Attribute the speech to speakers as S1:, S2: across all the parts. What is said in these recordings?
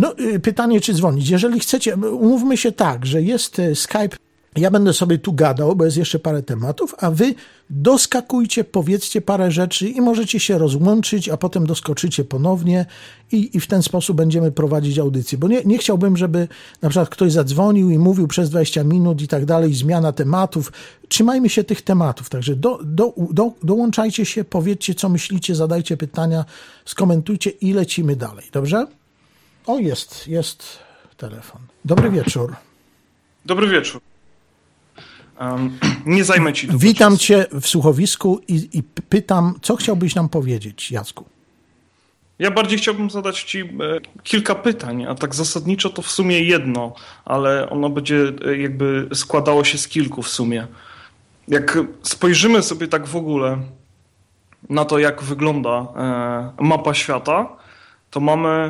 S1: No, pytanie, czy dzwonić. Jeżeli chcecie, umówmy się tak, że jest Skype, ja będę sobie tu gadał, bo jest jeszcze parę tematów, a wy doskakujcie, powiedzcie parę rzeczy i możecie się rozłączyć, a potem doskoczycie ponownie i w ten sposób będziemy prowadzić audycję. Bo nie chciałbym, żeby na przykład ktoś zadzwonił i mówił przez 20 minut i tak dalej, zmiana tematów. Trzymajmy się tych tematów, także dołączajcie się, powiedzcie, co myślicie, zadajcie pytania, skomentujcie i lecimy dalej, dobrze? O, jest telefon. Dobry wieczór.
S2: Dobry wieczór. Nie zajmę ci tu.
S1: Witam cię w słuchowisku i pytam, co chciałbyś nam powiedzieć, Jacku?
S2: Ja bardziej chciałbym zadać ci kilka pytań, a tak zasadniczo to w sumie jedno, ale ono będzie jakby składało się z kilku w sumie. Jak spojrzymy sobie tak w ogóle na to, jak wygląda mapa świata, to mamy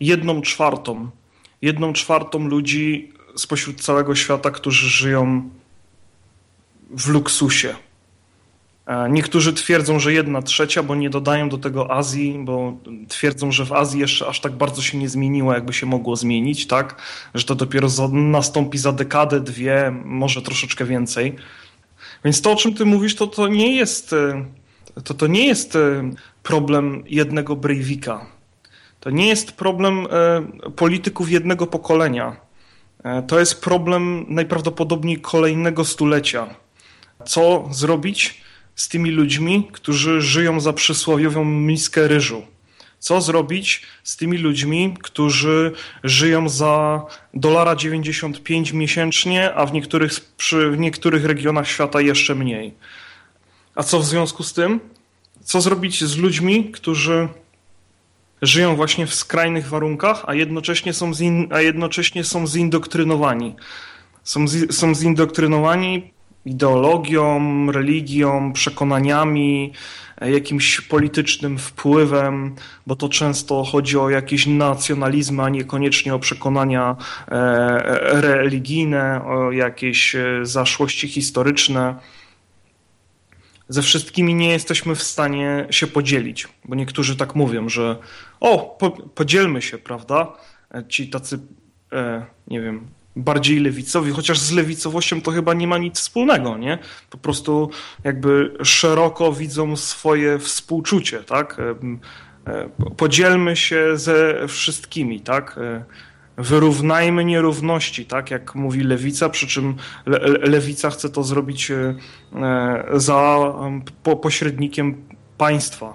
S2: 1/4 ludzi spośród całego świata, którzy żyją w luksusie. Niektórzy twierdzą, że 1/3, bo nie dodają do tego Azji, bo twierdzą, że w Azji jeszcze aż tak bardzo się nie zmieniło, jakby się mogło zmienić, tak? Że to dopiero nastąpi za dekadę, 2, może troszeczkę więcej. Więc to, o czym ty mówisz, to nie jest problem jednego Breivika. To nie jest problem polityków jednego pokolenia. To jest problem najprawdopodobniej kolejnego stulecia. Co zrobić z tymi ludźmi, którzy żyją za przysłowiową miskę ryżu? Co zrobić z tymi ludźmi, którzy żyją za $1,95 miesięcznie, a w niektórych regionach świata jeszcze mniej? A co w związku z tym? Co zrobić z ludźmi, którzy żyją właśnie w skrajnych warunkach, a jednocześnie są zindoktrynowani? Są zindoktrynowani ideologią, religią, przekonaniami, jakimś politycznym wpływem, bo to często chodzi o jakieś nacjonalizmy, a niekoniecznie o przekonania religijne, o jakieś zaszłości historyczne. Ze wszystkimi nie jesteśmy w stanie się podzielić, bo niektórzy tak mówią, że podzielmy się, prawda? Ci tacy, nie wiem, bardziej lewicowi, chociaż z lewicowością to chyba nie ma nic wspólnego, nie? Po prostu jakby szeroko widzą swoje współczucie, tak? Podzielmy się ze wszystkimi, tak? Wyrównajmy nierówności, tak? Jak mówi lewica, przy czym lewica chce to zrobić za pośrednikiem państwa.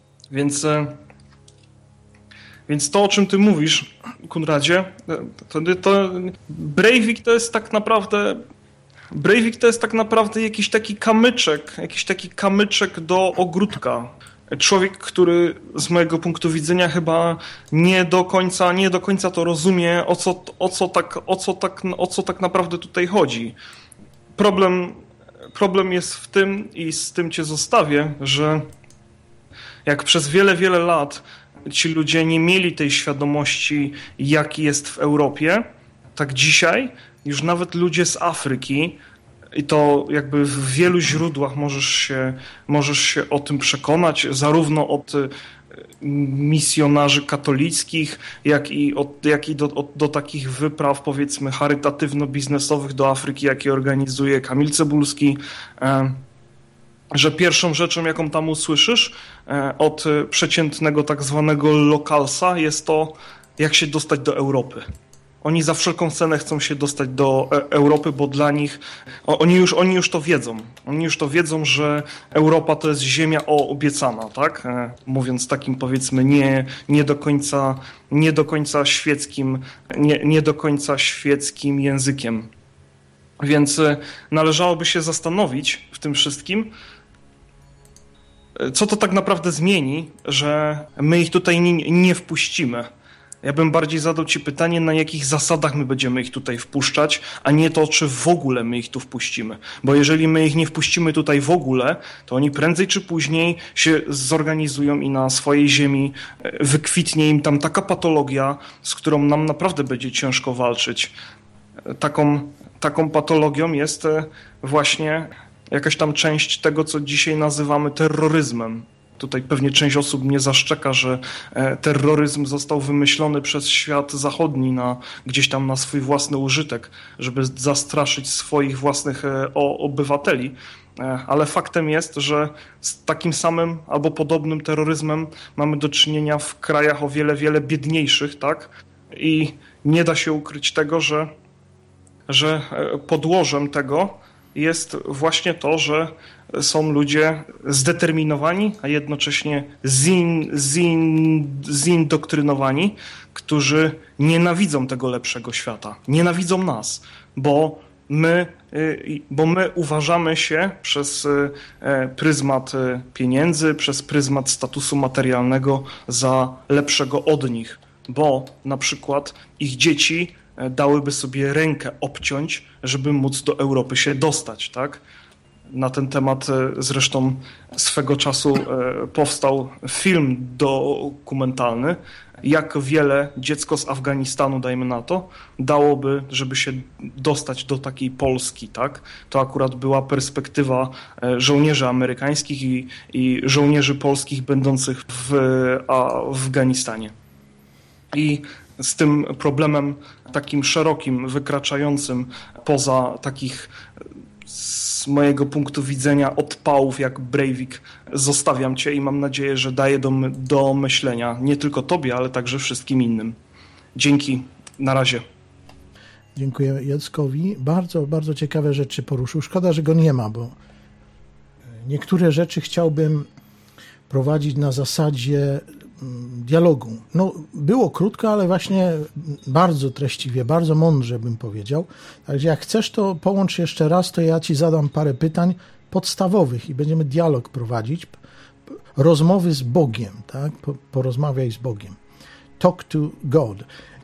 S2: Więc to, o czym ty mówisz, Konradzie, to Breivik to jest tak naprawdę jakiś taki kamyczek do ogródka. Człowiek, który z mojego punktu widzenia chyba nie do końca to rozumie, o co tak naprawdę tutaj chodzi. Problem jest w tym, i z tym cię zostawię, że jak przez wiele, wiele lat ci ludzie nie mieli tej świadomości, jaki jest w Europie, tak dzisiaj już nawet ludzie z Afryki, i to jakby w wielu źródłach możesz się o tym przekonać, zarówno od misjonarzy katolickich, jak i do takich wypraw, powiedzmy, charytatywno-biznesowych do Afryki, jakie organizuje Kamil Cebulski, że pierwszą rzeczą, jaką tam usłyszysz od przeciętnego tak zwanego lokalsa, jest to, jak się dostać do Europy. Oni za wszelką cenę chcą się dostać do Europy, bo dla nich, oni już to wiedzą. Oni już to wiedzą, że Europa to jest ziemia obiecana, tak? Mówiąc takim, powiedzmy, nie do końca świeckim językiem. Więc należałoby się zastanowić w tym wszystkim, co to tak naprawdę zmieni, że my ich tutaj nie wpuścimy. Ja bym bardziej zadał ci pytanie, na jakich zasadach my będziemy ich tutaj wpuszczać, a nie to, czy w ogóle my ich tu wpuścimy. Bo jeżeli my ich nie wpuścimy tutaj w ogóle, to oni prędzej czy później się zorganizują i na swojej ziemi wykwitnie im tam taka patologia, z którą nam naprawdę będzie ciężko walczyć. Taką patologią jest właśnie jakaś tam część tego, co dzisiaj nazywamy terroryzmem. tutaj pewnie część osób mnie zaszczeka, że terroryzm został wymyślony przez świat zachodni gdzieś tam na swój własny użytek, żeby zastraszyć swoich własnych obywateli. Ale faktem jest, że z takim samym albo podobnym terroryzmem mamy do czynienia w krajach o wiele, wiele biedniejszych, tak? I nie da się ukryć tego, że podłożem tego jest właśnie to, że są ludzie zdeterminowani, a jednocześnie zindoktrynowani, którzy nienawidzą tego lepszego świata, nienawidzą nas, bo my uważamy się przez pryzmat pieniędzy, przez pryzmat statusu materialnego za lepszego od nich, bo na przykład ich dzieci dałyby sobie rękę obciąć, żeby móc do Europy się dostać, tak? Na ten temat zresztą swego czasu powstał film dokumentalny, jak wiele dziecko z Afganistanu, dajmy na to, dałoby, żeby się dostać do takiej Polski, tak? To akurat była perspektywa żołnierzy amerykańskich i żołnierzy polskich będących w Afganistanie. I z tym problemem takim szerokim, wykraczającym poza takich z mojego punktu widzenia odpałów jak Breivik zostawiam cię i mam nadzieję, że daję do myślenia nie tylko tobie, ale także wszystkim innym. Dzięki, na razie.
S1: Dziękuję Jackowi. Bardzo, bardzo ciekawe rzeczy poruszył. Szkoda, że go nie ma, bo niektóre rzeczy chciałbym prowadzić na zasadzie dialogu. No, było krótko, ale właśnie bardzo treściwie, bardzo mądrze bym powiedział. Także jak chcesz, to połącz jeszcze raz, to ja ci zadam parę pytań podstawowych i będziemy dialog prowadzić. Rozmowy z Bogiem, tak? Porozmawiaj z Bogiem. Talk to God.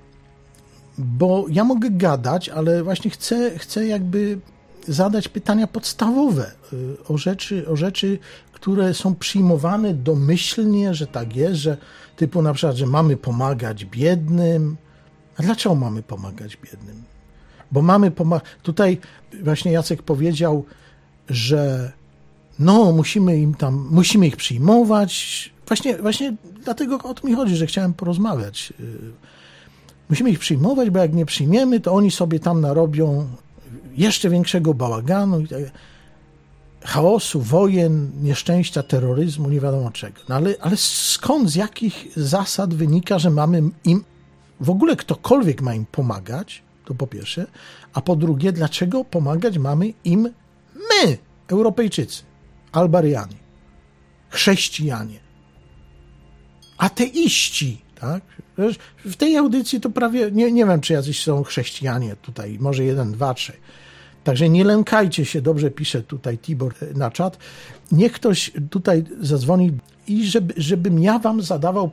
S1: Bo ja mogę gadać, ale właśnie chcę jakby zadać pytania podstawowe o rzeczy, które są przyjmowane domyślnie, że tak jest, że typu na przykład, że mamy pomagać biednym. A dlaczego mamy pomagać biednym? Bo mamy tutaj właśnie Jacek powiedział, że no musimy ich przyjmować. Właśnie dlatego o to mi chodzi, że chciałem porozmawiać. Musimy ich przyjmować, bo jak nie przyjmiemy, to oni sobie tam narobią jeszcze większego bałaganu, chaosu, wojen, nieszczęścia, terroryzmu, nie wiadomo czego. No ale skąd, z jakich zasad wynika, że mamy im, w ogóle ktokolwiek ma im pomagać, to po pierwsze, a po drugie, dlaczego pomagać mamy im my, Europejczycy, Albarianie, chrześcijanie, ateiści, tak? W tej audycji to prawie, nie wiem, czy jacyś są chrześcijanie tutaj, może 1, 2, 3. Także nie lękajcie się, dobrze pisze tutaj Tibor na czat. Niech ktoś tutaj zadzwoni i żebym ja wam zadawał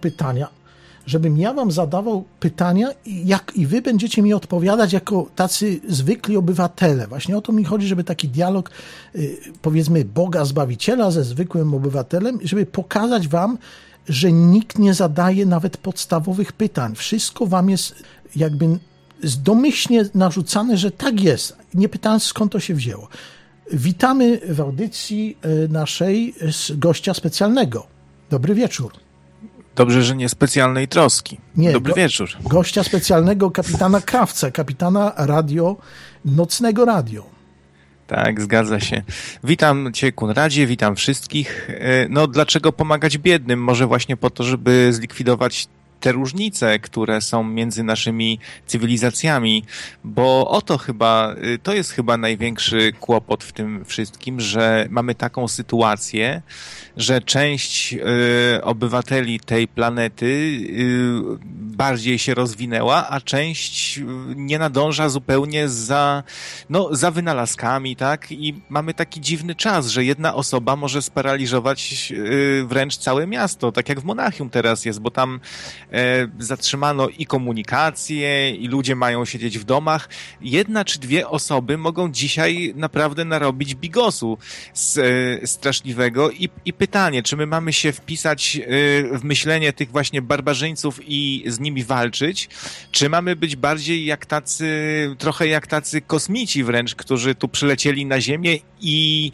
S1: pytania i wy będziecie mi odpowiadać jako tacy zwykli obywatele. Właśnie o to mi chodzi, żeby taki dialog, powiedzmy, Boga Zbawiciela ze zwykłym obywatelem, żeby pokazać wam, że nikt nie zadaje nawet podstawowych pytań. Wszystko wam jest jakby domyślnie narzucane, że tak jest, nie pytając skąd to się wzięło. Witamy w audycji naszej gościa specjalnego. Dobry wieczór.
S3: Dobrze, że nie specjalnej troski. Dobry wieczór.
S1: Gościa specjalnego kapitana Krawca, kapitana nocnego radio.
S3: Tak, zgadza się. Witam cię, Konradzie, witam wszystkich. No, dlaczego pomagać biednym? Może właśnie po to, żeby zlikwidować te różnice, które są między naszymi cywilizacjami, bo to jest chyba największy kłopot w tym wszystkim, że mamy taką sytuację, że część obywateli tej planety bardziej się rozwinęła, a część nie nadąża zupełnie za wynalazkami, tak? I mamy taki dziwny czas, że jedna osoba może sparaliżować wręcz całe miasto, tak jak w Monachium teraz jest, bo tam zatrzymano i komunikację, i ludzie mają siedzieć w domach. 1 czy 2 osoby mogą dzisiaj naprawdę narobić bigosu straszliwego i pytanie, czy my mamy się wpisać w myślenie tych właśnie barbarzyńców i z nimi walczyć, czy mamy być bardziej trochę jak tacy kosmici wręcz, którzy tu przylecieli na Ziemię i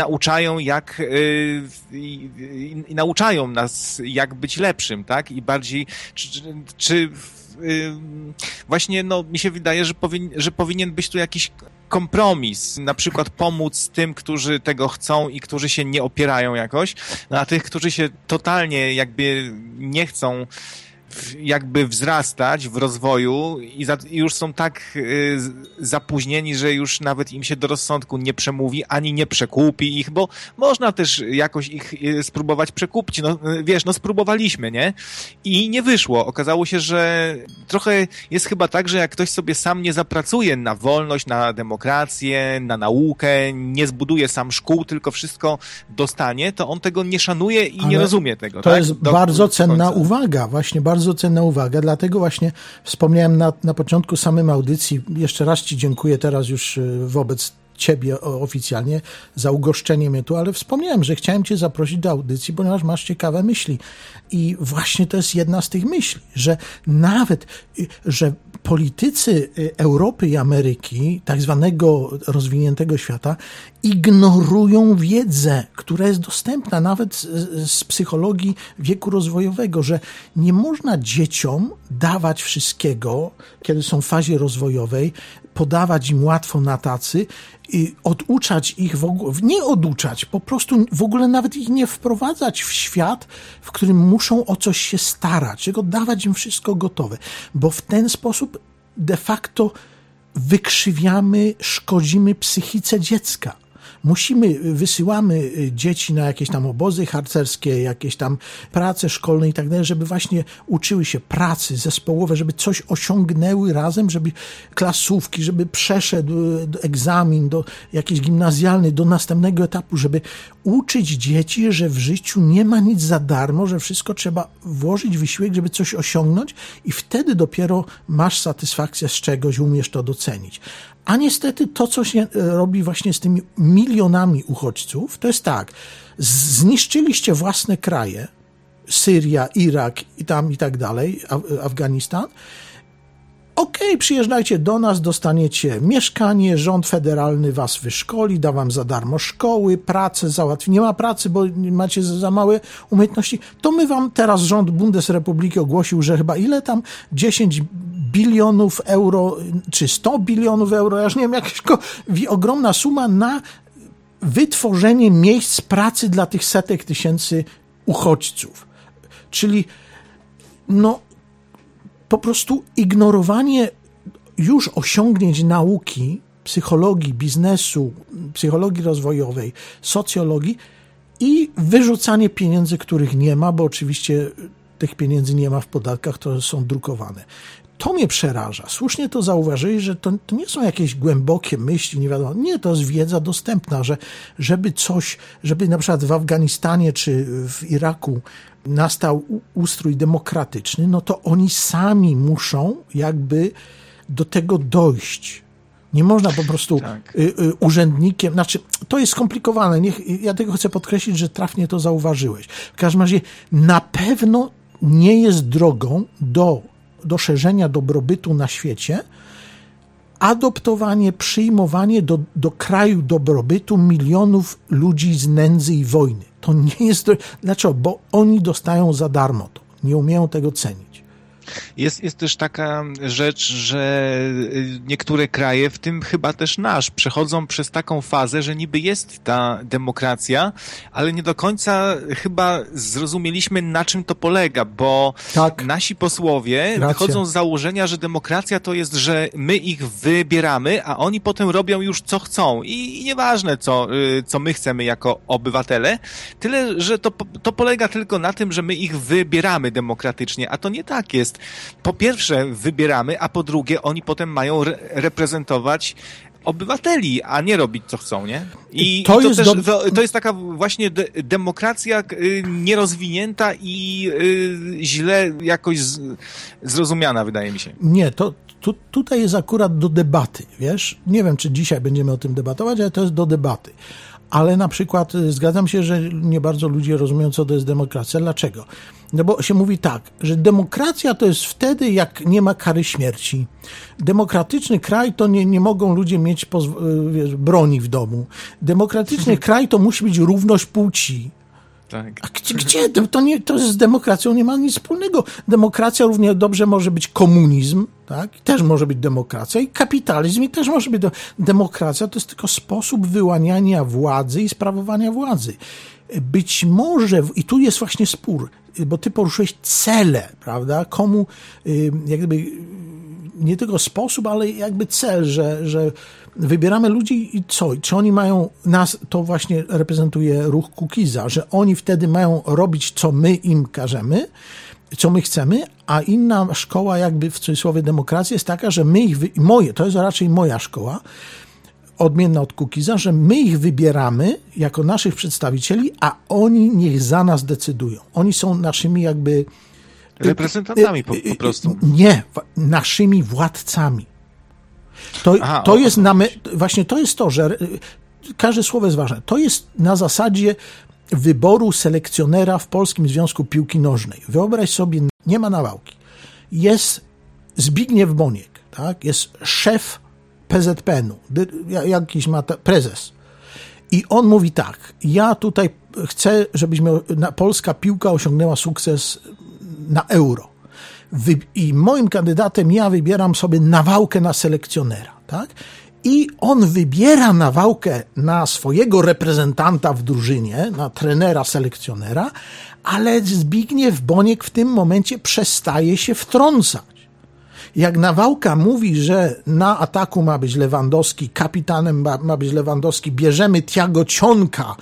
S3: nauczają nas, jak być lepszym, tak? I bardziej, czy właśnie, mi się wydaje, że powinien być tu jakiś kompromis, na przykład pomóc tym, którzy tego chcą i którzy się nie opierają jakoś, a tych, którzy się totalnie jakby nie chcą jakby wzrastać w rozwoju i już są tak zapóźnieni, że już nawet im się do rozsądku nie przemówi, ani nie przekupi ich, bo można też jakoś ich spróbować przekupić. Spróbowaliśmy, nie? I nie wyszło. Okazało się, że trochę jest chyba tak, że jak ktoś sobie sam nie zapracuje na wolność, na demokrację, na naukę, nie zbuduje sam szkół, tylko wszystko dostanie, to on tego nie szanuje i nie rozumie tego.
S1: To jest bardzo cenna uwaga, właśnie bardzo cenna uwaga, dlatego właśnie wspomniałem na początku samym audycji, jeszcze raz Ci dziękuję teraz już wobec Ciebie oficjalnie za ugoszczenie mnie tu, ale wspomniałem, że chciałem Cię zaprosić do audycji, ponieważ masz ciekawe myśli i właśnie to jest jedna z tych myśli, że nawet, że politycy Europy i Ameryki, tak zwanego rozwiniętego świata, ignorują wiedzę, która jest dostępna nawet z psychologii wieku rozwojowego, że nie można dzieciom dawać wszystkiego, kiedy są w fazie rozwojowej, podawać im łatwo na tacy i oduczać ich nie oduczać, po prostu w ogóle nawet ich nie wprowadzać w świat, w którym muszą o coś się starać, tylko dawać im wszystko gotowe, bo w ten sposób de facto wykrzywiamy, szkodzimy psychice dziecka. Wysyłamy dzieci na jakieś tam obozy harcerskie, jakieś tam prace szkolne i tak dalej, żeby właśnie uczyły się pracy zespołowe, żeby coś osiągnęły razem, żeby klasówki, żeby przeszedł egzamin do jakiejś gimnazjalnej, do następnego etapu, żeby uczyć dzieci, że w życiu nie ma nic za darmo, że wszystko trzeba włożyć wysiłek, żeby coś osiągnąć i wtedy dopiero masz satysfakcję z czegoś, umiesz to docenić. A niestety to, co się robi właśnie z tymi milionami uchodźców, to jest tak, zniszczyliście własne kraje, Syria, Irak i tak dalej, Afganistan. Okej, przyjeżdżajcie do nas, dostaniecie mieszkanie, rząd federalny was wyszkoli, da wam za darmo szkoły, pracę załatwi. Nie ma pracy, bo macie za małe umiejętności. To my wam teraz rząd Bundesrepubliki ogłosił, że chyba 10 bilionów euro, czy 100 bilionów euro, ja już nie wiem, jakaś ogromna suma na wytworzenie miejsc pracy dla tych setek tysięcy uchodźców. Czyli po prostu ignorowanie już osiągnięć nauki, psychologii, biznesu, psychologii rozwojowej, socjologii i wyrzucanie pieniędzy, których nie ma, bo oczywiście tych pieniędzy nie ma w podatkach, to są drukowane. To mnie przeraża. Słusznie to zauważyli, że to nie są jakieś głębokie myśli, nie wiadomo. Nie, to jest wiedza dostępna, że żeby na przykład w Afganistanie czy w Iraku nastał ustrój demokratyczny, no to oni sami muszą jakby do tego dojść. Nie można po prostu urzędnikiem, to jest skomplikowane. Ja tego chcę podkreślić, że trafnie to zauważyłeś. W każdym razie na pewno nie jest drogą do szerzenia dobrobytu na świecie adoptowanie, przyjmowanie do kraju dobrobytu milionów ludzi z nędzy i wojny. To nie jest... Dlaczego? Bo oni dostają za darmo to. Nie umieją tego cenić.
S3: Jest też taka rzecz, że niektóre kraje, w tym chyba też nasz, przechodzą przez taką fazę, że niby jest ta demokracja, ale nie do końca chyba zrozumieliśmy, na czym to polega, bo nasi posłowie wychodzą z założenia, że demokracja to jest, że my ich wybieramy, a oni potem robią już co chcą i nieważne co my chcemy jako obywatele, tyle, że to polega tylko na tym, że my ich wybieramy demokratycznie, a to nie tak jest. Po pierwsze wybieramy, a po drugie oni potem mają reprezentować obywateli, a nie robić co chcą, nie? I to jest taka właśnie demokracja nierozwinięta i źle jakoś zrozumiana, wydaje mi się.
S1: Nie, tutaj jest akurat do debaty, wiesz? Nie wiem, czy dzisiaj będziemy o tym debatować, ale to jest do debaty. Ale na przykład zgadzam się, że nie bardzo ludzie rozumieją, co to jest demokracja. Dlaczego? No bo się mówi tak, że demokracja to jest wtedy, jak nie ma kary śmierci. Demokratyczny kraj to nie mogą ludzie mieć broni w domu. Demokratyczny kraj to musi być równość płci.
S3: Tak.
S1: A gdzie? To z demokracją nie ma nic wspólnego. Demokracja równie dobrze może być komunizm, tak? Też może być demokracja i kapitalizm i też może być demokracja. To jest tylko sposób wyłaniania władzy i sprawowania władzy. Być może, i tu jest właśnie spór, bo ty poruszyłeś cele, prawda? Komu jakby nie tylko sposób, ale jakby cel, że wybieramy ludzi i co? Czy oni mają nas, to właśnie reprezentuje ruch Kukiza, że oni wtedy mają robić, co my im każemy, co my chcemy, a inna szkoła jakby w cudzysłowie demokracji jest taka, że my ich, to jest raczej moja szkoła, odmienna od Kukiza, że my ich wybieramy jako naszych przedstawicieli, a oni niech za nas decydują. Oni są naszymi jakby
S3: reprezentantami po prostu.
S1: Nie, naszymi władcami. Właśnie to jest to, że każde słowo jest ważne. To jest na zasadzie wyboru selekcjonera w Polskim Związku Piłki Nożnej. Wyobraź sobie, nie ma Nawałki. Jest Zbigniew Boniek, tak? Jest szef PZPN-u, jakiś ma prezes. I on mówi tak, ja tutaj chcę, żebyśmy polska piłka osiągnęła sukces na Euro. I moim kandydatem ja wybieram sobie Nawałkę na selekcjonera, tak? I on wybiera Nawałkę na swojego reprezentanta w drużynie, na trenera, selekcjonera, ale Zbigniew Boniek w tym momencie przestaje się wtrącać. Jak Nawałka mówi, że na ataku ma być Lewandowski, kapitanem ma być Lewandowski, bierzemy Thiago Cionka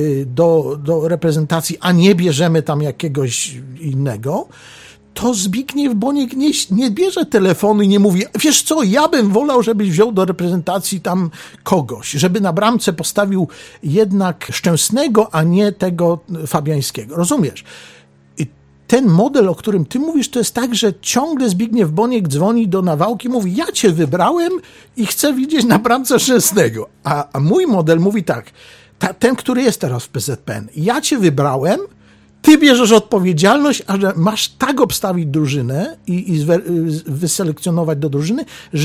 S1: do reprezentacji, a nie bierzemy tam jakiegoś innego, to Zbigniew Boniek nie bierze telefonu i nie mówi, wiesz co, ja bym wolał, żebyś wziął do reprezentacji tam kogoś, żeby na bramce postawił jednak Szczęsnego, a nie tego Fabiańskiego. Rozumiesz? I ten model, o którym ty mówisz, to jest tak, że ciągle Zbigniew Boniek dzwoni do Nawałki, mówi, ja cię wybrałem i chcę widzieć na bramce Szczęsnego. A mój model mówi tak, ten, który jest teraz w PZPN, ja cię wybrałem, ty bierzesz odpowiedzialność, a że masz tak obstawić drużynę i wyselekcjonować do drużyny,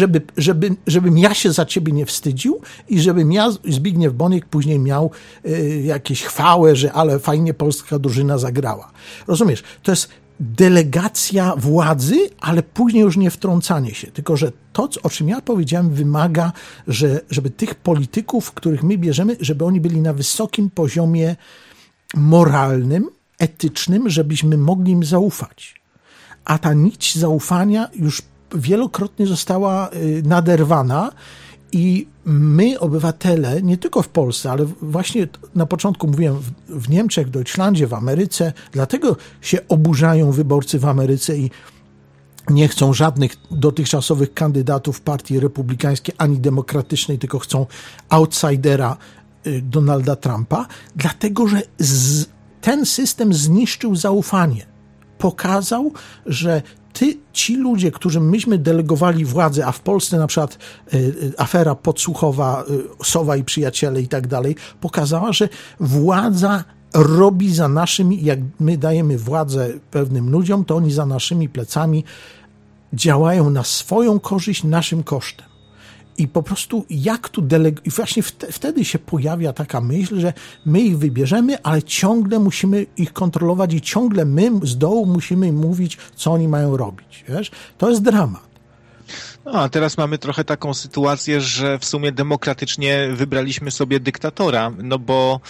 S1: żebym ja się za ciebie nie wstydził i żebym ja, Zbigniew Boniek, później miał jakieś chwałę, że ale fajnie polska drużyna zagrała. Rozumiesz? To jest delegacja władzy, ale później już nie wtrącanie się. Tylko że to, o czym ja powiedziałem, wymaga, żeby tych polityków, których my bierzemy, żeby oni byli na wysokim poziomie moralnym, etycznym, żebyśmy mogli im zaufać. A ta nić zaufania już wielokrotnie została naderwana i my, obywatele, nie tylko w Polsce, ale właśnie na początku mówiłem w Niemczech, w Deutschlandzie, w Ameryce, dlatego się oburzają wyborcy w Ameryce i nie chcą żadnych dotychczasowych kandydatów partii republikańskiej ani demokratycznej, tylko chcą outsidera Donalda Trumpa, dlatego że ten system zniszczył zaufanie. Pokazał, że ci ludzie, którym myśmy delegowali władzę, a w Polsce na przykład afera podsłuchowa, Sowa i przyjaciele i tak dalej, pokazała, że władza robi za naszymi, jak my dajemy władzę pewnym ludziom, to oni za naszymi plecami działają na swoją korzyść, naszym kosztem. I po prostu i właśnie wtedy się pojawia taka myśl, że my ich wybierzemy, ale ciągle musimy ich kontrolować i ciągle my z dołu musimy im mówić, co oni mają robić. Wiesz? To jest dramat.
S3: No, a teraz mamy trochę taką sytuację, że w sumie demokratycznie wybraliśmy sobie dyktatora, no bo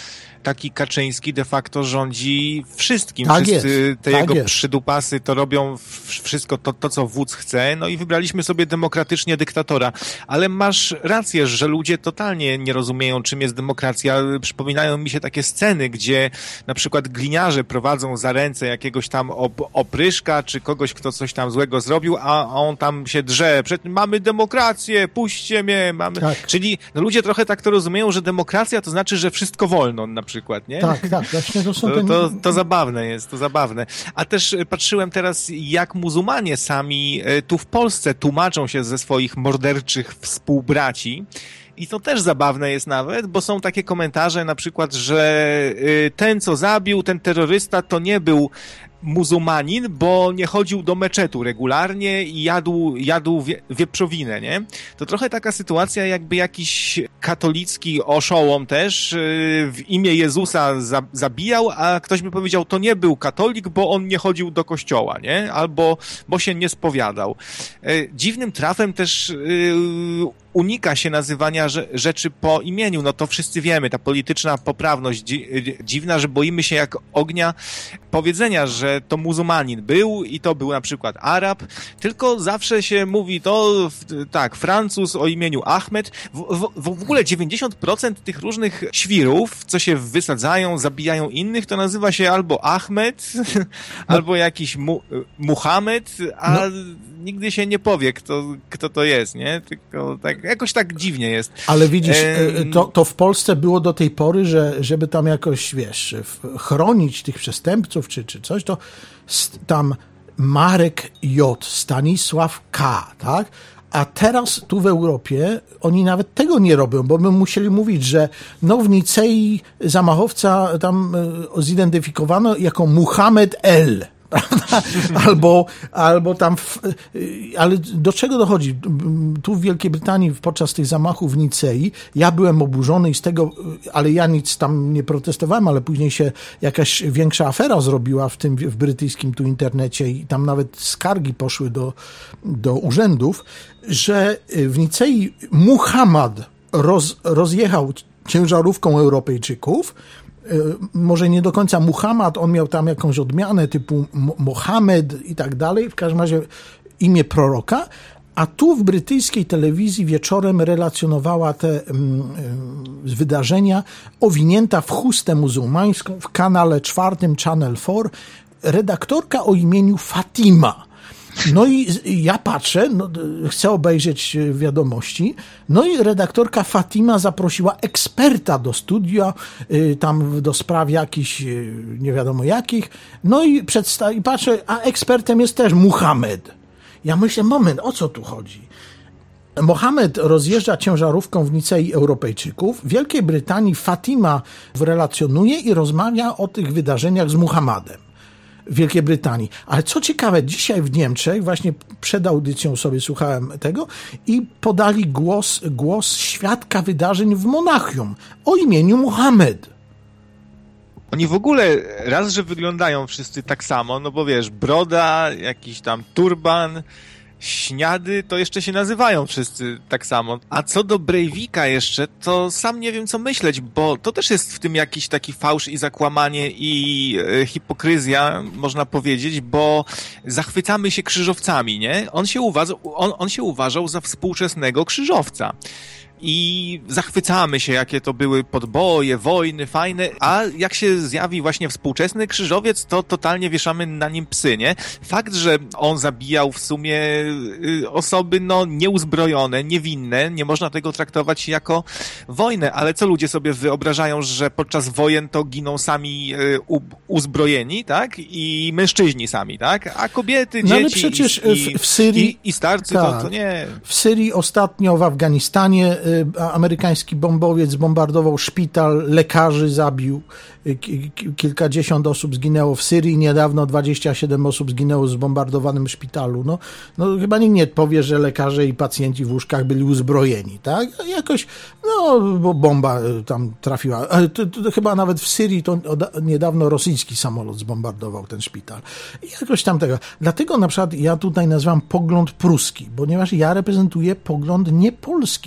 S3: taki Kaczyński de facto rządzi wszystkim.
S1: Tak
S3: Wszyscy
S1: jest,
S3: te
S1: tak
S3: jego
S1: jest.
S3: przydupasy to robią wszystko to, co wódz chce, no i wybraliśmy sobie demokratycznie dyktatora. Ale masz rację, że ludzie totalnie nie rozumieją, czym jest demokracja. Przypominają mi się takie sceny, gdzie na przykład gliniarze prowadzą za ręce jakiegoś tam opryszka, czy kogoś, kto coś tam złego zrobił, a on tam się drze. Mamy demokrację, puśćcie mnie, mamy...
S1: Tak.
S3: Czyli no, ludzie trochę tak to rozumieją, że demokracja to znaczy, że wszystko wolno na przykład, nie?
S1: Tak, właśnie to są
S3: To zabawne jest, to zabawne. A też patrzyłem teraz, jak muzułmanie sami tu w Polsce tłumaczą się ze swoich morderczych współbraci. I to też zabawne jest nawet, bo są takie komentarze na przykład, że ten, co zabił, ten terrorysta, to nie był muzułmanin, bo nie chodził do meczetu regularnie i jadł wieprzowinę, nie? To trochę taka sytuacja, jakby jakiś katolicki oszołom też w imię Jezusa zabijał, a ktoś by powiedział, to nie był katolik, bo on nie chodził do kościoła, nie? Albo bo się nie spowiadał. Dziwnym trafem też unika się nazywania rzeczy po imieniu. No to wszyscy wiemy, ta polityczna poprawność dziwna, że boimy się jak ognia powiedzenia, że to muzułmanin był i to był na przykład Arab, tylko zawsze się mówi to, tak, Francuz o imieniu Ahmed. W ogóle 90% tych różnych świrów, co się wysadzają, zabijają innych, to nazywa się albo Ahmed, albo jakiś Muhammad, a nigdy się nie powie, kto to jest, nie? Tylko tak, jakoś tak dziwnie jest.
S1: Ale widzisz, to w Polsce było do tej pory, żeby tam jakoś, wiesz, chronić tych przestępców czy coś, to tam Marek J, Stanisław K, tak? A teraz tu w Europie oni nawet tego nie robią, bo my musieli mówić, że w Nicei zamachowca tam zidentyfikowano jako Muhammad L. Albo tam, ale do czego dochodzi? Tu w Wielkiej Brytanii podczas tych zamachów w Nicei ja byłem oburzony i z tego, ale ja nic tam nie protestowałem, ale później się jakaś większa afera zrobiła w brytyjskim tu internecie i tam nawet skargi poszły do urzędów, że w Nicei Muhammad rozjechał ciężarówką Europejczyków. Może nie do końca Muhammad, on miał tam jakąś odmianę typu Mohamed i tak dalej, w każdym razie imię proroka, a tu w brytyjskiej telewizji wieczorem relacjonowała te wydarzenia owinięta w chustę muzułmańską w kanale 4 Channel 4 redaktorka o imieniu Fatima. No i ja patrzę, chcę obejrzeć wiadomości, no i redaktorka Fatima zaprosiła eksperta do studia, tam do spraw jakichś, nie wiadomo jakich, no i patrzę, a ekspertem jest też Muhammad. Ja myślę, moment, o co tu chodzi? Mohamed rozjeżdża ciężarówką w Nicei Europejczyków, w Wielkiej Brytanii Fatima relacjonuje i rozmawia o tych wydarzeniach z Muhammadem w Wielkiej Brytanii. Ale co ciekawe, dzisiaj w Niemczech, właśnie przed audycją sobie słuchałem tego i podali głos świadka wydarzeń w Monachium o imieniu Muhammad.
S3: Oni w ogóle raz, że wyglądają wszyscy tak samo, no bo wiesz, broda, jakiś tam turban, śniady, to jeszcze się nazywają wszyscy tak samo. A co do Breivika jeszcze, to sam nie wiem, co myśleć, bo to też jest w tym jakiś taki fałsz i zakłamanie i hipokryzja, można powiedzieć, bo zachwycamy się krzyżowcami, nie? On się uważał za współczesnego krzyżowca. I zachwycamy się, jakie to były podboje, wojny, fajne, a jak się zjawi właśnie współczesny krzyżowiec, to totalnie wieszamy na nim psy, nie? Fakt, że on zabijał w sumie osoby, nieuzbrojone, niewinne, nie można tego traktować jako wojnę, ale co ludzie sobie wyobrażają, że podczas wojen to giną sami uzbrojeni, tak? I mężczyźni sami, tak? A kobiety, dzieci
S1: ale przecież w Syrii
S3: i starcy,
S1: tak,
S3: to nie.
S1: W Syrii ostatnio, w Afganistanie amerykański bombowiec zbombardował szpital, lekarzy zabił, kilkadziesiąt osób zginęło w Syrii, niedawno 27 osób zginęło w zbombardowanym szpitalu. No chyba nikt nie powie, że lekarze i pacjenci w łóżkach byli uzbrojeni, tak? Jakoś, bo bomba tam trafiła. To chyba nawet w Syrii to niedawno rosyjski samolot zbombardował ten szpital. Jakoś tam tego. Dlatego na przykład ja tutaj nazywam pogląd pruski, ponieważ ja reprezentuję pogląd niepolski. Ja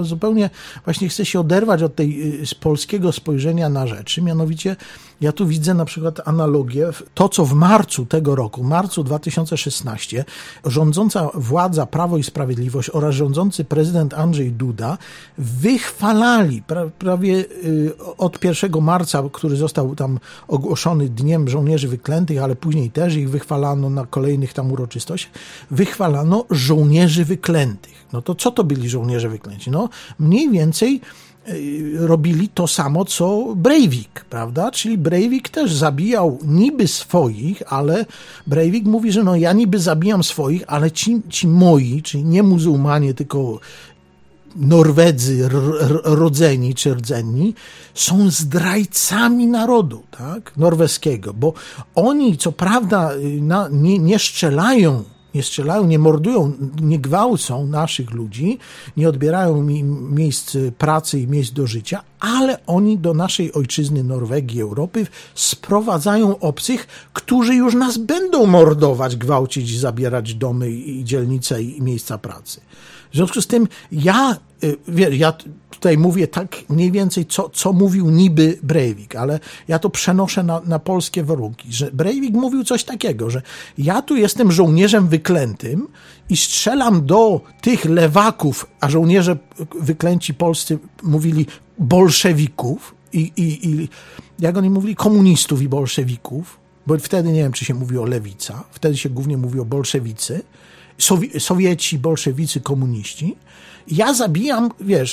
S1: zupełnie właśnie chcę się oderwać od tej z polskiego spojrzenia na rzeczy. Mianowicie ja tu widzę na przykład analogię, to co w marcu tego roku, marcu 2016, rządząca władza Prawo i Sprawiedliwość oraz rządzący prezydent Andrzej Duda wychwalali prawie od 1 marca, który został tam ogłoszony Dniem Żołnierzy Wyklętych, ale później też ich wychwalano na kolejnych tam uroczystościach, wychwalano żołnierzy wyklętych. No to co to byli żołnierze wyklęci? No mniej więcej robili to samo, co Breivik, prawda? Czyli Breivik też zabijał niby swoich, ale Breivik mówi, że no ja niby zabijam swoich, ale ci moi, czyli nie muzułmanie, tylko Norwedzy rodzeni czy rdzenni, są zdrajcami narodu, tak? Norweskiego, bo oni co prawda nie strzelają, nie mordują, nie gwałcą naszych ludzi, nie odbierają im miejsc pracy i miejsc do życia, ale oni do naszej ojczyzny Norwegii, Europy sprowadzają obcych, którzy już nas będą mordować, gwałcić, zabierać domy i dzielnice i miejsca pracy. W związku z tym ja tutaj mówię tak mniej więcej, co mówił niby Breivik, ale ja to przenoszę na polskie warunki, że Breivik mówił coś takiego, że ja tu jestem żołnierzem wyklętym i strzelam do tych lewaków, a żołnierze wyklęci polscy mówili bolszewików i jak oni mówili, komunistów i bolszewików, bo wtedy nie wiem, czy się mówi o lewica, wtedy się głównie mówi o bolszewicy, Sowieci, bolszewicy, komuniści. Ja zabijam,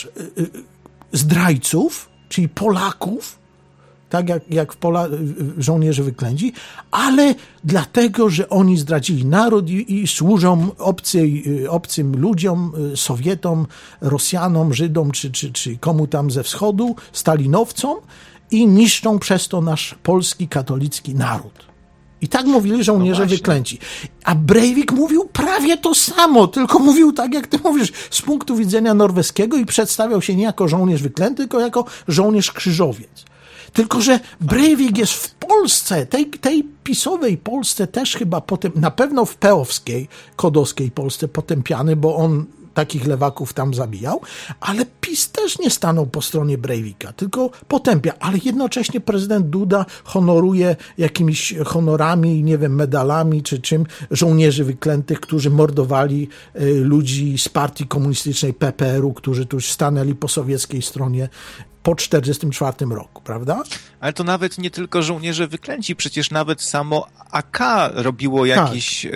S1: zdrajców, czyli Polaków, tak jak żołnierze wyklęci, ale dlatego, że oni zdradzili naród i służą obcym ludziom, Sowietom, Rosjanom, Żydom, czy komu tam ze wschodu, stalinowcom i niszczą przez to nasz polski, katolicki naród. I tak mówili żołnierze wyklęci. A Breivik mówił prawie to samo, tylko mówił tak, jak ty mówisz, z punktu widzenia norweskiego i przedstawiał się nie jako żołnierz wyklęty, tylko jako żołnierz krzyżowiec. Tylko że Breivik jest w Polsce, tej pisowej Polsce też chyba na pewno w peowskiej, kodowskiej Polsce potępiany, bo on takich lewaków tam zabijał, ale PiS też nie stanął po stronie Breivika, tylko potępia, ale jednocześnie prezydent Duda honoruje jakimiś honorami, nie wiem, medalami czy czym żołnierzy wyklętych, którzy mordowali ludzi z partii komunistycznej PPR-u, którzy tu stanęli po sowieckiej stronie po 1944 roku, prawda?
S3: Ale to nawet nie tylko żołnierze wyklęci, przecież nawet samo AK robiło jakieś,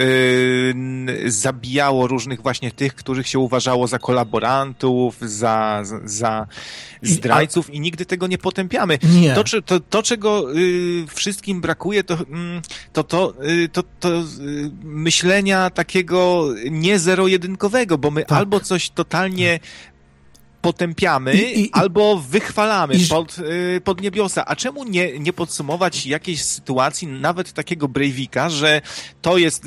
S3: zabijało różnych właśnie tych, których się uważało za kolaborantów, za zdrajców i nigdy tego nie potępiamy.
S1: Nie.
S3: To czego wszystkim brakuje, to myślenia takiego nie zero-jedynkowego, bo my albo coś totalnie potępiamy, albo wychwalamy pod niebiosa. A czemu nie podsumować jakiejś sytuacji, nawet takiego Breivika, że to jest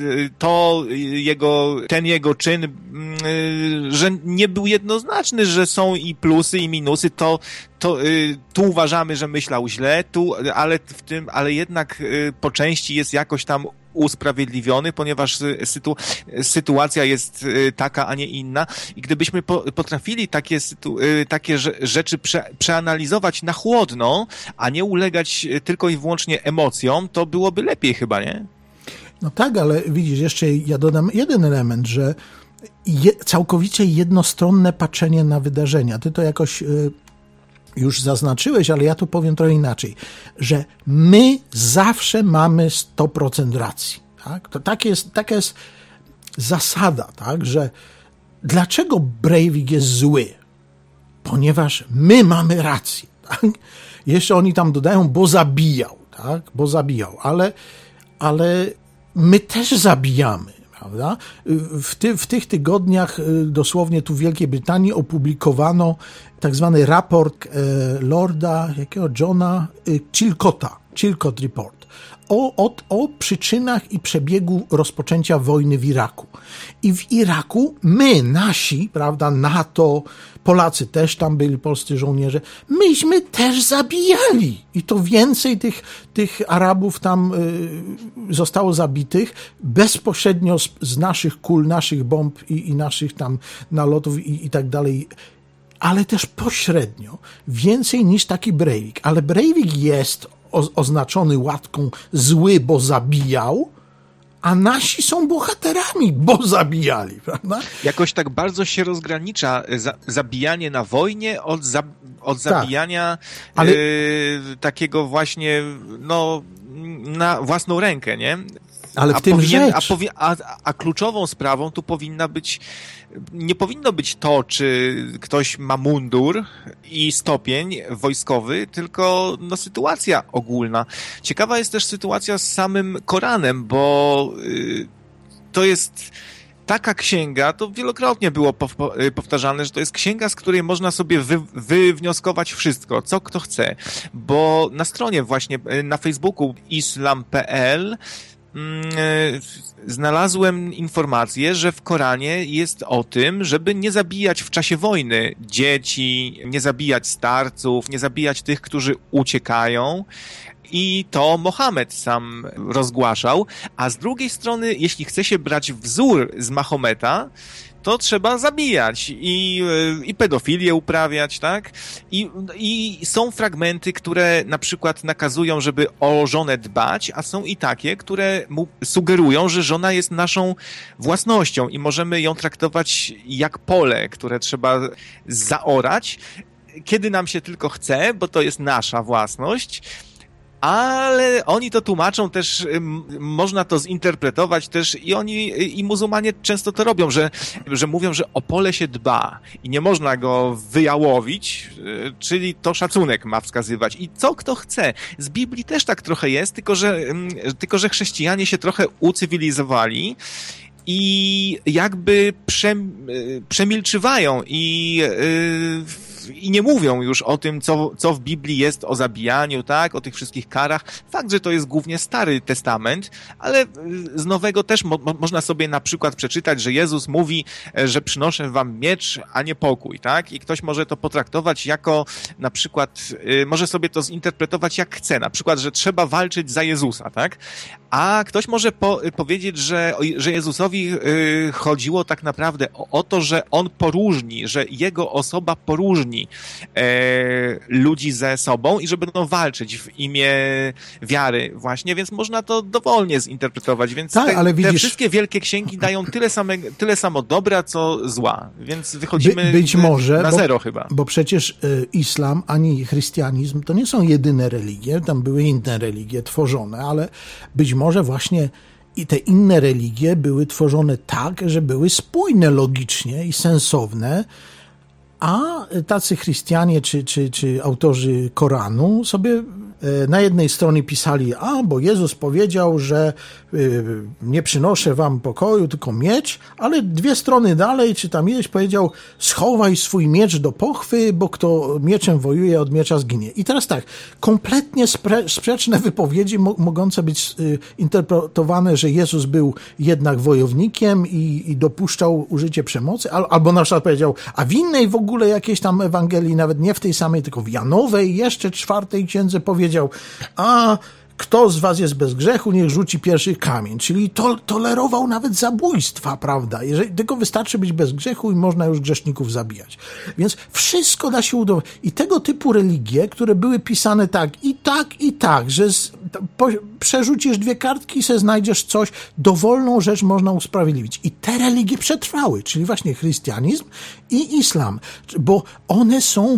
S3: ten jego czyn, że nie był jednoznaczny, że są i plusy, i minusy, tu uważamy, że myślał źle, ale jednak po części jest jakoś tam usprawiedliwiony, ponieważ sytuacja jest taka, a nie inna. I gdybyśmy potrafili takie rzeczy przeanalizować na chłodno, a nie ulegać tylko i wyłącznie emocjom, to byłoby lepiej chyba, nie?
S1: No tak, ale widzisz, jeszcze ja dodam jeden element, że całkowicie jednostronne patrzenie na wydarzenia. Ty to jakoś już zaznaczyłeś, ale ja to powiem trochę inaczej, że my zawsze mamy 100% racji. Tak? To taka jest zasada, tak? Że dlaczego Breivik jest zły? Ponieważ my mamy rację. Tak? Jeszcze oni tam dodają, bo zabijał, tak? Bo zabijał, ale my też zabijamy. Prawda? W tych tygodniach dosłownie tu w Wielkiej Brytanii opublikowano tak zwany raport Lorda Johna Chilcott Report o przyczynach i przebiegu rozpoczęcia wojny w Iraku. I w Iraku nasi, prawda, NATO, Polacy też tam byli, polscy żołnierze, myśmy też zabijali. I to więcej tych Arabów tam zostało zabitych bezpośrednio z naszych kul, naszych bomb i naszych tam nalotów i tak dalej. ale też pośrednio, więcej niż taki Breivik. Ale Breivik jest oznaczony łatką zły, bo zabijał, a nasi są bohaterami, bo zabijali, prawda?
S3: Jakoś tak bardzo się rozgranicza zabijanie na wojnie od zabijania ale... takiego właśnie, no, na własną rękę, nie?
S1: Ale w tym rzecz.
S3: A kluczową sprawą tu nie powinno być to, czy ktoś ma mundur i stopień wojskowy, tylko no, sytuacja ogólna. Ciekawa jest też sytuacja z samym Koranem, bo to jest taka księga, to wielokrotnie było powtarzane, że to jest księga, z której można sobie wywnioskować wszystko, co kto chce, bo na stronie właśnie na Facebooku islam.pl znalazłem informację, że w Koranie jest o tym, żeby nie zabijać w czasie wojny dzieci, nie zabijać starców, nie zabijać tych, którzy uciekają. I to Mohamed sam rozgłaszał, a z drugiej strony, jeśli chce się brać wzór z Mahometa, to trzeba zabijać i pedofilię uprawiać, tak? I są fragmenty, które na przykład nakazują, żeby o żonę dbać, a są i takie, które mu sugerują, że żona jest naszą własnością i możemy ją traktować jak pole, które trzeba zaorać, kiedy nam się tylko chce, bo to jest nasza własność. Ale oni to tłumaczą też, można to zinterpretować też i muzułmanie często to robią, że mówią, że o pole się dba i nie można go wyjałowić, czyli to szacunek ma wskazywać. I co kto chce. Z Biblii też tak trochę jest, tylko że chrześcijanie się trochę ucywilizowali i jakby przemilczywają i nie mówią już o tym, co w Biblii jest o zabijaniu, tak, o tych wszystkich karach. Fakt, że to jest głównie Stary Testament, ale z Nowego też można sobie na przykład przeczytać, że Jezus mówi, że przynoszę wam miecz, a nie pokój, tak? I ktoś może to potraktować jako na przykład, może sobie to zinterpretować jak chce, na przykład, że trzeba walczyć za Jezusa, tak? A ktoś może powiedzieć, że Jezusowi chodziło tak naprawdę o to, że on poróżni, że jego osoba poróżni ludzi ze sobą i że będą walczyć w imię wiary właśnie, więc można to dowolnie zinterpretować, więc
S1: tak, ale widzisz,
S3: te wszystkie wielkie księgi dają tyle samo dobra, co zła, więc wychodzimy
S1: być może,
S3: na zero chyba.
S1: Bo przecież islam ani chrystianizm to nie są jedyne religie, tam były inne religie tworzone, ale być może właśnie i te inne religie były tworzone tak, że były spójne logicznie i sensowne, a tacy chrystianie czy autorzy Koranu sobie na jednej stronie pisali, bo Jezus powiedział, że nie przynoszę wam pokoju, tylko miecz, ale dwie strony dalej, czy tam ileś powiedział, schowaj swój miecz do pochwy, bo kto mieczem wojuje, od miecza zginie. I teraz tak, kompletnie sprzeczne wypowiedzi mogące być interpretowane, że Jezus był jednak wojownikiem i dopuszczał użycie przemocy, albo na przykład powiedział, a w innej w ogóle jakiejś tam Ewangelii, nawet nie w tej samej, tylko w Janowej, jeszcze 4 księdze powiedział, kto z was jest bez grzechu, niech rzuci pierwszy kamień. Czyli tolerował nawet zabójstwa, prawda? Tylko wystarczy być bez grzechu i można już grzeszników zabijać. Więc wszystko da się udowodnić. I tego typu religie, które były pisane i tak, że przerzucisz 2 kartki i se znajdziesz coś, dowolną rzecz można usprawiedliwić. I te religie przetrwały, czyli właśnie chrystianizm i islam, bo one są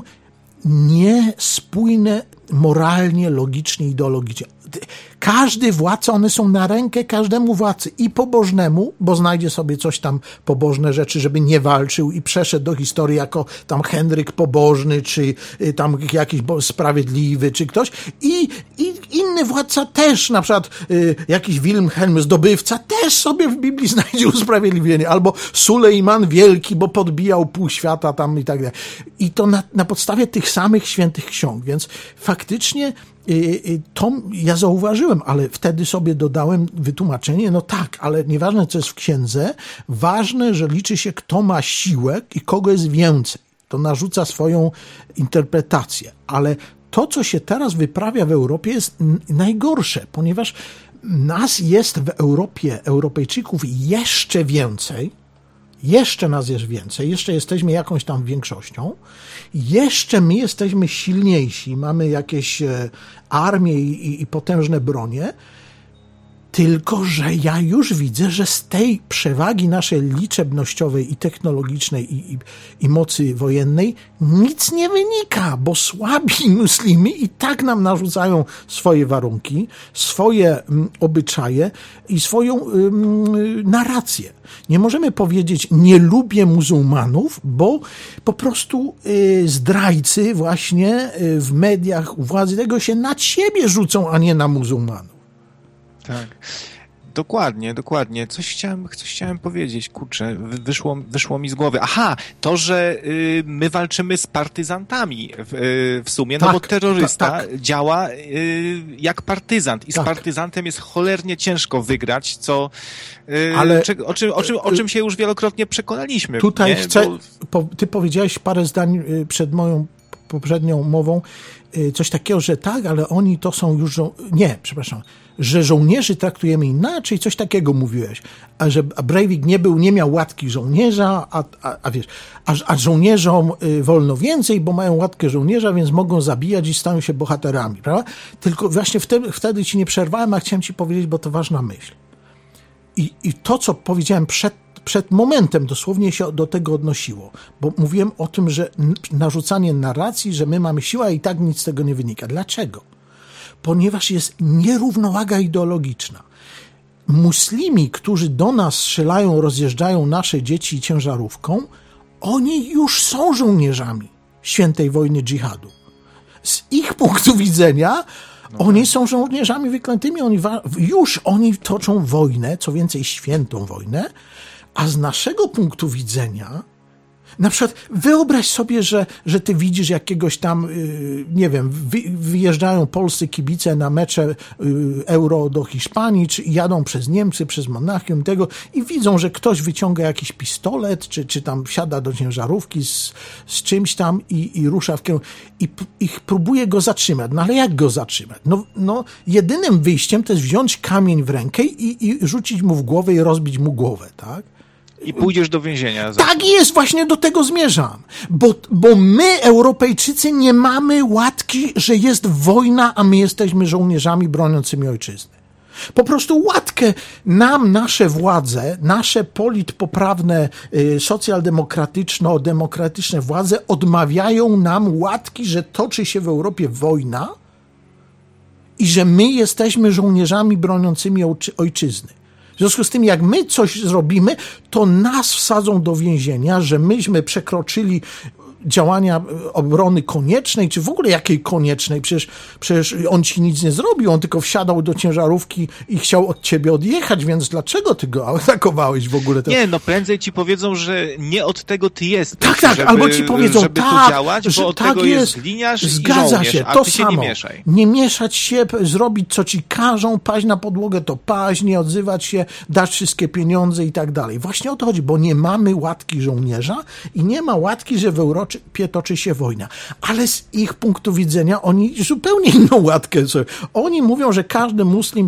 S1: niespójne moralnie, logicznie, ideologicznie. Każdy władca, one są na rękę każdemu władcy i pobożnemu, bo znajdzie sobie coś tam pobożne rzeczy, żeby nie walczył i przeszedł do historii jako tam Henryk pobożny, czy tam jakiś sprawiedliwy, czy ktoś. I inny władca też, na przykład jakiś Wilhelm zdobywca, też sobie w Biblii znajdzie usprawiedliwienie. Albo Sulejman Wielki, bo podbijał pół świata tam i tak dalej. I to na podstawie tych samych świętych ksiąg. Więc faktycznie to ja zauważyłem, ale wtedy sobie dodałem wytłumaczenie, no tak, ale nieważne co jest w księdze, ważne, że liczy się kto ma siłę i kogo jest więcej. To narzuca swoją interpretację, ale to, co się teraz wyprawia w Europie jest najgorsze, ponieważ nas jest w Europie, Europejczyków jeszcze więcej Jeszcze nas jest więcej, jeszcze jesteśmy jakąś tam większością, jeszcze my jesteśmy silniejsi, mamy jakieś armie i potężne bronie, tylko że ja już widzę, że z tej przewagi naszej liczebnościowej i technologicznej i mocy wojennej nic nie wynika, bo słabi muslimi i tak nam narzucają swoje warunki, swoje obyczaje i swoją narrację. Nie możemy powiedzieć, nie lubię muzułmanów, bo po prostu zdrajcy właśnie w mediach władzy tego się na siebie rzucą, a nie na muzułmanów.
S3: Tak, dokładnie. Coś chciałem powiedzieć, kurczę, wyszło mi z głowy. Aha, to, że my walczymy z partyzantami w sumie, no bo terrorysta działa jak partyzant i z partyzantem jest cholernie ciężko wygrać, co o czym się już wielokrotnie przekonaliśmy.
S1: Tutaj ty powiedziałeś parę zdań przed moją poprzednią mową, coś takiego, że tak, ale oni to są już... że żołnierzy traktujemy inaczej, coś takiego mówiłeś, a Breivik nie miał łatki żołnierza, a żołnierzom wolno więcej, bo mają łatkę żołnierza, więc mogą zabijać i stają się bohaterami, prawda? Tylko właśnie wtedy ci nie przerwałem, a chciałem ci powiedzieć, bo to ważna myśl. I to, co powiedziałem przed momentem, dosłownie się do tego odnosiło, bo mówiłem o tym, że narzucanie narracji, że my mamy siłę, a i tak nic z tego nie wynika. Dlaczego? Ponieważ jest nierównowaga ideologiczna. Muslimi, którzy do nas strzelają, rozjeżdżają nasze dzieci ciężarówką, oni już są żołnierzami świętej wojny dżihadu. Z ich punktu widzenia oni są żołnierzami wyklętymi, oni toczą wojnę, co więcej świętą wojnę, a z naszego punktu widzenia, na przykład wyobraź sobie, że ty widzisz jakiegoś tam, nie wiem, wyjeżdżają polscy kibice na mecze Euro do Hiszpanii, czy jadą przez Niemcy, przez Monachium i widzą, że ktoś wyciąga jakiś pistolet, czy tam wsiada do ciężarówki z czymś tam i rusza w kierunku i próbuje go zatrzymać. No ale jak go zatrzymać? No jedynym wyjściem to jest wziąć kamień w rękę i rzucić mu w głowę i rozbić mu głowę, tak?
S3: I pójdziesz do więzienia.
S1: Tak jest, właśnie do tego zmierzam. Bo my, Europejczycy, nie mamy łatki, że jest wojna, a my jesteśmy żołnierzami broniącymi ojczyzny. Po prostu łatkę nam nasze władze, nasze politpoprawne, socjaldemokratyczno-demokratyczne władze odmawiają nam łatki, że toczy się w Europie wojna i że my jesteśmy żołnierzami broniącymi ojczyzny. W związku z tym, jak my coś zrobimy, to nas wsadzą do więzienia, że myśmy przekroczyli działania obrony koniecznej, czy w ogóle jakiej koniecznej? Przecież on ci nic nie zrobił, on tylko wsiadał do ciężarówki i chciał od ciebie odjechać, więc dlaczego ty go atakowałeś w ogóle?
S3: Nie, no prędzej ci powiedzą, że nie od tego ty jesteś.
S1: Tak, albo ci powiedzą,
S3: żeby tu działać, bo od tego jest gliniarz i żołnierz, a ty się nie mieszaj.
S1: Nie mieszać się, zrobić co ci każą, paść na podłogę, to paść, nie odzywać się, dać wszystkie pieniądze i tak dalej. Właśnie o to chodzi, bo nie mamy łatki żołnierza i nie ma łatki, że w Europie toczy się wojna. Ale z ich punktu widzenia oni zupełnie inną łatkę sobie. Oni mówią, że każdy muslim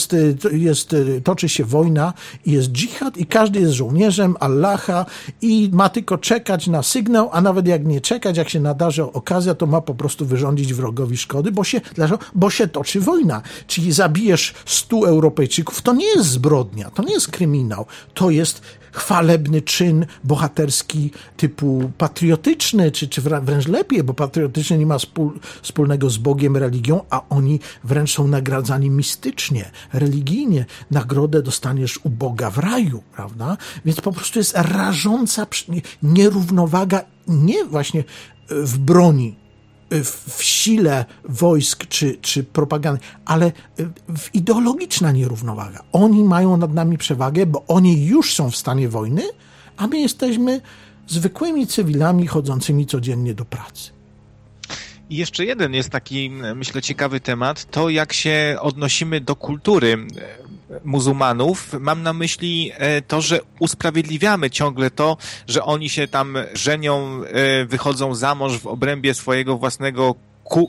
S1: toczy się wojna i jest dżihad i każdy jest żołnierzem Allaha i ma tylko czekać na sygnał, a nawet jak nie czekać, jak się nadarzy okazja, to ma po prostu wyrządzić wrogowi szkody, bo się toczy wojna. Czyli zabijesz 100 Europejczyków, to nie jest zbrodnia, to nie jest kryminał, to jest chwalebny czyn bohaterski typu patriotyczny, czy wręcz lepiej, bo patriotyczny nie ma wspólnego z Bogiem, religią, a oni wręcz są nagradzani mistycznie, religijnie. Nagrodę dostaniesz u Boga w raju, prawda? Więc po prostu jest rażąca nierównowaga nie właśnie w broni, w sile wojsk czy propagandy, ale ideologiczna nierównowaga. Oni mają nad nami przewagę, bo oni już są w stanie wojny, a my jesteśmy zwykłymi cywilami chodzącymi codziennie do pracy.
S3: I jeszcze jeden jest taki, myślę, ciekawy temat, to jak się odnosimy do kultury muzułmanów. Mam na myśli to, że usprawiedliwiamy ciągle to, że oni się tam żenią, wychodzą za mąż w obrębie swojego własnego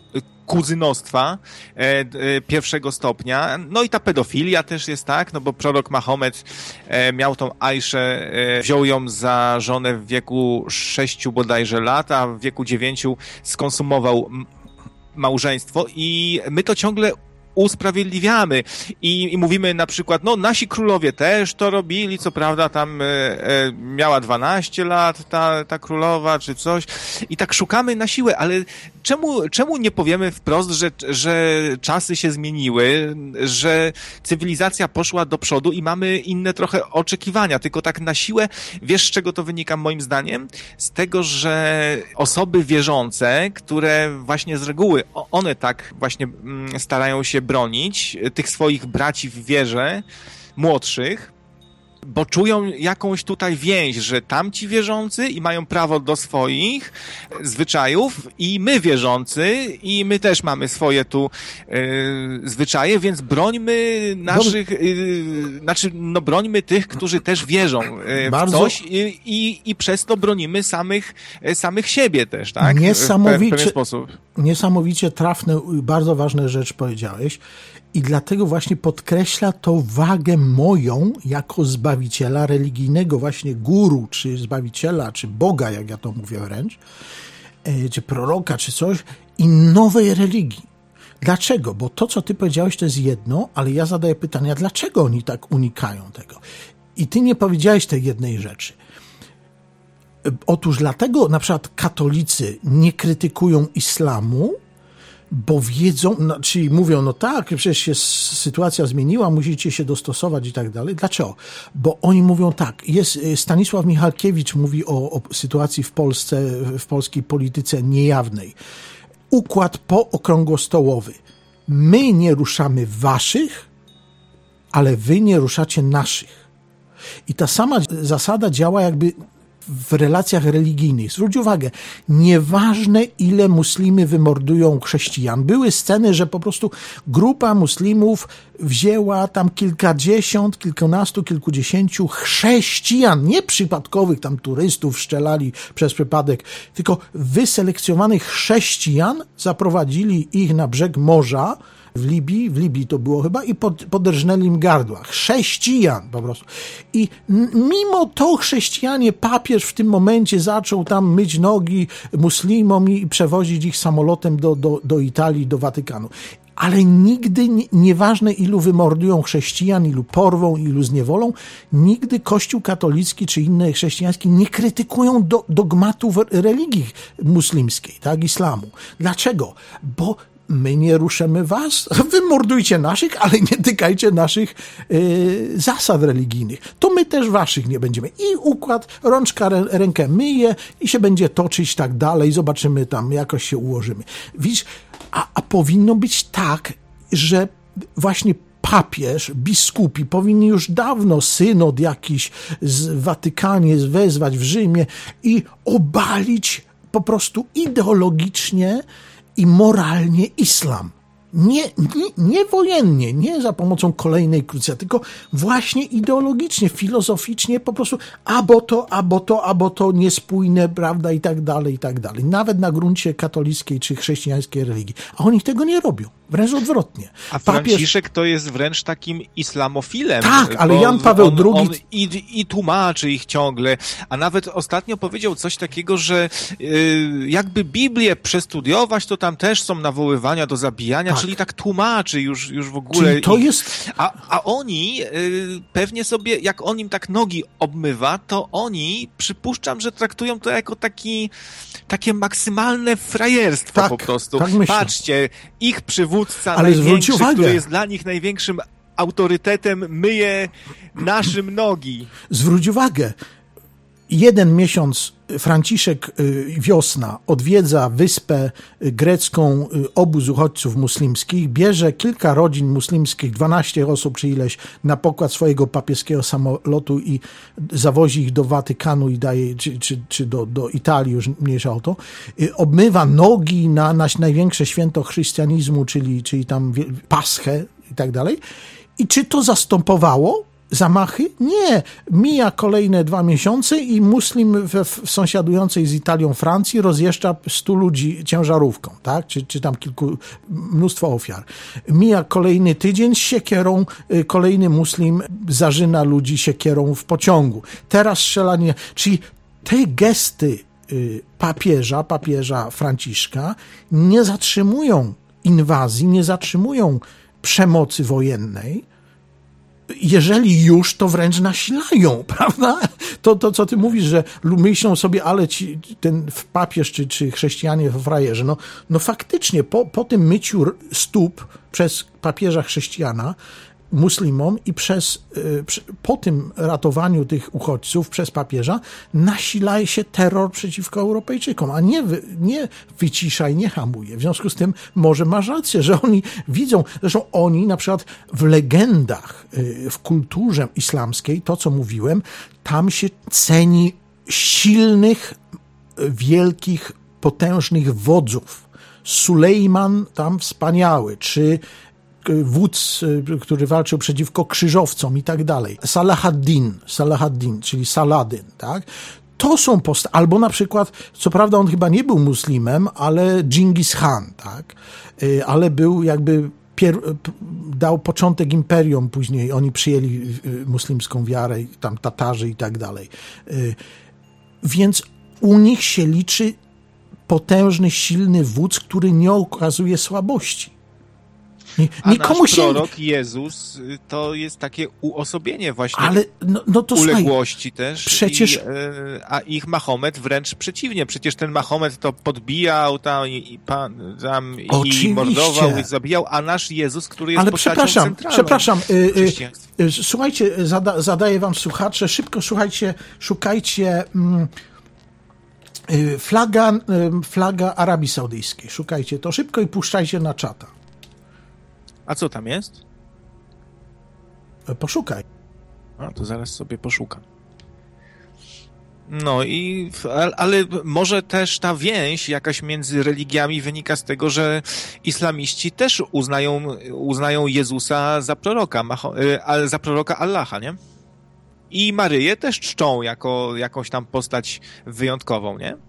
S3: kuzynostwa pierwszego stopnia. No i ta pedofilia też jest, tak, no bo prorok Mahomet miał tą Aiszę, wziął ją za żonę w wieku 6 bodajże lat, a w wieku 9 skonsumował małżeństwo i my to ciągle usprawiedliwiamy i mówimy na przykład, no nasi królowie też to robili, co prawda tam miała 12 lat ta królowa czy coś i tak szukamy na siłę, ale czemu nie powiemy wprost, że czasy się zmieniły, że cywilizacja poszła do przodu i mamy inne trochę oczekiwania, tylko tak na siłę, wiesz z czego to wynika moim zdaniem? Z tego, że osoby wierzące, które właśnie z reguły, one tak właśnie starają się bronić tych swoich braci w wierze, młodszych, bo czują jakąś tutaj więź, że tamci wierzący i mają prawo do swoich zwyczajów i my wierzący i my też mamy swoje tu zwyczaje, więc brońmy naszych, brońmy tych, którzy też wierzą w coś i przez to bronimy samych siebie też, tak? W pewien sposób.
S1: Niesamowicie trafne, bardzo ważna rzecz powiedziałeś. I dlatego właśnie podkreśla to wagę moją jako zbawiciela religijnego, właśnie guru, czy zbawiciela, czy Boga, jak ja to mówię wręcz, czy proroka, czy coś, i nowej religii. Dlaczego? Bo to, co ty powiedziałeś, to jest jedno, ale ja zadaję pytania, dlaczego oni tak unikają tego? I ty nie powiedziałeś tej jednej rzeczy. Otóż dlatego na przykład katolicy nie krytykują islamu, bo wiedzą, czyli mówią, no tak, przecież się sytuacja zmieniła, musicie się dostosować i tak dalej. Dlaczego? Bo oni mówią tak, Stanisław Michalkiewicz mówi o sytuacji w Polsce, w polskiej polityce niejawnej. Układ pookrągłostołowy. My nie ruszamy waszych, ale wy nie ruszacie naszych. I ta sama zasada działa jakby w relacjach religijnych. Zwróć uwagę, nieważne ile muslimy wymordują chrześcijan. Były sceny, że po prostu grupa muslimów wzięła tam kilkadziesiąt, kilkunastu, kilkudziesięciu chrześcijan, nie przypadkowych tam turystów strzelali przez przypadek, tylko wyselekcjonowanych chrześcijan, zaprowadzili ich na brzeg morza, w Libii to było chyba, i poderżnęli im gardła. Chrześcijan po prostu. I mimo to chrześcijanie, papież w tym momencie zaczął tam myć nogi muslimom i przewozić ich samolotem do Italii, do Watykanu. Ale nigdy, nieważne ilu wymordują chrześcijan, ilu porwą, ilu zniewolą, nigdy Kościół katolicki czy inne chrześcijańskie nie krytykują dogmatów religii muslimskiej, tak, islamu. Dlaczego? Bo my nie ruszymy was, wy mordujcie naszych, ale nie tykajcie naszych zasad religijnych. To my też waszych nie będziemy. I układ, rączka rękę myje i się będzie toczyć tak dalej, zobaczymy tam, jakoś się ułożymy. Widzisz, a powinno być tak, że właśnie papież, biskupi powinni już dawno synod jakiś w Watykanie wezwać w Rzymie i obalić po prostu ideologicznie i moralnie islam. Nie wojennie, nie za pomocą kolejnej krucjaty, tylko właśnie ideologicznie, filozoficznie, po prostu albo to niespójne, prawda, i tak dalej. Nawet na gruncie katolickiej czy chrześcijańskiej religii. A oni tego nie robią. Wręcz odwrotnie.
S3: A Franciszek to jest wręcz takim islamofilem.
S1: Tak, ale Jan Paweł II...
S3: On i tłumaczy ich ciągle. A nawet ostatnio powiedział coś takiego, że jakby Biblię przestudiować, to tam też są nawoływania do zabijania, tak. Czyli tak tłumaczy już w ogóle.
S1: Czyli to jest...
S3: A oni pewnie sobie, jak on im tak nogi obmywa, to oni, przypuszczam, że traktują to jako takie maksymalne frajerstwo, tak, po prostu. Tak, patrzcie, ich przywódca największy, który jest dla nich największym autorytetem, myje naszym nogi.
S1: Zwróć uwagę, 1 miesiąc Franciszek wiosna odwiedza wyspę grecką, obóz uchodźców muslimskich, bierze kilka rodzin muslimskich, 12 osób czy ileś, na pokład swojego papieskiego samolotu i zawozi ich do Watykanu i daje, czy do Italii, już mniejsza o to, obmywa nogi na największe święto chrystianizmu, czyli tam Paschę i tak dalej. I czy to zastępowało zamachy? Nie. Mija kolejne 2 miesiące i muslim w sąsiadującej z Italią Francji rozjeżdża 100 ludzi ciężarówką, tak? Czy tam mnóstwo ofiar. Mija kolejny tydzień z siekierą, kolejny muslim zarzyna ludzi siekierą w pociągu. Teraz strzelanie, czyli te gesty papieża Franciszka nie zatrzymują inwazji, nie zatrzymują przemocy wojennej. Jeżeli już, to wręcz nasilają, prawda? To co ty mówisz, że myślą sobie, ale ten papież czy chrześcijanie frajerzy. No faktycznie, po tym myciu stóp przez papieża chrześcijana muslimom i po tym ratowaniu tych uchodźców przez papieża nasila się terror przeciwko Europejczykom, a nie wycisza i nie hamuje. W związku z tym może masz rację, że oni widzą, zresztą oni na przykład w legendach, w kulturze islamskiej, to co mówiłem, tam się ceni silnych, wielkich, potężnych wodzów. Sulejman tam wspaniały, czy wódz, który walczył przeciwko krzyżowcom i tak dalej. Salahaddin, czyli Saladyn, tak? To są albo na przykład, co prawda on chyba nie był muslimem, ale Dżingis Khan, tak? Ale był jakby dał początek imperium, później oni przyjęli muslimską wiarę, tam Tatarzy i tak dalej. Więc u nich się liczy potężny, silny wódz, który nie okazuje słabości.
S3: Nikomu nasz prorok Jezus to jest takie uosobienie właśnie
S1: to
S3: uległości też.
S1: Przecież...
S3: A ich Mahomet wręcz przeciwnie. Przecież ten Mahomet to podbijał i mordował i zabijał, a nasz Jezus, który jest postacią centralną. Przepraszam.
S1: Słuchajcie, zadaję wam słuchacze, szybko szukajcie flaga Arabii Saudyjskiej. Szukajcie to szybko i puszczajcie na czata.
S3: A co tam jest?
S1: Poszukaj.
S3: A, to zaraz sobie poszukam. No ale może też ta więź jakaś między religiami wynika z tego, że islamiści też uznają Jezusa za proroka, za proroka Allaha, nie? I Maryję też czczą jako jakąś tam postać wyjątkową, nie?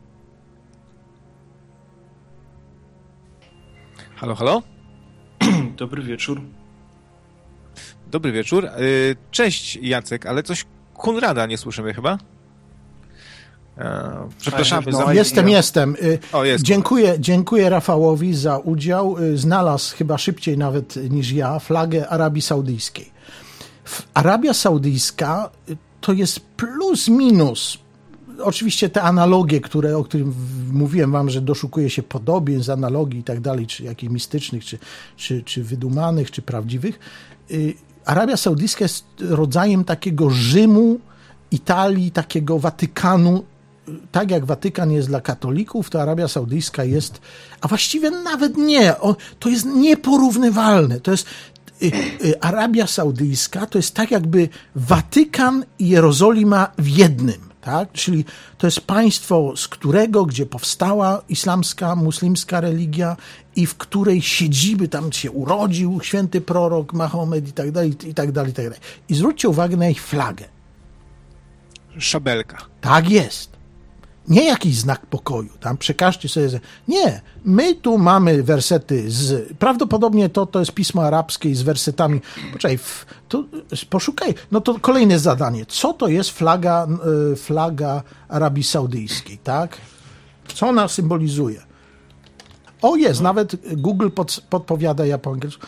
S3: Halo?
S2: Dobry wieczór.
S3: Dobry wieczór. Cześć Jacek, ale coś Konrada nie słyszymy chyba? Przepraszamy za...
S1: Jestem. Dziękuję Rafałowi za udział. Znalazł chyba szybciej nawet niż ja flagę Arabii Saudyjskiej. Arabia Saudyjska to jest plus minus. Oczywiście te analogie, o których mówiłem wam, że doszukuje się podobieństw, analogii i tak dalej, czy jakichś mistycznych, czy wydumanych, czy prawdziwych. Arabia Saudyjska jest rodzajem takiego Rzymu, Italii, takiego Watykanu. Tak jak Watykan jest dla katolików, to Arabia Saudyjska jest, a właściwie nawet nie. To jest nieporównywalne. To jest Arabia Saudyjska to jest tak jakby Watykan i Jerozolima w jednym. Tak? Czyli to jest państwo, gdzie powstała islamska, muslimska religia i w której siedziby, tam się urodził święty prorok Mahomet i tak dalej, i tak dalej, i tak dalej. I zwróćcie uwagę na ich flagę.
S3: Szabelka.
S1: Tak jest. Nie jakiś znak pokoju, tam przekażcie sobie. Nie, my tu mamy wersety prawdopodobnie to jest pismo arabskie z wersetami. Poczekaj, poszukaj. No to kolejne zadanie. Co to jest flaga Arabii Saudyjskiej, tak? Co ona symbolizuje? Jest, nawet Google podpowiada ja po angielsku.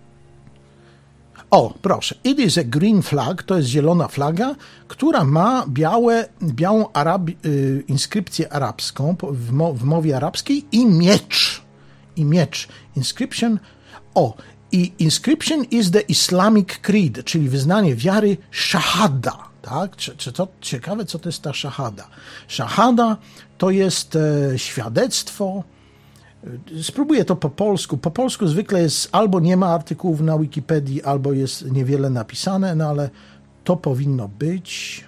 S1: Proszę. It is a green flag, to jest zielona flaga, która ma białą inskrypcję arabską w mowie arabskiej i miecz. Inscription. I inscription is the Islamic creed, czyli wyznanie wiary shahada. Tak? Ciekawe, co to jest ta shahada. Shahada to jest świadectwo. Spróbuję to po polsku. Po polsku zwykle jest albo nie ma artykułów na Wikipedii, albo jest niewiele napisane, no ale to powinno być.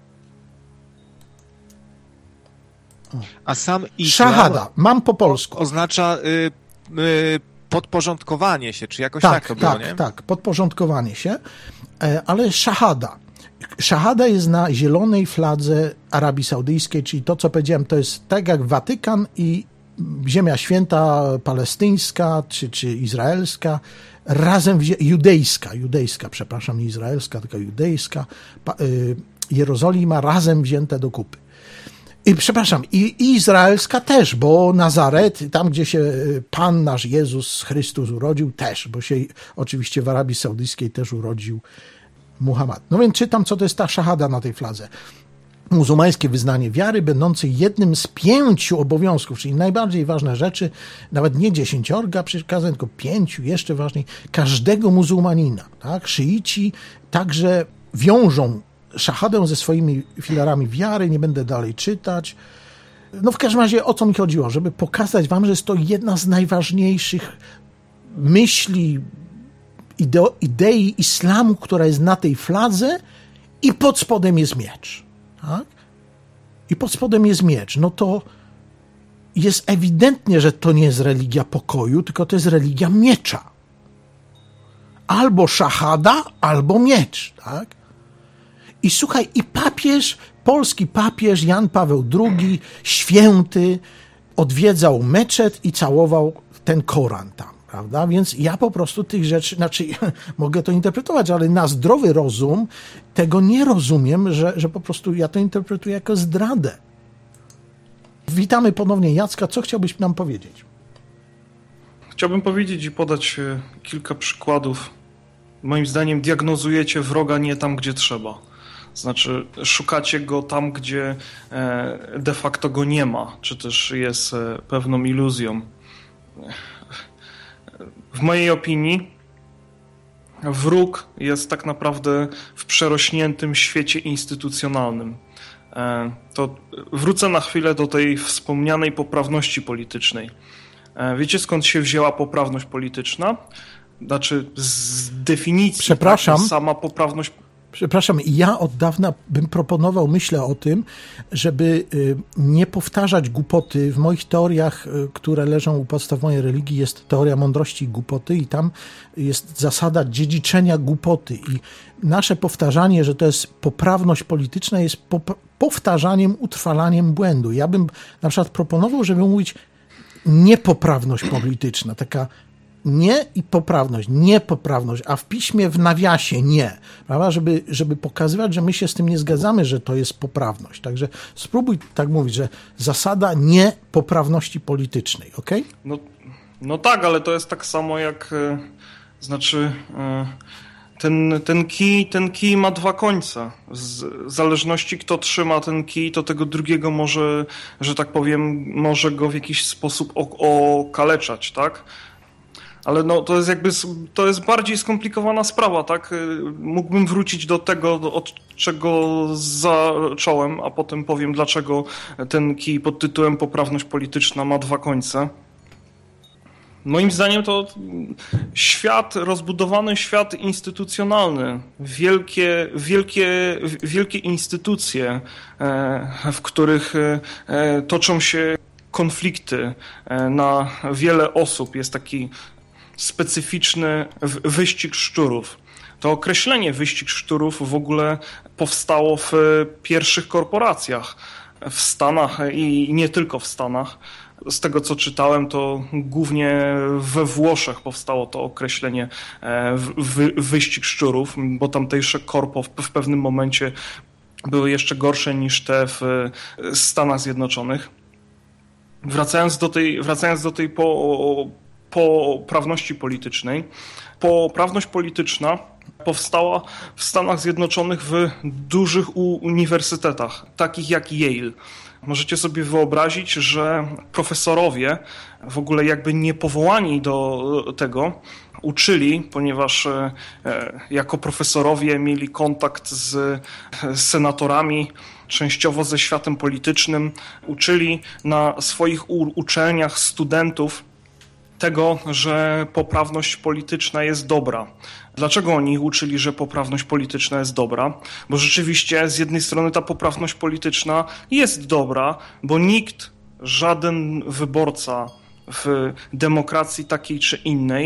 S3: A sam islam
S1: Shahada, mam po polsku.
S3: Oznacza podporządkowanie się, czy jakoś tak to było, nie?
S1: Tak, podporządkowanie się. ale szahada. Szahada jest na zielonej fladze Arabii Saudyjskiej, czyli to, co powiedziałem, to jest tak jak Watykan i Ziemia Święta palestyńska czy izraelska, razem judejska, przepraszam, nie izraelska, tylko judejska, Jerozolima razem wzięte do kupy. I izraelska też, bo Nazaret, tam gdzie się Pan nasz Jezus Chrystus urodził, też, bo się oczywiście w Arabii Saudyjskiej też urodził Muhammad. No więc czytam, co to jest ta szahada na tej fladze. Muzułmańskie wyznanie wiary, będące jednym z 5 obowiązków, czyli najbardziej ważne rzeczy, nawet nie 10 przykazań, tylko 5, jeszcze ważniej, każdego muzułmanina. Tak? Szyici także wiążą szahadę ze swoimi filarami wiary, nie będę dalej czytać. No w każdym razie o co mi chodziło? Żeby pokazać wam, że jest to jedna z najważniejszych myśli, idei islamu, która jest na tej fladze i pod spodem jest miecz. Tak? I pod spodem jest miecz. No to jest ewidentnie, że to nie jest religia pokoju, tylko to jest religia miecza. Albo szahada, albo miecz. Tak? I słuchaj, i polski papież Jan Paweł II, święty, odwiedzał meczet i całował ten Koran tam, prawda? Więc ja po prostu tych rzeczy, mogę to interpretować, ale na zdrowy rozum tego nie rozumiem, że po prostu ja to interpretuję jako zdradę. Witamy ponownie Jacka. Co chciałbyś nam powiedzieć?
S2: Chciałbym powiedzieć i podać kilka przykładów. Moim zdaniem diagnozujecie wroga nie tam, gdzie trzeba. Znaczy, szukacie go tam, gdzie de facto go nie ma, czy też jest pewną iluzją. W mojej opinii wróg jest tak naprawdę w przerośniętym świecie instytucjonalnym. To wrócę na chwilę do tej wspomnianej poprawności politycznej. Wiecie, skąd się wzięła poprawność polityczna? Znaczy, z definicji.
S1: Przepraszam.
S2: Tak, sama poprawność.
S1: Przepraszam, ja od dawna bym proponował, myślę o tym, żeby nie powtarzać głupoty. W moich teoriach, które leżą u podstaw mojej religii, jest teoria mądrości i głupoty i tam jest zasada dziedziczenia głupoty. I nasze powtarzanie, że to jest poprawność polityczna, jest powtarzaniem, utrwalaniem błędu. Ja bym na przykład proponował, żeby mówić niepoprawność polityczna, taka nie i niepoprawność, a w piśmie w nawiasie nie, prawda? Żeby pokazywać, że my się z tym nie zgadzamy, że to jest poprawność. Także spróbuj tak mówić, że zasada niepoprawności politycznej, okej?
S2: No tak, ale to jest tak samo jak, ten kij ma 2 końce. W zależności kto trzyma ten kij, to tego drugiego może, że tak powiem, może go w jakiś sposób okaleczać, tak? Ale no, to jest bardziej skomplikowana sprawa, tak? Mógłbym wrócić do tego, od czego zacząłem, a potem powiem, dlaczego ten kij pod tytułem poprawność polityczna ma 2 końce. Moim zdaniem to rozbudowany świat instytucjonalny, wielkie instytucje, w których toczą się konflikty na wiele osób, jest taki specyficzny wyścig szczurów. To określenie wyścig szczurów w ogóle powstało w pierwszych korporacjach w Stanach i nie tylko w Stanach. Z tego, co czytałem, to głównie we Włoszech powstało to określenie wyścig szczurów, bo tamtejsze korpo w pewnym momencie były jeszcze gorsze niż te w Stanach Zjednoczonych. Wracając do tej poprawności politycznej. Poprawność polityczna powstała w Stanach Zjednoczonych w dużych uniwersytetach, takich jak Yale. Możecie sobie wyobrazić, że profesorowie, w ogóle jakby nie powołani do tego, uczyli, ponieważ jako profesorowie mieli kontakt z senatorami, częściowo ze światem politycznym, uczyli na swoich uczelniach studentów tego, że poprawność polityczna jest dobra. Dlaczego oni uczyli, że poprawność polityczna jest dobra? Bo rzeczywiście z jednej strony ta poprawność polityczna jest dobra, bo żaden wyborca w demokracji takiej czy innej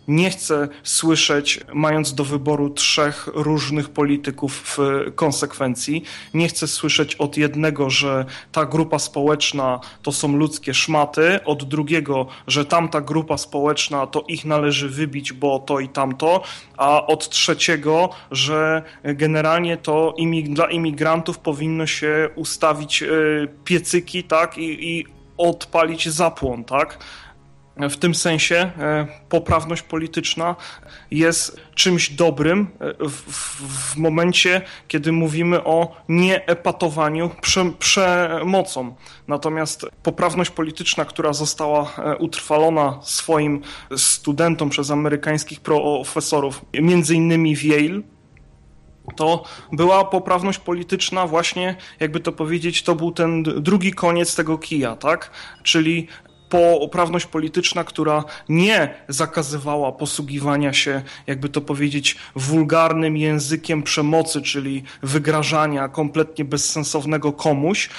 S2: nie chcę słyszeć, mając do wyboru 3 różnych polityków w konsekwencji, nie chcę słyszeć od jednego, że ta grupa społeczna to są ludzkie szmaty, od drugiego, że tamta grupa społeczna to ich należy wybić, bo to i tamto, a od trzeciego, że generalnie to dla imigrantów powinno się ustawić piecyki, tak, i odpalić zapłon, tak. W tym sensie poprawność polityczna jest czymś dobrym w momencie, kiedy mówimy o nieepatowaniu przemocą. Natomiast poprawność polityczna, która została utrwalona swoim studentom przez amerykańskich profesorów, między innymi w Yale, to była poprawność polityczna właśnie, jakby to powiedzieć, to był ten drugi koniec tego kija, tak? Czyli poprawność polityczna, która nie zakazywała posługiwania się, jakby to powiedzieć, wulgarnym językiem przemocy, czyli wygrażania kompletnie bezsensownego komuś,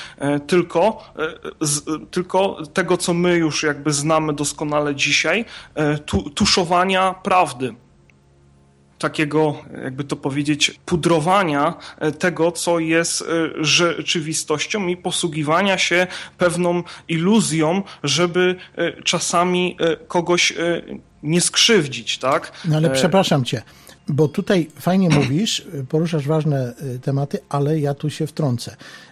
S2: tylko tego, co my już jakby znamy doskonale dzisiaj, tuszowania prawdy. Takiego, jakby to powiedzieć, pudrowania tego, co jest rzeczywistością i posługiwania się pewną iluzją, żeby czasami kogoś nie skrzywdzić, tak?
S1: No ale przepraszam cię, bo tutaj fajnie mówisz, poruszasz ważne tematy, ale ja tu się wtrącę.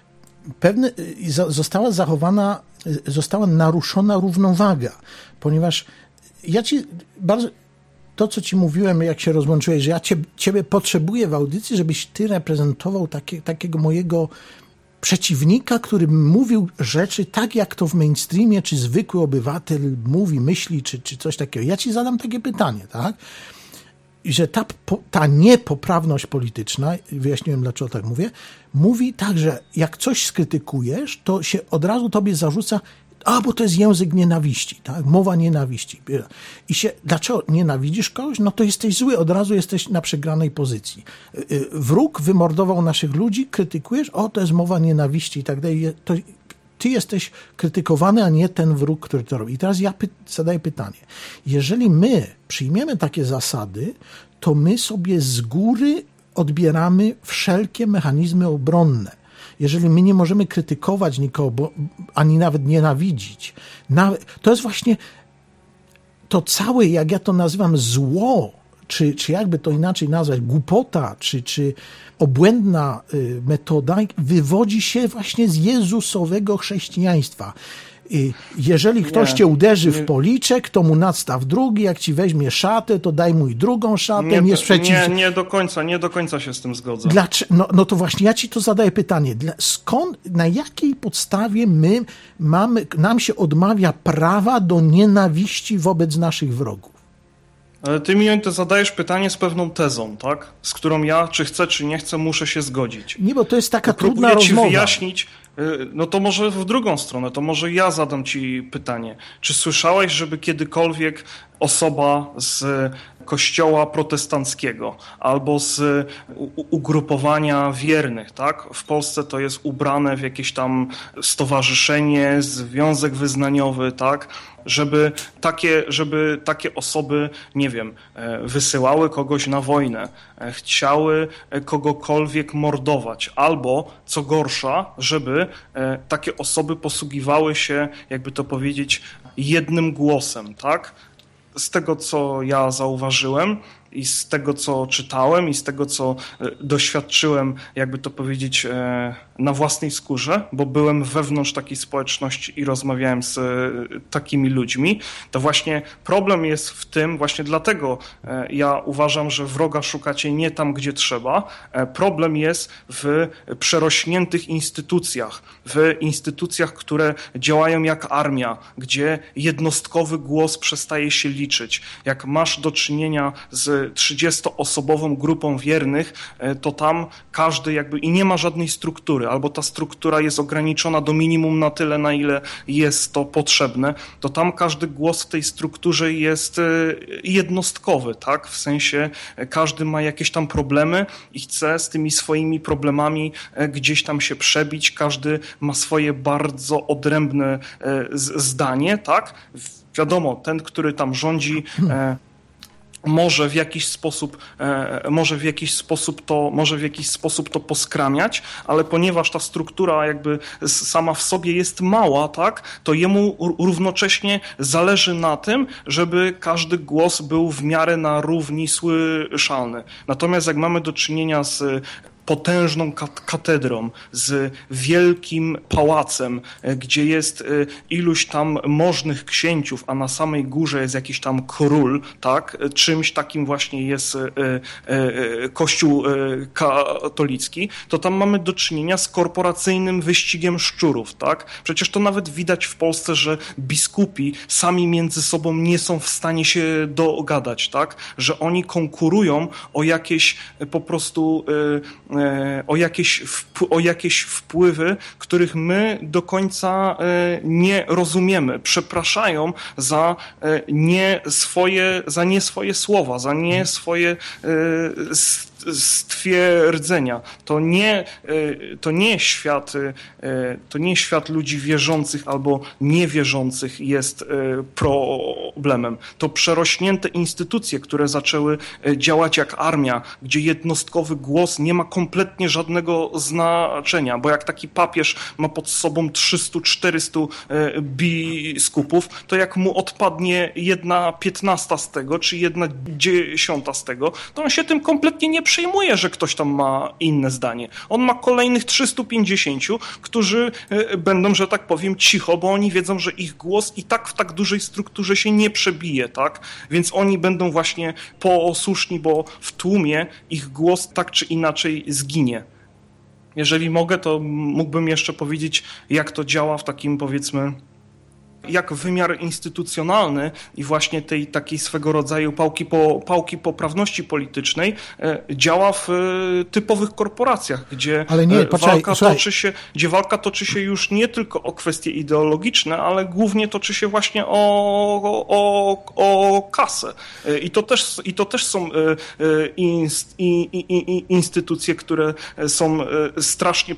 S1: Została naruszona równowaga, ponieważ ja ci bardzo... To, co ci mówiłem, jak się rozłączyłeś, że ja ciebie potrzebuję w audycji, żebyś ty reprezentował takiego mojego przeciwnika, który mówił rzeczy tak, jak to w mainstreamie, czy zwykły obywatel mówi, myśli, czy coś takiego. Ja ci zadam takie pytanie, tak? I że ta niepoprawność polityczna, wyjaśniłem, dlaczego tak mówię, mówi tak, że jak coś skrytykujesz, to się od razu tobie zarzuca, bo to jest język nienawiści, tak? Mowa nienawiści. Dlaczego nienawidzisz kogoś? No to jesteś zły, od razu jesteś na przegranej pozycji. Wróg wymordował naszych ludzi, krytykujesz, to jest mowa nienawiści i tak dalej. Ty jesteś krytykowany, a nie ten wróg, który to robi. I teraz ja zadaję pytanie. Jeżeli my przyjmiemy takie zasady, to my sobie z góry odbieramy wszelkie mechanizmy obronne. Jeżeli my nie możemy krytykować nikogo, ani nawet nienawidzić, to jest właśnie to całe, jak ja to nazywam, zło, czy jakby to inaczej nazwać, głupota, czy obłędna metoda, wywodzi się właśnie z jezusowego chrześcijaństwa. Jeżeli ktoś cię uderzy w policzek, to mu nadstaw drugi, jak ci weźmie szatę, to daj mu i drugą szatę.
S2: Nie do końca się z tym zgodzę.
S1: No to właśnie ja ci to zadaję pytanie. Na jakiej podstawie nam się odmawia prawa do nienawiści wobec naszych wrogów?
S2: Ale ty mi to zadajesz pytanie z pewną tezą, tak? Z którą ja, czy chcę, czy nie chcę, muszę się zgodzić.
S1: Nie, bo to jest taka trudna rozmowa.
S2: Próbuję ci wyjaśnić, no to może w drugą stronę, to może ja zadam ci pytanie. Czy słyszałeś, żeby kiedykolwiek osoba z kościoła protestanckiego albo z ugrupowania wiernych, tak? W Polsce to jest ubrane w jakieś tam stowarzyszenie, związek wyznaniowy, tak? Żeby takie osoby, nie wiem, wysyłały kogoś na wojnę, chciały kogokolwiek mordować, albo, co gorsza, żeby takie osoby posługiwały się, jakby to powiedzieć, jednym głosem, tak? Z tego, co ja zauważyłem i z tego, co czytałem i z tego, co doświadczyłem, jakby to powiedzieć, na własnej skórze, bo byłem wewnątrz takiej społeczności i rozmawiałem z takimi ludźmi, to właśnie problem jest w tym, właśnie dlatego ja uważam, że wroga szukacie nie tam, gdzie trzeba. Problem jest w przerośniętych instytucjach, które działają jak armia, gdzie jednostkowy głos przestaje się liczyć. Jak masz do czynienia z 30-osobową grupą wiernych, to tam każdy jakby i nie ma żadnej struktury, albo ta struktura jest ograniczona do minimum na tyle, na ile jest to potrzebne, to tam każdy głos w tej strukturze jest jednostkowy, tak? W sensie każdy ma jakieś tam problemy i chce z tymi swoimi problemami gdzieś tam się przebić, każdy ma swoje bardzo odrębne zdanie, tak? Wiadomo, ten, który tam rządzi, może w jakiś sposób to poskramiać, ale ponieważ ta struktura jakby sama w sobie jest mała, tak, to jemu równocześnie zależy na tym, żeby każdy głos był w miarę na równi słyszalny. Natomiast jak mamy do czynienia z potężną katedrą, z wielkim pałacem, gdzie jest iluś tam możnych księciów, a na samej górze jest jakiś tam król, tak? Czymś takim właśnie jest Kościół katolicki, to tam mamy do czynienia z korporacyjnym wyścigiem szczurów, tak? Przecież to nawet widać w Polsce, że biskupi sami między sobą nie są w stanie się dogadać, tak? Że oni konkurują o jakieś po prostu o jakieś wpływy, których my do końca nie rozumiemy. Przepraszają za nie swoje słowa, za nie swoje stwierdzenia. To nie świat ludzi wierzących albo niewierzących jest problemem. To przerośnięte instytucje, które zaczęły działać jak armia, gdzie jednostkowy głos nie ma kompletnie żadnego znaczenia, bo jak taki papież ma pod sobą 300-400 biskupów, to jak mu odpadnie 1/15 z tego, czy 1/10 z tego, to on się tym kompletnie nie przejmuje, że ktoś tam ma inne zdanie. On ma kolejnych 350, którzy będą, że tak powiem, cicho, bo oni wiedzą, że ich głos i tak w tak dużej strukturze się nie przebije, tak? Więc oni będą właśnie posłuszni, bo w tłumie ich głos tak czy inaczej zginie. Jeżeli mogę, to mógłbym jeszcze powiedzieć, jak to działa w takim, powiedzmy, jak wymiar instytucjonalny i właśnie tej takiej swego rodzaju pałki poprawności politycznej działa w typowych korporacjach, gdzie walka toczy się już nie tylko o kwestie ideologiczne, ale głównie toczy się właśnie o kasę. I to też są instytucje, które są strasznie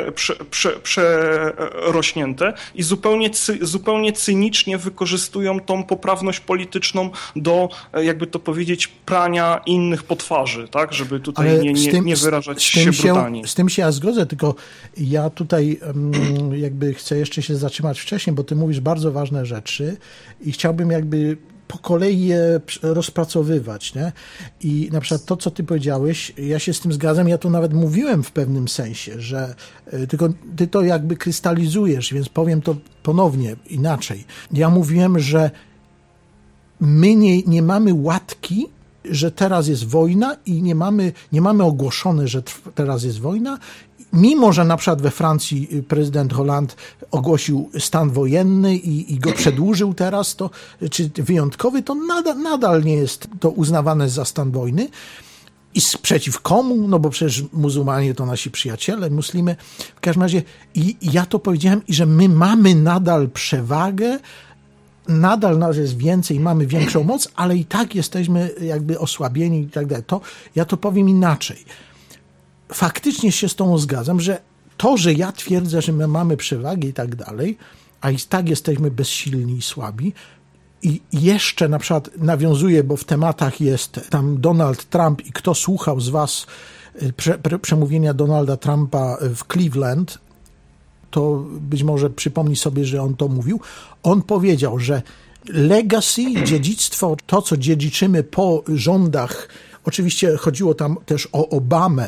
S2: przerośnięte i zupełnie cynicznie wykorzystują tą poprawność polityczną do, jakby to powiedzieć, prania innych po twarzy, tak? Żeby tutaj nie wyrażać się brutalnie.
S1: Z tym się ja zgodzę, tylko ja tutaj jakby chcę jeszcze się zatrzymać wcześniej, bo ty mówisz bardzo ważne rzeczy i chciałbym jakby po kolei je rozpracowywać, nie? I na przykład to, co ty powiedziałeś, ja się z tym zgadzam, ja to nawet mówiłem w pewnym sensie, że tylko ty to jakby krystalizujesz, więc powiem to ponownie, inaczej. Ja mówiłem, że my nie mamy łatki, że teraz jest wojna i nie mamy ogłoszone, że teraz jest wojna, mimo że na przykład we Francji prezydent Hollande ogłosił stan wojenny i go przedłużył teraz, to, czy wyjątkowy, to nadal nie jest to uznawane za stan wojny. I przeciw komu? No bo przecież muzułmanie to nasi przyjaciele, muslimy. W każdym razie i ja to powiedziałem, i że my mamy nadal przewagę, nadal nas jest więcej, mamy większą moc, ale i tak jesteśmy jakby osłabieni i tak dalej. Ja to powiem inaczej. Faktycznie się z tą zgadzam, że to, że ja twierdzę, że my mamy przewagę i tak dalej, a i tak jesteśmy bezsilni i słabi, i jeszcze na przykład nawiązuję, bo w tematach jest tam Donald Trump i kto słuchał z was przemówienia Donalda Trumpa w Cleveland, to być może przypomni sobie, że on to mówił. On powiedział, że legacy, dziedzictwo, to co dziedziczymy po rządach, oczywiście chodziło tam też o Obamę,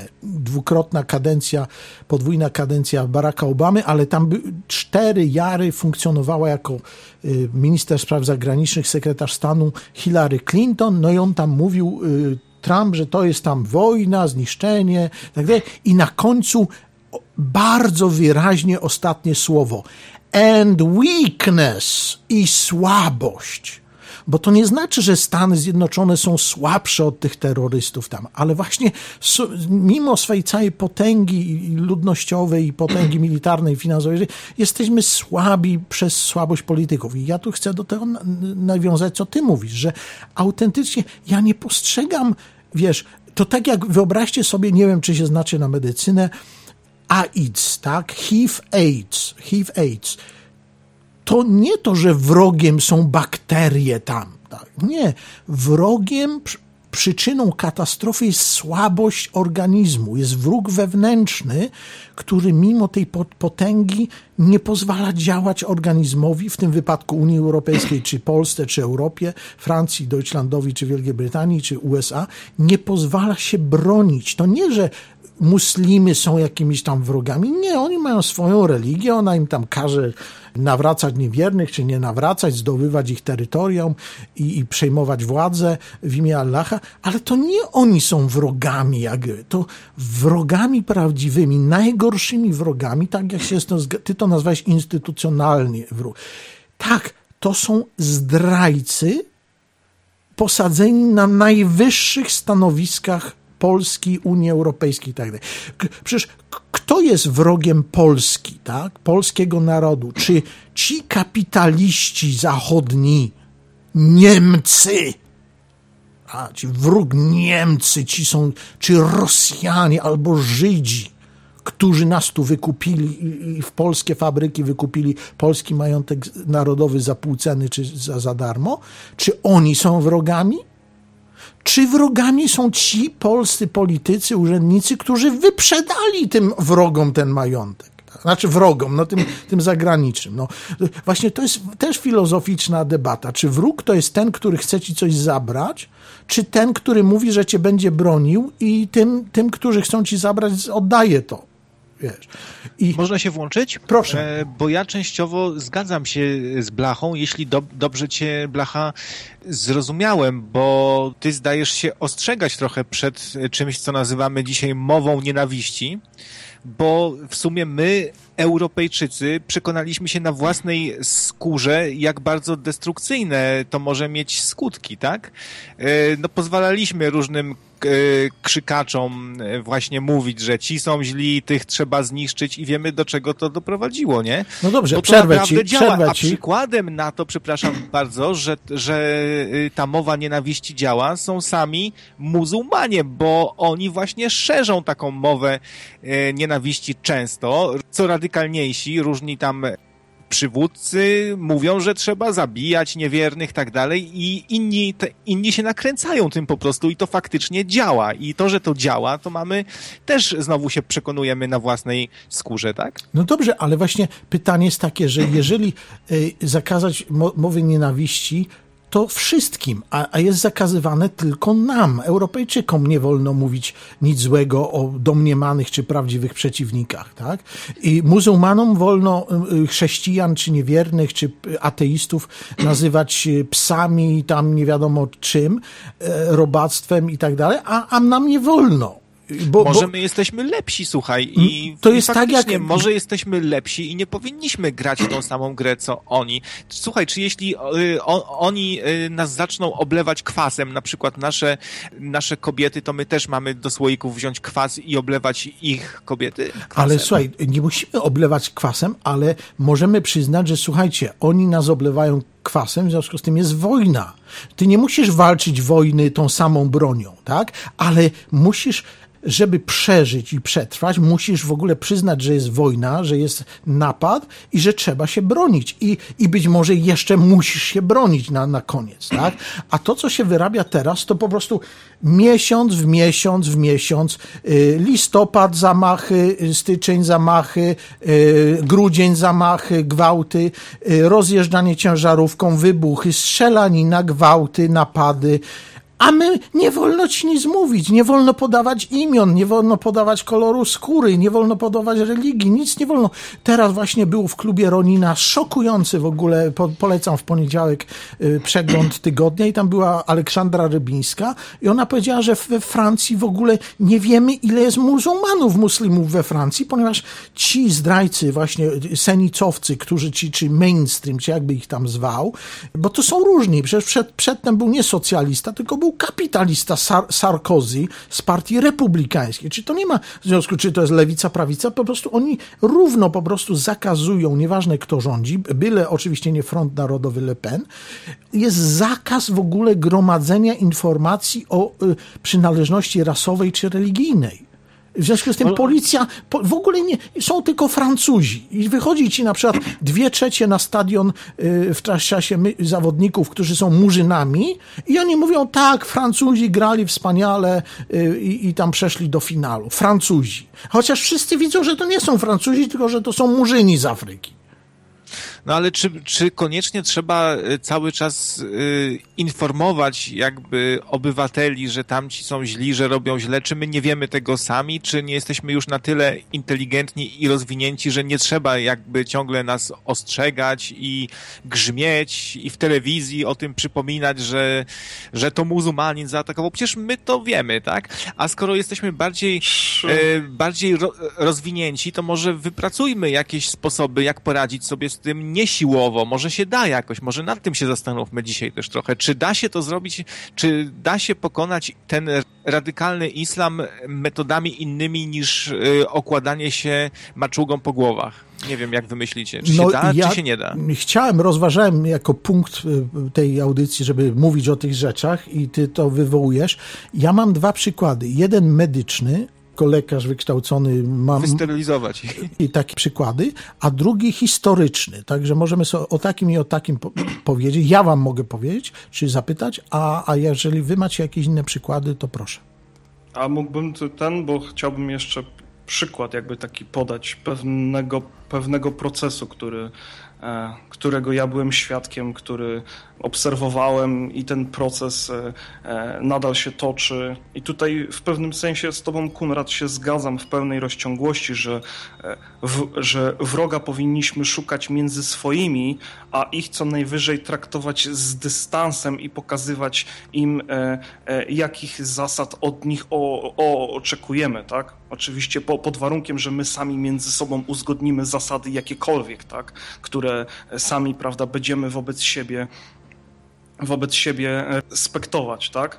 S1: podwójna kadencja Baracka Obamy, ale tam 4 jary funkcjonowała jako minister spraw zagranicznych, sekretarz stanu Hillary Clinton, no i on tam mówił, Trump, że to jest tam wojna, zniszczenie, tak dalej. I na końcu bardzo wyraźnie ostatnie słowo. And weakness i słabość. Bo to nie znaczy, że Stany Zjednoczone są słabsze od tych terrorystów tam, ale właśnie mimo swojej całej potęgi ludnościowej i potęgi militarnej i finansowej, jesteśmy słabi przez słabość polityków. I ja tu chcę do tego nawiązać, co ty mówisz, że autentycznie ja nie postrzegam, wiesz, to tak jak wyobraźcie sobie, nie wiem, czy się znacie na medycynę, AIDS, tak? HIV-AIDS. To nie to, że wrogiem są bakterie tam. Tak? Nie. Wrogiem przyczyną katastrofy jest słabość organizmu, jest wróg wewnętrzny, który mimo tej potęgi nie pozwala działać organizmowi, w tym wypadku Unii Europejskiej, czy Polsce, czy Europie, Francji, Deutschlandowi, czy Wielkiej Brytanii, czy USA, nie pozwala się bronić. To nie, że muslimy są jakimiś tam wrogami. Nie, oni mają swoją religię, ona im tam każe nawracać niewiernych, czy nie nawracać, zdobywać ich terytorium i przejmować władzę w imię Allaha, ale to nie oni są wrogami, to wrogami prawdziwymi, najgorszymi wrogami, tak jak się ty to nazwałeś instytucjonalnie wróg. Tak, to są zdrajcy posadzeni na najwyższych stanowiskach Polski, Unii Europejskiej i tak dalej. Przecież kto jest wrogiem Polski, tak? Polskiego narodu? Czy ci kapitaliści zachodni, Niemcy, ci wróg Niemcy, czy Rosjanie albo Żydzi, którzy nas tu wykupili i w polskie fabryki wykupili polski majątek narodowy za pół ceny czy za darmo? Czy oni są wrogami? Czy wrogami są ci polscy politycy, urzędnicy, którzy wyprzedali tym wrogom ten majątek? Znaczy wrogom, tym zagranicznym. Właśnie to jest też filozoficzna debata. Czy wróg to jest ten, który chce ci coś zabrać, czy ten, który mówi, że cię będzie bronił i tym którzy chcą ci zabrać, oddaje to? Wiesz.
S3: Można się włączyć?
S1: Proszę.
S3: Bo ja częściowo zgadzam się z Blachą, jeśli dobrze cię, Blacha, zrozumiałem, bo ty zdajesz się ostrzegać trochę przed czymś, co nazywamy dzisiaj mową nienawiści, bo w sumie my, Europejczycy, przekonaliśmy się na własnej skórze, jak bardzo destrukcyjne to może mieć skutki, tak? Pozwalaliśmy różnym krzykaczom właśnie mówić, że ci są źli, tych trzeba zniszczyć i wiemy, do czego to doprowadziło, nie?
S1: No dobrze, przerwę ci.
S3: A przykładem na to, przepraszam bardzo, że ta mowa nienawiści działa, są sami muzułmanie, bo oni właśnie szerzą taką mowę nienawiści często. Co radykalniejsi, różni tam przywódcy mówią, że trzeba zabijać niewiernych, tak dalej, i inni się nakręcają tym po prostu i to faktycznie działa. I to, że to działa, to mamy też, znowu się przekonujemy na własnej skórze, tak?
S1: No dobrze, ale właśnie pytanie jest takie, że jeżeli zakazać mowy nienawiści, to wszystkim, a jest zakazywane tylko nam, Europejczykom, nie wolno mówić nic złego o domniemanych czy prawdziwych przeciwnikach, tak? I muzułmanom wolno chrześcijan, czy niewiernych, czy ateistów nazywać psami, tam nie wiadomo czym, robactwem i tak dalej, a nam nie wolno.
S3: Może my jesteśmy lepsi, słuchaj, i
S1: to jest tak jak...
S3: może jesteśmy lepsi i nie powinniśmy grać tą samą grę, co oni. Słuchaj, czy jeśli oni nas zaczną oblewać kwasem, na przykład nasze kobiety, to my też mamy do słoików wziąć kwas i oblewać ich kobiety kwasem?
S1: Ale słuchaj, nie musimy oblewać kwasem, ale możemy przyznać, że słuchajcie, oni nas oblewają kwasem, w związku z tym jest wojna. Ty nie musisz walczyć wojny tą samą bronią, tak? Ale musisz, żeby przeżyć i przetrwać, musisz w ogóle przyznać, że jest wojna, że jest napad i że trzeba się bronić. I być może jeszcze musisz się bronić na koniec, tak? A to, co się wyrabia teraz, to po prostu miesiąc w miesiąc, listopad zamachy, styczeń zamachy, grudzień zamachy, gwałty, rozjeżdżanie ciężarówką, wybuchy, strzelanina, gwałty, napady. A my nie wolno ci nic mówić, nie wolno podawać imion, nie wolno podawać koloru skóry, nie wolno podawać religii, nic nie wolno. Teraz właśnie był w klubie Ronina szokujący w ogóle, polecam w poniedziałek przegląd tygodnia i tam była Aleksandra Rybińska i ona powiedziała, że we Francji w ogóle nie wiemy, ile jest muslimów we Francji, ponieważ ci zdrajcy, właśnie senicowcy, którzy czy mainstream, czy jakby ich tam zwał, bo to są różni, przecież przedtem był nie socjalista, tylko był kapitalista Sarkozy z partii republikańskiej. Czy to nie ma w związku, czy to jest lewica, prawica, po prostu oni równo po prostu zakazują, nieważne kto rządzi, byle oczywiście nie Front Narodowy Le Pen, jest zakaz w ogóle gromadzenia informacji o przynależności rasowej czy religijnej. W związku z tym policja w ogóle nie, są tylko Francuzi i wychodzi ci na przykład 2/3 na stadion w czasie zawodników, którzy są Murzynami i oni mówią tak, Francuzi grali wspaniale i tam przeszli do finału. Francuzi. Chociaż wszyscy widzą, że to nie są Francuzi, tylko że to są Murzyni z Afryki.
S3: No ale czy koniecznie trzeba cały czas informować jakby obywateli, że tamci są źli, że robią źle? Czy my nie wiemy tego sami? Czy nie jesteśmy już na tyle inteligentni i rozwinięci, że nie trzeba jakby ciągle nas ostrzegać i grzmieć i w telewizji o tym przypominać, że to muzułmanin zaatakował? Przecież my to wiemy, tak? A skoro jesteśmy bardziej rozwinięci, to może wypracujmy jakieś sposoby, jak poradzić sobie z tym nie siłowo, może się da jakoś, może nad tym się zastanówmy dzisiaj też trochę. Czy da się to zrobić, czy da się pokonać ten radykalny islam metodami innymi niż okładanie się maczugą po głowach? Nie wiem, jak wy myślicie. Czy się da, czy się nie da?
S1: Rozważałem jako punkt tej audycji, żeby mówić o tych rzeczach i ty to wywołujesz. Ja mam 2 przykłady. Jeden medyczny, jako lekarz wykształcony mam...
S3: Wysterylizować.
S1: I takie przykłady, a drugi historyczny. Także możemy sobie o takim i o takim powiedzieć. Ja wam mogę powiedzieć, czy zapytać, a jeżeli wy macie jakieś inne przykłady, to proszę.
S2: A mógłbym bo chciałbym jeszcze przykład jakby taki podać pewnego procesu, którego ja byłem świadkiem, który obserwowałem i ten proces nadal się toczy. I tutaj w pewnym sensie z tobą, Konrad, się zgadzam w pełnej rozciągłości, że wroga powinniśmy szukać między swoimi, a ich co najwyżej traktować z dystansem i pokazywać im, jakich zasad od nich oczekujemy, tak? Oczywiście pod warunkiem, że my sami między sobą uzgodnimy zasady jakiekolwiek, tak? Które sami, prawda, będziemy wobec siebie spektować, tak?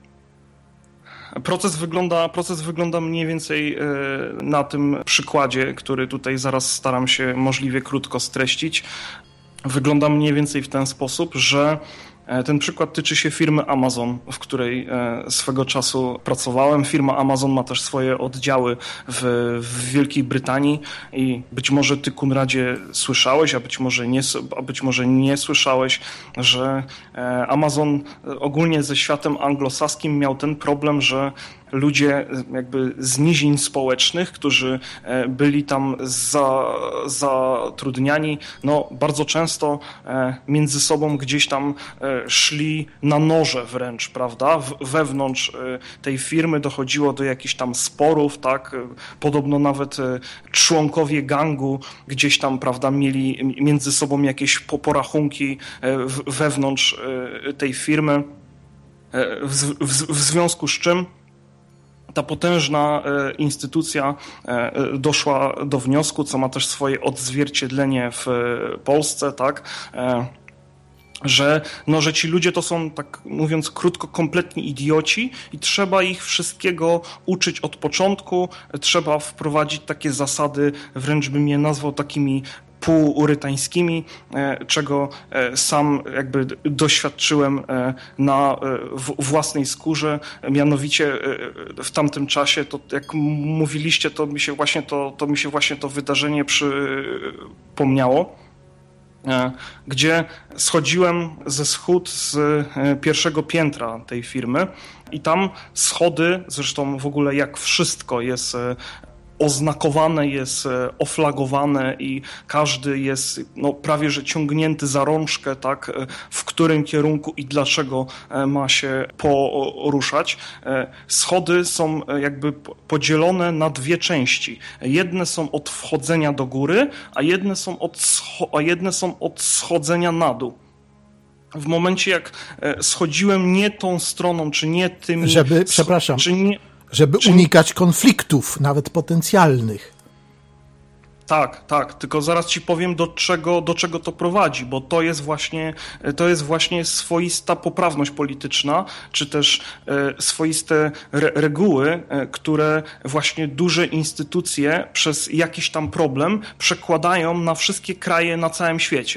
S2: Proces wygląda mniej więcej na tym przykładzie, który tutaj zaraz staram się możliwie krótko streścić. Wygląda mniej więcej w ten sposób, że ten przykład tyczy się firmy Amazon, w której swego czasu pracowałem. Firma Amazon ma też swoje oddziały w Wielkiej Brytanii i być może ty, Konradzie, słyszałeś, a być może nie słyszałeś, że Amazon ogólnie ze światem anglosaskim miał ten problem, że ludzie jakby z nizin społecznych, którzy byli tam zatrudniani, no bardzo często między sobą gdzieś tam szli na noże wręcz, prawda? Wewnątrz tej firmy dochodziło do jakichś tam sporów, tak? Podobno nawet członkowie gangu gdzieś tam, prawda, mieli między sobą jakieś porachunki wewnątrz tej firmy, w związku z czym ta potężna instytucja doszła do wniosku, co ma też swoje odzwierciedlenie w Polsce, tak, że ci ludzie to są, tak mówiąc krótko, kompletni idioci i trzeba ich wszystkiego uczyć od początku, trzeba wprowadzić takie zasady, wręcz bym je nazwał takimi półurytańskimi, czego sam jakby doświadczyłem na własnej skórze. Mianowicie w tamtym czasie, to jak mówiliście, to mi się właśnie to wydarzenie przypomniało, gdzie schodziłem ze schód z pierwszego piętra tej firmy i tam schody, zresztą w ogóle jak wszystko jest oznakowane, jest oflagowane i każdy jest prawie że ciągnięty za rączkę, tak, w którym kierunku i dlaczego ma się poruszać. Schody są jakby podzielone na 2 części. Jedne są od wchodzenia do góry, a jedne są od schodzenia na dół. W momencie jak schodziłem nie tą stroną, czy nie tymi...
S1: Żeby unikać konfliktów, nawet potencjalnych.
S2: Tak, tylko zaraz ci powiem, do czego to prowadzi, bo to jest właśnie swoista poprawność polityczna, czy też swoiste reguły, które właśnie duże instytucje przez jakiś tam problem przekładają na wszystkie kraje na całym świecie.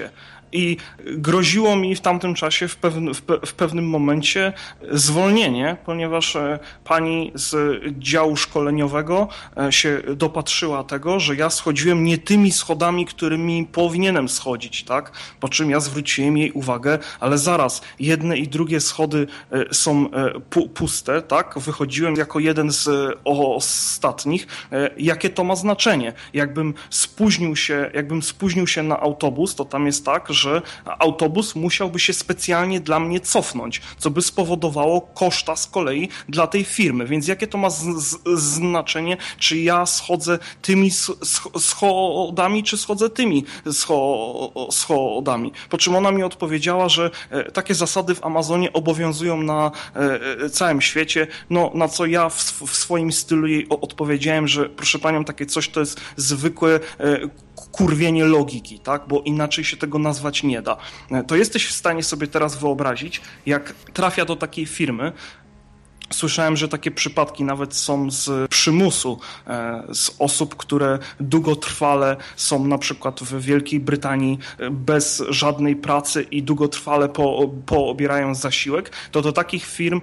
S2: i groziło mi w tamtym czasie w pewnym momencie zwolnienie, ponieważ pani z działu szkoleniowego się dopatrzyła tego, że ja schodziłem nie tymi schodami, którymi powinienem schodzić, tak? Po czym ja zwróciłem jej uwagę, ale zaraz, jedne i drugie schody są puste, tak? Wychodziłem jako jeden z ostatnich. Jakie to ma znaczenie? Jakbym spóźnił się na autobus, to tam jest tak, że autobus musiałby się specjalnie dla mnie cofnąć, co by spowodowało koszta z kolei dla tej firmy. Więc jakie to ma znaczenie, czy ja schodzę tymi schodami, czy schodzę tymi schodami? Po czym ona mi odpowiedziała, że takie zasady w Amazonie obowiązują na całym świecie, no na co ja w swoim stylu jej odpowiedziałem, że proszę panią, takie coś to jest zwykłe kurwienie logiki, tak? Bo inaczej się tego nazwać nie da. To jesteś w stanie sobie teraz wyobrazić, jak trafia do takiej firmy. Słyszałem, że takie przypadki nawet są z przymusu, z osób, które długotrwale są na przykład w Wielkiej Brytanii bez żadnej pracy i długotrwale pobierają zasiłek, to do takich firm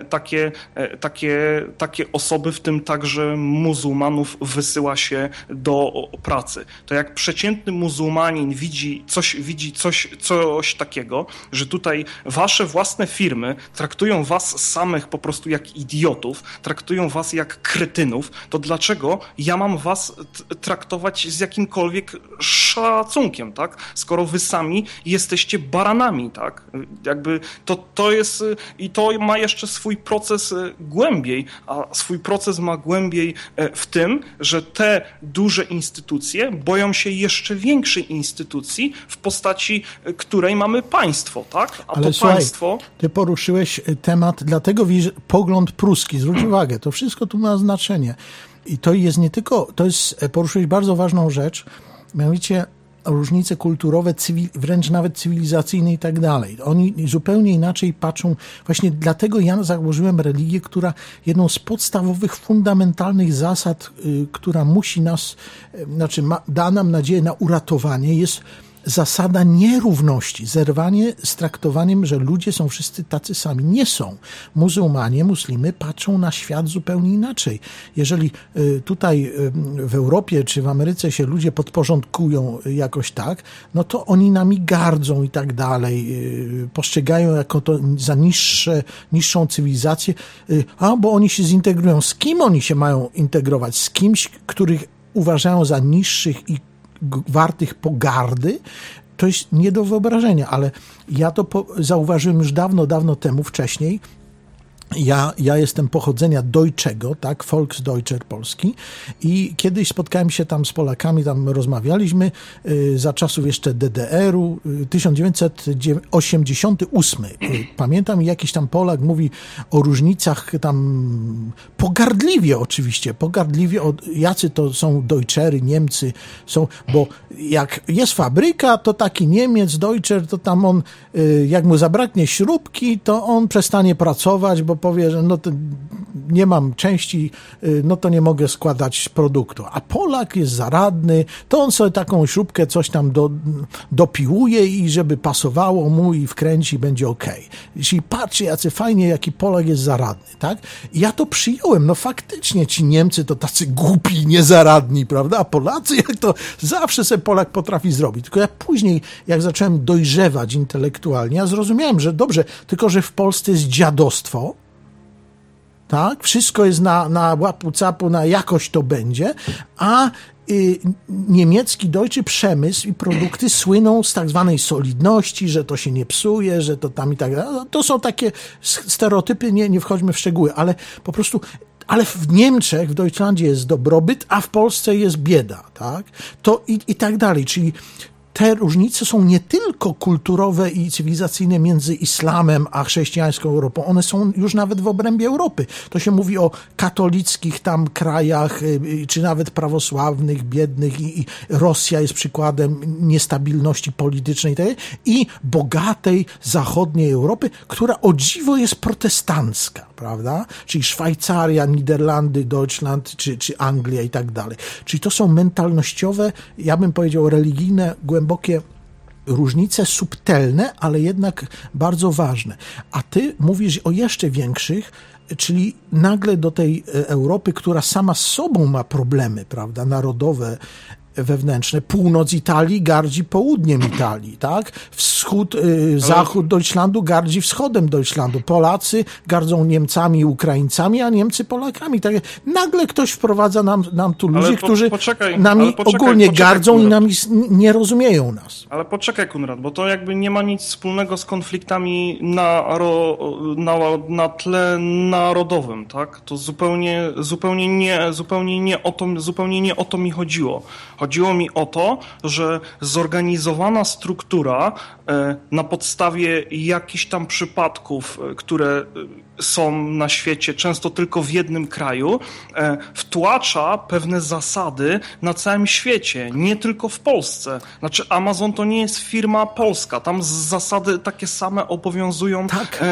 S2: takie osoby, w tym także muzułmanów, wysyła się do pracy. To jak przeciętny muzułmanin widzi coś takiego, że tutaj wasze własne firmy traktują was samych po prostu jak idiotów, traktują was jak kretynów, to dlaczego ja mam was traktować z jakimkolwiek szacunkiem, tak? Skoro wy sami jesteście baranami, tak? Jakby to jest i to ma jeszcze swój proces głębiej, a swój proces ma głębiej w tym, że te duże instytucje boją się jeszcze większej instytucji, w postaci której mamy państwo, tak? A
S1: ale
S2: to
S1: słuchaj,
S2: państwo...
S1: Ty poruszyłeś temat, dlatego widzisz, pogląd pruski, zwróć uwagę, to wszystko tu ma znaczenie. I to jest nie tylko, poruszyłeś bardzo ważną rzecz, mianowicie różnice kulturowe, wręcz nawet cywilizacyjne i tak dalej. Oni zupełnie inaczej patrzą. Właśnie dlatego ja założyłem religię, która jedną z podstawowych, fundamentalnych zasad, która musi nas, da nam nadzieję na uratowanie, jest zasada nierówności, zerwanie z traktowaniem, że ludzie są wszyscy tacy sami. Nie są. Muzułmanie, muslimy patrzą na świat zupełnie inaczej. Jeżeli tutaj w Europie czy w Ameryce się ludzie podporządkują jakoś tak, no to oni nami gardzą i tak dalej. Postrzegają jako to za niższą cywilizację. Bo oni się zintegrują. Z kim oni się mają integrować? Z kimś, których uważają za niższych i wartych pogardy, to jest nie do wyobrażenia, ale ja to zauważyłem już dawno temu, wcześniej. Ja jestem pochodzenia deutschego, tak, Volksdeutscher polski i kiedyś spotkałem się tam z Polakami, tam rozmawialiśmy za czasów jeszcze DDR-u, 1988. Pamiętam, jakiś tam Polak mówi o różnicach tam pogardliwie, jacy to są Deutschery, Niemcy są, bo jak jest fabryka, to taki Niemiec, Deutscher, to tam on, jak mu zabraknie śrubki, to on przestanie pracować, bo powie, że no to nie mam części, no to nie mogę składać produktu. A Polak jest zaradny, to on sobie taką śrubkę coś tam dopiłuje i żeby pasowało mu i wkręci, będzie okej. Jeśli patrzcie, jacy fajnie, jaki Polak jest zaradny, tak? I ja to przyjąłem, no faktycznie ci Niemcy to tacy głupi, niezaradni, prawda? A Polacy, jak to zawsze sobie Polak potrafi zrobić. Tylko ja później, jak zacząłem dojrzewać intelektualnie, ja zrozumiałem, że dobrze, tylko że w Polsce jest dziadostwo, tak? Wszystko jest na łapu-capu, na jakoś to będzie, a niemiecki, deutsche przemysł i produkty słyną z tak zwanej solidności, że to się nie psuje, że to tam i tak dalej. To są takie stereotypy, nie wchodźmy w szczegóły, ale po prostu, ale w Niemczech, w Deutschlandzie jest dobrobyt, a w Polsce jest bieda, tak? To i tak dalej, czyli te różnice są nie tylko kulturowe i cywilizacyjne między islamem a chrześcijańską Europą, one są już nawet w obrębie Europy. To się mówi o katolickich tam krajach, czy nawet prawosławnych, biednych i Rosja jest przykładem niestabilności politycznej i bogatej zachodniej Europy, która o dziwo jest protestancka, prawda? Czyli Szwajcaria, Niderlandy, Deutschland, czy Anglia i tak dalej. Czyli to są mentalnościowe, ja bym powiedział religijne, głębokie różnice subtelne, ale jednak bardzo ważne. A ty mówisz o jeszcze większych, czyli nagle do tej Europy, która sama z sobą ma problemy, prawda, narodowe, wewnętrzne. Północ Italii gardzi południem Italii, tak? Zachód Deutschlandu gardzi wschodem Deutschlandu. Polacy gardzą Niemcami i Ukraińcami, a Niemcy Polakami. Tak, nagle ktoś wprowadza nam tu ludzi, którzy nami ogólnie gardzą i nami nie rozumieją nas.
S2: Ale poczekaj, Konrad, bo to jakby nie ma nic wspólnego z konfliktami na tle narodowym, tak? To zupełnie nie o to mi chodziło. Chodziło mi o to, że zorganizowana struktura na podstawie jakichś tam przypadków, które są na świecie, często tylko w jednym kraju, wtłacza pewne zasady na całym świecie, nie tylko w Polsce. Znaczy Amazon to nie jest firma polska, tam zasady takie same obowiązują
S1: tak.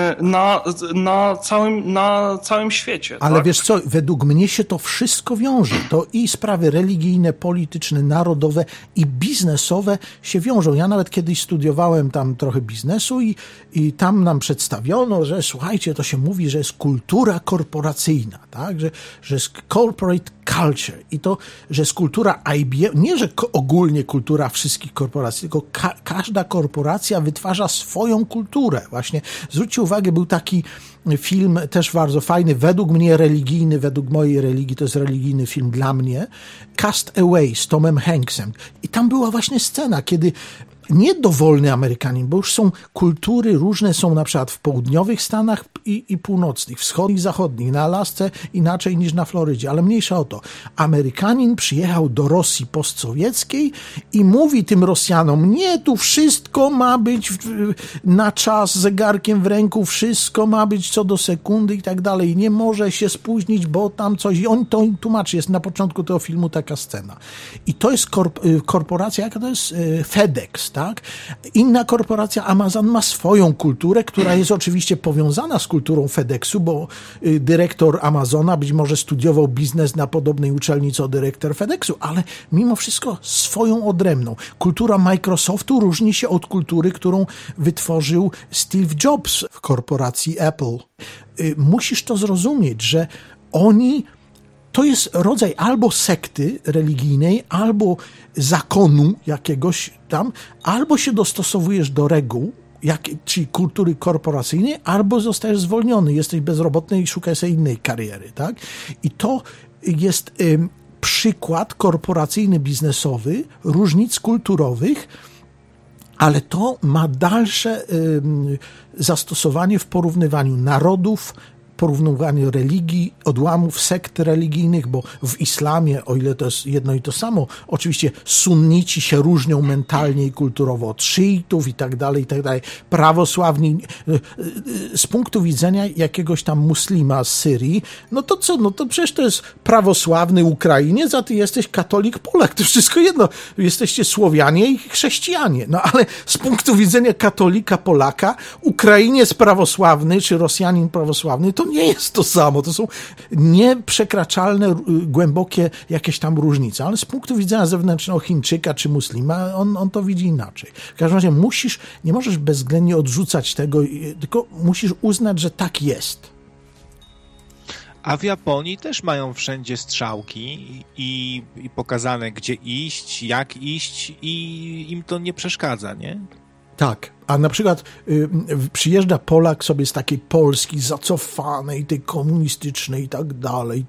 S2: na całym świecie.
S1: Ale
S2: tak?
S1: wiesz co, według mnie się to wszystko wiąże. To i sprawy religijne, polityczne, narodowe i biznesowe się wiążą. Ja nawet kiedyś studiowałem tam trochę biznesu i tam nam przedstawiono, że słuchajcie, to się mówi, że jest kultura korporacyjna, tak? Że jest corporate culture i to, że jest kultura IBM, nie, że ogólnie kultura wszystkich korporacji, tylko każda korporacja wytwarza swoją kulturę. Właśnie zwróćcie uwagę, był taki film też bardzo fajny, według mnie religijny, według mojej religii, to jest religijny film dla mnie, Cast Away z Tomem Hanksem. I tam była właśnie scena, kiedy nie dowolny Amerykanin, bo już są kultury różne, są na przykład w południowych Stanach i północnych, wschodnich, zachodnich, na Alasce inaczej niż na Florydzie, ale mniejsza o to. Amerykanin przyjechał do Rosji postsowieckiej i mówi tym Rosjanom, nie, tu wszystko ma być na czas, zegarkiem w ręku, wszystko ma być co do sekundy i tak dalej, nie może się spóźnić, bo tam coś, i on to tłumaczy, jest na początku tego filmu taka scena. I to jest korporacja, jaka to jest? FedEx, tak? Inna korporacja, Amazon, ma swoją kulturę, która jest oczywiście powiązana z kulturą FedExu, bo dyrektor Amazona być może studiował biznes na podobnej uczelni co dyrektor FedExu, ale mimo wszystko swoją odrębną. Kultura Microsoftu różni się od kultury, którą wytworzył Steve Jobs w korporacji Apple. Musisz to zrozumieć, że oni to jest rodzaj albo sekty religijnej, albo zakonu jakiegoś tam, albo się dostosowujesz do reguł, czyli kultury korporacyjnej, albo zostajesz zwolniony, jesteś bezrobotny i szukasz sobie innej kariery, tak? I to jest przykład korporacyjny, biznesowy, różnic kulturowych, ale to ma dalsze zastosowanie w porównywaniu narodów, porównywaniu religii, odłamów sekt religijnych, bo w islamie, o ile to jest jedno i to samo, oczywiście sunnici się różnią mentalnie i kulturowo od szyitów i tak dalej, prawosławni. Z punktu widzenia jakiegoś tam muslima z Syrii, no to co, no to przecież to jest prawosławny Ukrainiec, a ty jesteś katolik Polak, to wszystko jedno, jesteście Słowianie i chrześcijanie, no ale z punktu widzenia katolika Polaka, Ukrainiec prawosławny, czy Rosjanin prawosławny, to nie jest to samo, to są nieprzekraczalne, głębokie jakieś tam różnice, ale z punktu widzenia zewnętrznego Chińczyka czy muslima, on to widzi inaczej. W każdym razie nie możesz bezwzględnie odrzucać tego, tylko musisz uznać, że tak jest.
S3: A w Japonii też mają wszędzie strzałki i pokazane, gdzie iść, jak iść i im to nie przeszkadza, nie?
S1: Tak, a na przykład przyjeżdża Polak sobie z takiej Polski zacofanej, tej komunistycznej i tak dalej.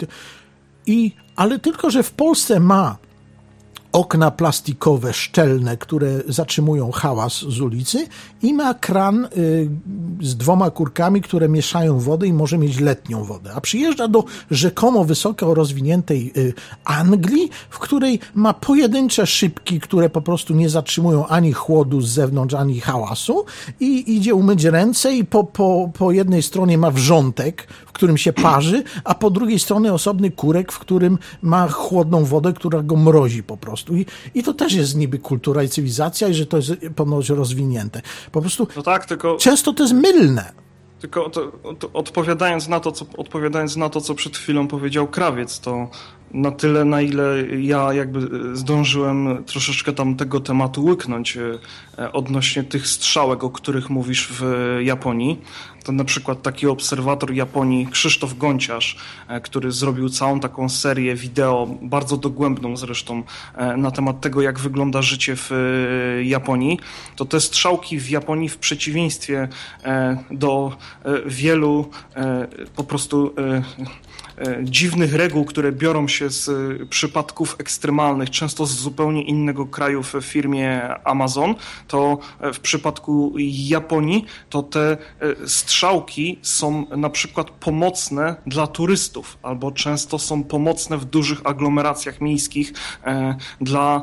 S1: Ale tylko, że w Polsce ma okna plastikowe, szczelne, które zatrzymują hałas z ulicy i ma kran z 2 kurkami, które mieszają wodę i może mieć letnią wodę. A przyjeżdża do rzekomo wysoko rozwiniętej Anglii, w której ma pojedyncze szybki, które po prostu nie zatrzymują ani chłodu z zewnątrz, ani hałasu i idzie umyć ręce i po jednej stronie ma wrzątek, w którym się parzy, a po drugiej stronie osobny kurek, w którym ma chłodną wodę, która go mrozi po prostu. I to też jest niby kultura i cywilizacja i że to jest ponoć rozwinięte. Po prostu
S2: no tak, tylko
S1: często to jest mylne.
S2: Tylko to odpowiadając na to, co przed chwilą powiedział Krawiec, to na tyle, na ile ja jakby zdążyłem troszeczkę tam tego tematu łyknąć odnośnie tych strzałek, o których mówisz w Japonii, to na przykład taki obserwator Japonii, Krzysztof Gonciarz, który zrobił całą taką serię wideo, bardzo dogłębną zresztą, na temat tego, jak wygląda życie w Japonii, to te strzałki w Japonii w przeciwieństwie do wielu po prostu dziwnych reguł, które biorą się z przypadków ekstremalnych, często z zupełnie innego kraju w firmie Amazon, to w przypadku Japonii to te strzałki są na przykład pomocne dla turystów, albo często są pomocne w dużych aglomeracjach miejskich dla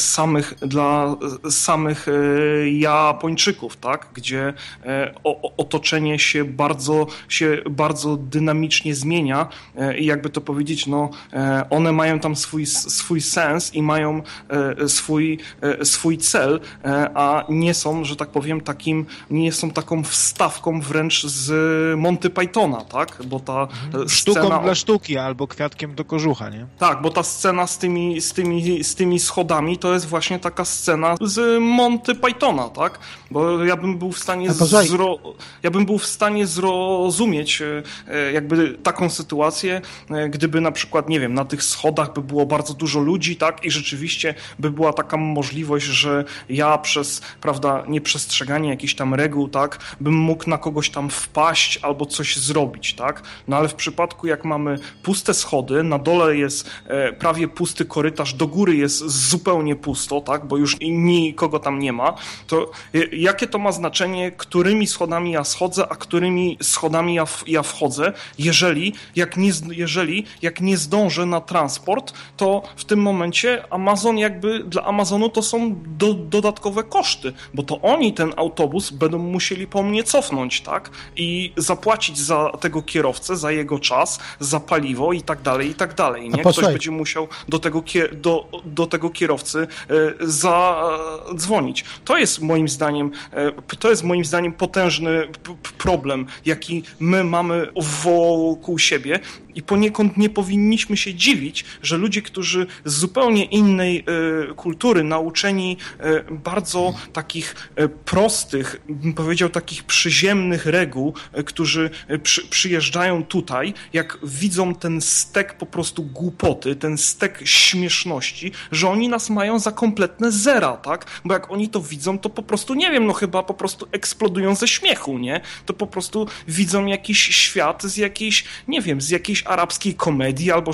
S2: samych Japończyków, tak? Gdzie otoczenie się bardzo dynamicznie zmienia i jakby to powiedzieć, no one mają tam swój sens i mają swój cel, a nie są, że tak powiem, nie są taką wstawką wręcz z Monty Pythona, tak? Bo ta
S4: sztuką
S2: scena
S4: dla sztuki albo kwiatkiem do kożucha, nie?
S2: Tak, bo ta scena z tymi schodami to jest właśnie taka scena z Monty Pythona, tak? Bo ja bym był w stanie zrozumieć jakby taką sytuację, gdyby na przykład, nie wiem, na tych schodach by było bardzo dużo ludzi, tak? I rzeczywiście by była taka możliwość, że ja przez, prawda, nieprzestrzeganie jakichś tam reguł, tak, bym mógł na kogoś tam wpaść albo coś zrobić, tak? No ale w przypadku, jak mamy puste schody, na dole jest prawie pusty korytarz, do góry jest zupełnie pusto, tak? Bo już nikogo tam nie ma, to jakie to ma znaczenie, którymi schodami ja schodzę, a którymi schodami ja wchodzę, jeżeli jak nie zdążę na transport, to w tym momencie dla Amazonu to są dodatkowe koszty, bo to oni ten autobus będą musieli po mnie cofnąć, tak? I zapłacić za tego kierowcę, za jego czas, za paliwo i tak dalej, nie? Ktoś będzie musiał do tego kierowcy zadzwonić. To jest moim zdaniem potężny problem, jaki my mamy wokół siebie i poniekąd nie powinniśmy się dziwić, że ludzie, którzy z zupełnie innej kultury, nauczeni bardzo takich prostych, bym powiedział takich przyziemnych reguł, którzy przyjeżdżają tutaj, jak widzą ten stek po prostu głupoty, ten stek śmieszności, że oni nas mają za kompletne zera, tak? Bo jak oni to widzą, to po prostu, nie wiem, no chyba po prostu eksplodują ze śmiechu, nie? To po prostu widzą jakiś świat z jakiejś, nie wiem, z jakiejś arabskiej komedii albo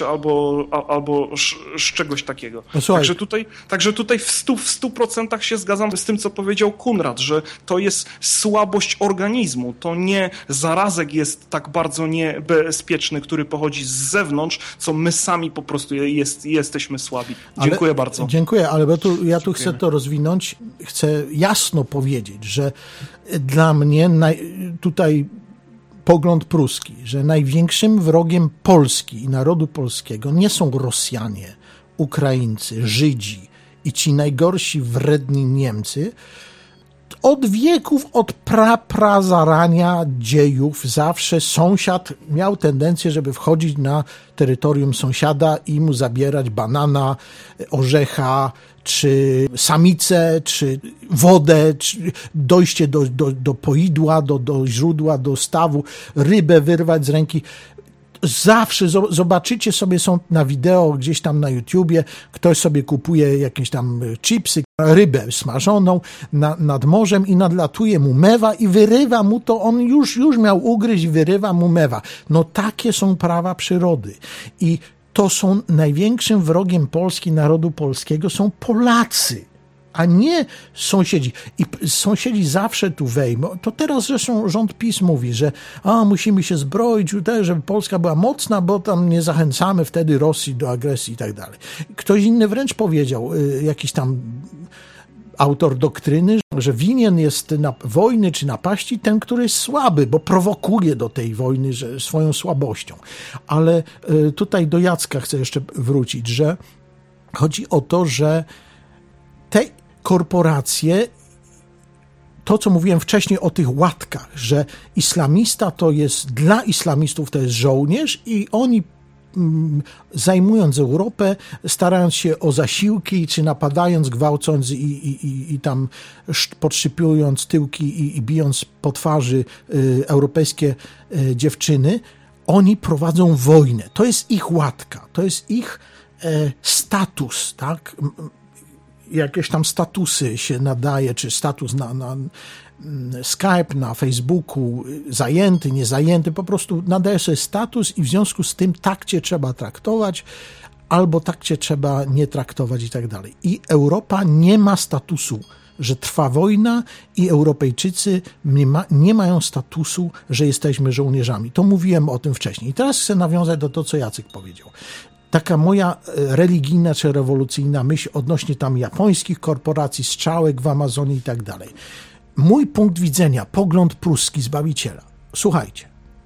S2: z czegoś takiego. No, także tutaj w 100% się zgadzam z tym, co powiedział Konrad, że to jest słabość organizmu. To nie zarazek jest tak bardzo niebezpieczny, który pochodzi z zewnątrz, co my sami po prostu jesteśmy słabi. Dziękuję bardzo.
S1: Dziękuję, ale ja tu chcę to rozwinąć. Chcę jasno powiedzieć, że dla mnie tutaj pogląd pruski, że największym wrogiem Polski i narodu polskiego nie są Rosjanie, Ukraińcy, Żydzi i ci najgorsi, wredni Niemcy. Od wieków, od zarania dziejów zawsze sąsiad miał tendencję, żeby wchodzić na terytorium sąsiada i mu zabierać banana, orzecha, czy samicę, czy wodę, czy dojście do poidła, do źródła, do stawu, rybę wyrwać z ręki. Zawsze, zobaczycie sobie, są na wideo gdzieś tam na YouTubie, ktoś sobie kupuje jakieś tam chipsy, rybę smażoną nad morzem i nadlatuje mu mewa i wyrywa mu to, on już miał ugryźć i wyrywa mu mewa. No takie są prawa przyrody i to są największym wrogiem Polski, narodu polskiego są Polacy, a nie sąsiedzi. I sąsiedzi zawsze tu wejmą. To teraz zresztą rząd PiS mówi, że musimy się zbroić, żeby Polska była mocna, bo tam nie zachęcamy wtedy Rosji do agresji i tak dalej. Ktoś inny wręcz powiedział, jakiś tam autor doktryny, że winien jest wojny czy napaści ten, który jest słaby, bo prowokuje do tej wojny swoją słabością. Ale tutaj do Jacka chcę jeszcze wrócić, że chodzi o to, że te korporacje, to co mówiłem wcześniej o tych łatkach, że islamista to jest, dla islamistów to jest żołnierz i oni zajmując Europę, starając się o zasiłki, czy napadając, gwałcąc i tam podszypując tyłki i bijąc po twarzy europejskie dziewczyny, oni prowadzą wojnę. To jest ich łatka, to jest ich status, tak? Jakieś tam statusy się nadaje, czy status na Skype, na Facebooku, zajęty, niezajęty, po prostu nadaje sobie status i w związku z tym tak cię trzeba traktować, albo tak cię trzeba nie traktować i tak dalej. I Europa nie ma statusu, że trwa wojna i Europejczycy nie mają statusu, że jesteśmy żołnierzami. To mówiłem o tym wcześniej. I teraz chcę nawiązać do tego, co Jacek powiedział. Taka moja religijna czy rewolucyjna myśl odnośnie tam japońskich korporacji, strzałek w Amazonii i tak dalej. Mój punkt widzenia, pogląd pruski Zbawiciela. Słuchajcie,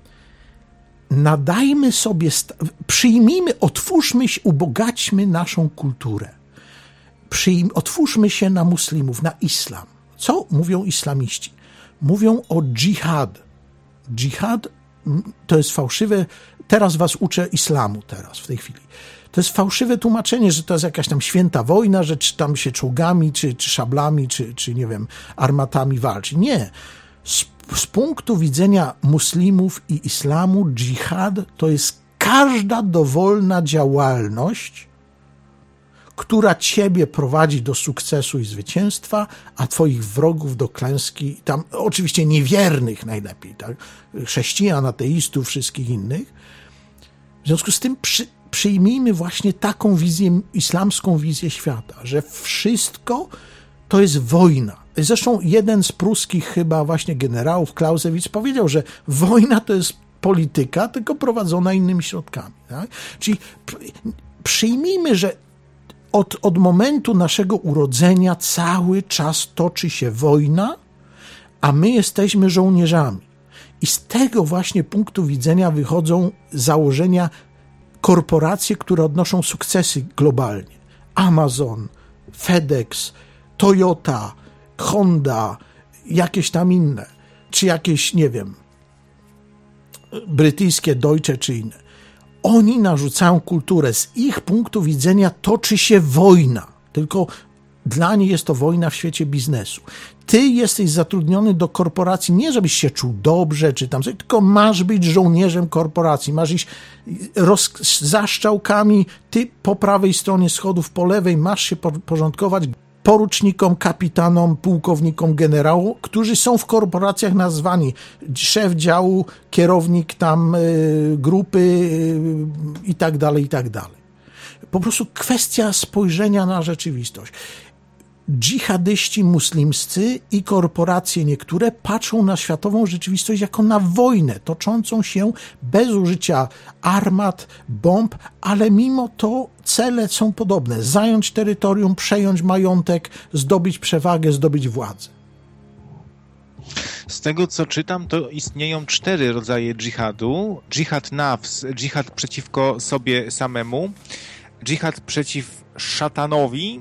S1: nadajmy sobie, przyjmijmy, otwórzmy się, ubogaćmy naszą kulturę. Otwórzmy się na muslimów, na islam. Co mówią islamiści? Mówią o dżihad. Dżihad to jest fałszywe, teraz was uczę islamu teraz, w tej chwili. To jest fałszywe tłumaczenie, że to jest jakaś tam święta wojna, że tam się czołgami, czy szablami, czy nie wiem, armatami walczy. Nie. Z punktu widzenia muslimów i islamu dżihad to jest każda dowolna działalność, która ciebie prowadzi do sukcesu i zwycięstwa, a twoich wrogów do klęski, tam oczywiście niewiernych najlepiej, tak? Chrześcijan, ateistów, wszystkich innych. W związku z tym przyjmijmy właśnie taką wizję, islamską wizję świata, że wszystko to jest wojna. Zresztą jeden z pruskich chyba właśnie generałów, Clausewitz, powiedział, że wojna to jest polityka, tylko prowadzona innymi środkami. Tak? Czyli przyjmijmy, że od momentu naszego urodzenia cały czas toczy się wojna, a my jesteśmy żołnierzami. I z tego właśnie punktu widzenia wychodzą założenia korporacje, które odnoszą sukcesy globalnie. Amazon, FedEx, Toyota, Honda, jakieś tam inne, czy jakieś, nie wiem, brytyjskie Deutsche czy inne. Oni narzucają kulturę. Z ich punktu widzenia toczy się wojna. Tylko dla nich jest to wojna w świecie biznesu. Ty jesteś zatrudniony do korporacji nie żebyś się czuł dobrze, czy tam, tylko masz być żołnierzem korporacji. Masz iść za strzałkami, ty po prawej stronie schodów, po lewej masz się porządkować porucznikom, kapitanom, pułkownikom, generałom, którzy są w korporacjach nazwani szef działu, kierownik tam grupy i tak dalej, i tak dalej. Po prostu kwestia spojrzenia na rzeczywistość. Dżihadyści muslimscy i korporacje niektóre patrzą na światową rzeczywistość jako na wojnę toczącą się bez użycia armat, bomb, ale mimo to cele są podobne. Zająć terytorium, przejąć majątek, zdobyć przewagę, zdobyć władzę.
S3: Z tego, co czytam, to istnieją 4 rodzaje dżihadu. Dżihad nafs, dżihad przeciwko sobie samemu, dżihad przeciw szatanowi.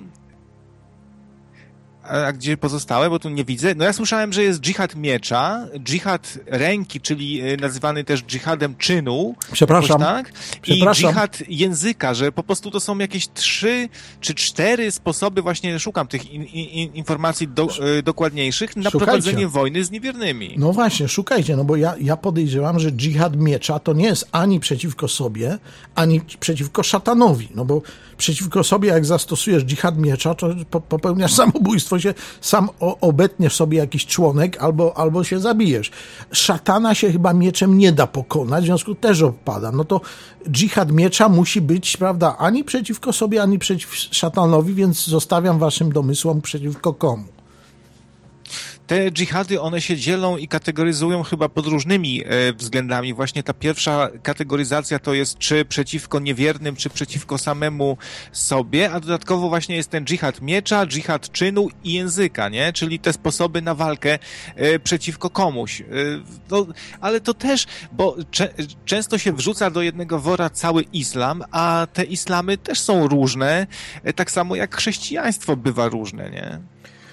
S3: A gdzie pozostałe? Bo tu nie widzę. No ja słyszałem, że jest dżihad miecza, dżihad ręki, czyli nazywany też dżihadem czynu.
S1: Przepraszam.
S3: Tak? I dżihad języka, że po prostu to są jakieś 3 czy 4 sposoby, właśnie szukam tych informacji dokładniejszych, na prowadzenie wojny z niewiernymi.
S1: No właśnie, szukajcie, no bo ja podejrzewam, że dżihad miecza to nie jest ani przeciwko sobie, ani przeciwko szatanowi, no bo przeciwko sobie, jak zastosujesz dżihad miecza, to popełniasz samobójstwo, się sam obetniesz sobie jakiś członek albo się zabijesz. Szatana się chyba mieczem nie da pokonać, w związku też odpada. No to dżihad miecza musi być, prawda, ani przeciwko sobie, ani przeciw szatanowi, więc zostawiam waszym domysłom przeciwko komu.
S3: Te dżihady, one się dzielą i kategoryzują chyba pod różnymi względami. Właśnie ta pierwsza kategoryzacja to jest czy przeciwko niewiernym, czy przeciwko samemu sobie, a dodatkowo właśnie jest ten dżihad miecza, dżihad czynu i języka, nie? Czyli te sposoby na walkę przeciwko komuś. Ale to też, bo często się wrzuca do jednego wora cały islam, a te islamy też są różne, tak samo jak chrześcijaństwo bywa różne, nie?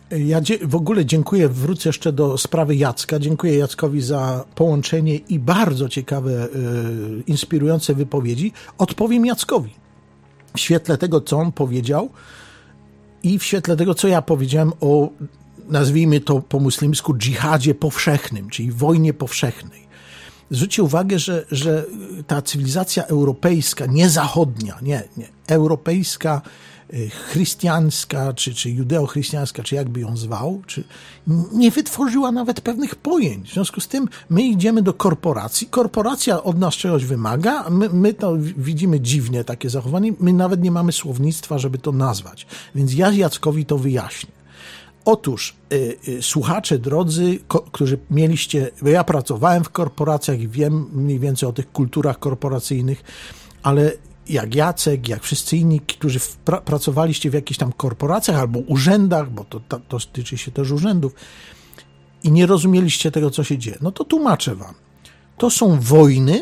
S1: Ja w ogóle dziękuję, wrócę jeszcze do sprawy Jacka. Dziękuję Jackowi za połączenie i bardzo ciekawe, inspirujące wypowiedzi. Odpowiem Jackowi w świetle tego, co on powiedział i w świetle tego, co ja powiedziałem o, nazwijmy to po muslimsku, dżihadzie powszechnym, czyli wojnie powszechnej. Zwróćcie uwagę, że ta cywilizacja europejska, nie zachodnia, nie, europejska, chrystiańska, czy judeo-chrystiańska, czy jakby ją zwał, nie wytworzyła nawet pewnych pojęć. W związku z tym my idziemy do korporacji. Korporacja od nas czegoś wymaga, my to widzimy dziwnie takie zachowanie, my nawet nie mamy słownictwa, żeby to nazwać. Więc ja Jackowi to wyjaśnię. Otóż słuchacze drodzy, którzy mieliście, bo ja pracowałem w korporacjach i wiem mniej więcej o tych kulturach korporacyjnych, ale jak Jacek, jak wszyscy inni, którzy pracowaliście w jakichś tam korporacjach albo urzędach, bo to tyczy się też urzędów i nie rozumieliście tego, co się dzieje, no to tłumaczę wam. To są wojny,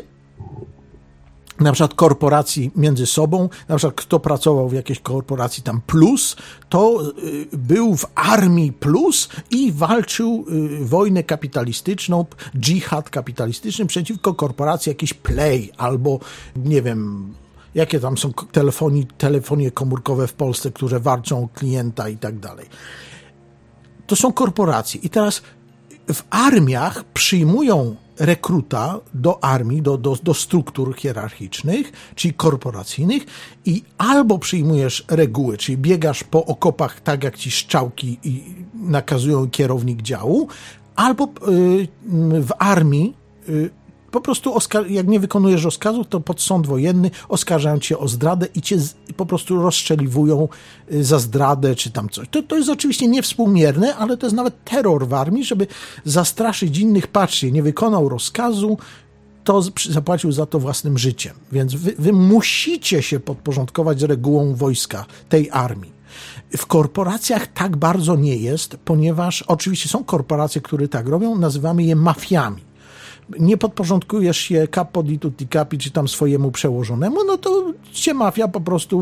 S1: na przykład korporacji między sobą, na przykład kto pracował w jakiejś korporacji tam plus, to był w armii plus i walczył wojnę kapitalistyczną, dżihad kapitalistyczny przeciwko korporacji jakiejś Play albo nie wiem, jakie tam są telefonie komórkowe w Polsce, które walczą o klienta i tak dalej. To są korporacje i teraz w armiach przyjmują rekruta do armii, do struktur hierarchicznych, czyli korporacyjnych i albo przyjmujesz reguły, czyli biegasz po okopach tak jak ci strzałki i nakazują kierownik działu, albo w armii po prostu jak nie wykonujesz rozkazu, to pod sąd wojenny oskarżają cię o zdradę i cię po prostu rozstrzeliwują za zdradę czy tam coś. To jest oczywiście niewspółmierne, ale to jest nawet terror w armii, żeby zastraszyć innych. Patrzcie, nie wykonał rozkazu, to zapłacił za to własnym życiem. Więc wy musicie się podporządkować regułom wojska tej armii. W korporacjach tak bardzo nie jest, ponieważ oczywiście są korporacje, które tak robią, nazywamy je mafiami. Nie podporządkujesz się capo di tutti capi, czy tam swojemu przełożonemu, no to cię mafia po prostu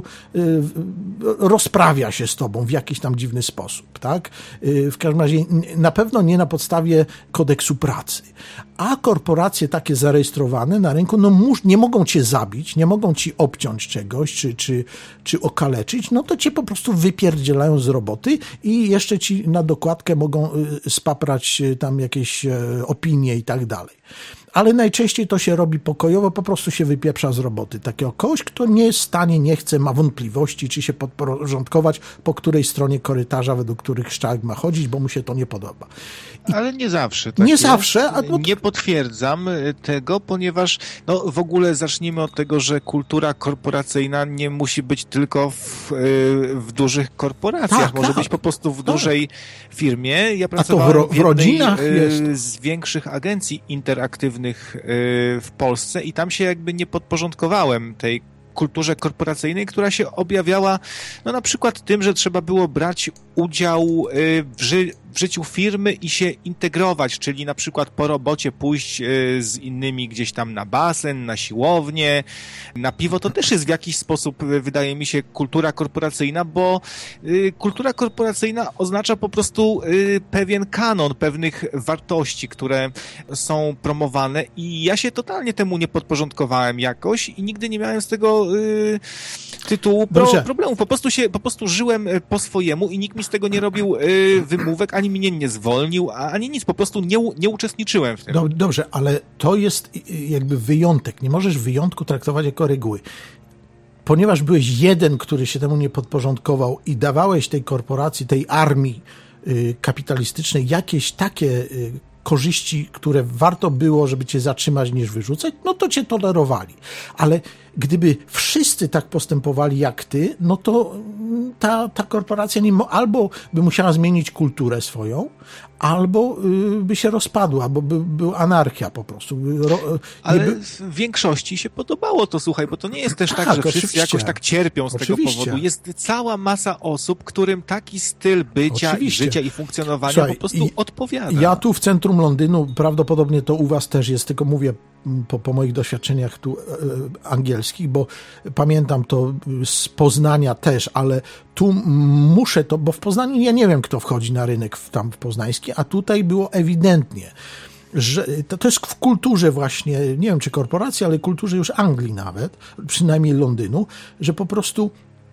S1: rozprawia się z tobą w jakiś tam dziwny sposób, tak? W każdym razie na pewno nie na podstawie kodeksu pracy. A korporacje takie zarejestrowane na rynku, no nie mogą cię zabić, nie mogą ci obciąć czegoś, czy okaleczyć, no to cię po prostu wypierdzielają z roboty i jeszcze ci na dokładkę mogą spaprać tam jakieś opinie i tak dalej. Ale najczęściej to się robi pokojowo, po prostu się wypieprza z roboty. Takiego kogoś, kto nie jest w stanie, nie chce, ma wątpliwości, czy się podporządkować, po której stronie korytarza, według których strzałek ma chodzić, bo mu się to nie podoba.
S4: Ale nie zawsze. Tak
S1: nie
S4: jest.
S1: Zawsze.
S4: Nie potwierdzam tego, ponieważ w ogóle zacznijmy od tego, że kultura korporacyjna nie musi być tylko w dużych korporacjach. Może być po prostu w dużej firmie. Ja pracowałem w rodzinach z większych agencji interaktywnych w Polsce i tam się jakby nie podporządkowałem tej kulturze korporacyjnej, która się objawiała na przykład tym, że trzeba było brać udział w życiu firmy i się integrować, czyli na przykład po robocie pójść z innymi gdzieś tam na basen, na siłownię, na piwo. To też jest w jakiś sposób, wydaje mi się, kultura korporacyjna, bo kultura korporacyjna oznacza po prostu pewien kanon, pewnych wartości, które są promowane i ja się totalnie temu nie podporządkowałem jakoś i nigdy nie miałem z tego tytułu problemu. Po prostu żyłem po swojemu i nikt mi z tego nie robił wymówek, ani mnie nie zwolnił, ani nic. Po prostu nie uczestniczyłem w tym.
S1: Dobrze, ale to jest jakby wyjątek. Nie możesz wyjątku traktować jako reguły. Ponieważ byłeś jeden, który się temu nie podporządkował i dawałeś tej korporacji, tej armii kapitalistycznej jakieś takie korzyści, które warto było, żeby cię zatrzymać niż wyrzucać, no to cię tolerowali. Ale gdyby wszyscy tak postępowali jak ty, no to ta korporacja albo by musiała zmienić kulturę swoją, albo by się rozpadła, bo była anarchia po prostu.
S4: Ale w większości się podobało to, słuchaj, bo to nie jest też tak, że wszyscy oczywiście jakoś tak cierpią z tego powodu. Jest cała masa osób, którym taki styl bycia i życia i funkcjonowania po prostu odpowiada. Ja
S1: tu w centrum Londynu, prawdopodobnie to u was też jest, tylko mówię po moich doświadczeniach tu angielskich, bo pamiętam to z Poznania też, ale tu muszę to, bo w Poznaniu ja nie wiem, kto wchodzi na rynek tam w poznański, a tutaj było ewidentnie, że to jest w kulturze właśnie, nie wiem czy korporacji, ale kulturze już Anglii nawet, przynajmniej Londynu, że po prostu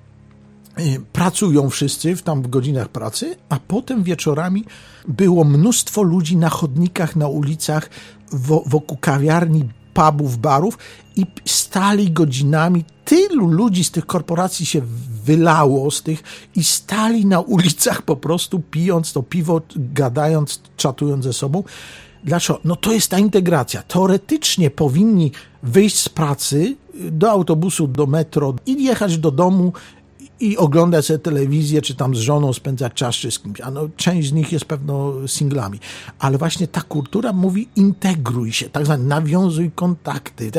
S1: pracują wszyscy tam w godzinach pracy, a potem wieczorami było mnóstwo ludzi na chodnikach, na ulicach, wokół kawiarni, pubów, barów i stali godzinami. Tylu ludzi z tych korporacji się wylało z tych i stali na ulicach po prostu pijąc to piwo, gadając, czatując ze sobą. Dlaczego? No to jest ta integracja. Teoretycznie powinni wyjść z pracy do autobusu, do metro i jechać do domu i oglądać sobie telewizję, czy tam z żoną spędzać czas, czy z kimś. A no, część z nich jest pewno singlami. Ale właśnie ta kultura mówi integruj się, tak zwane nawiązuj kontakty.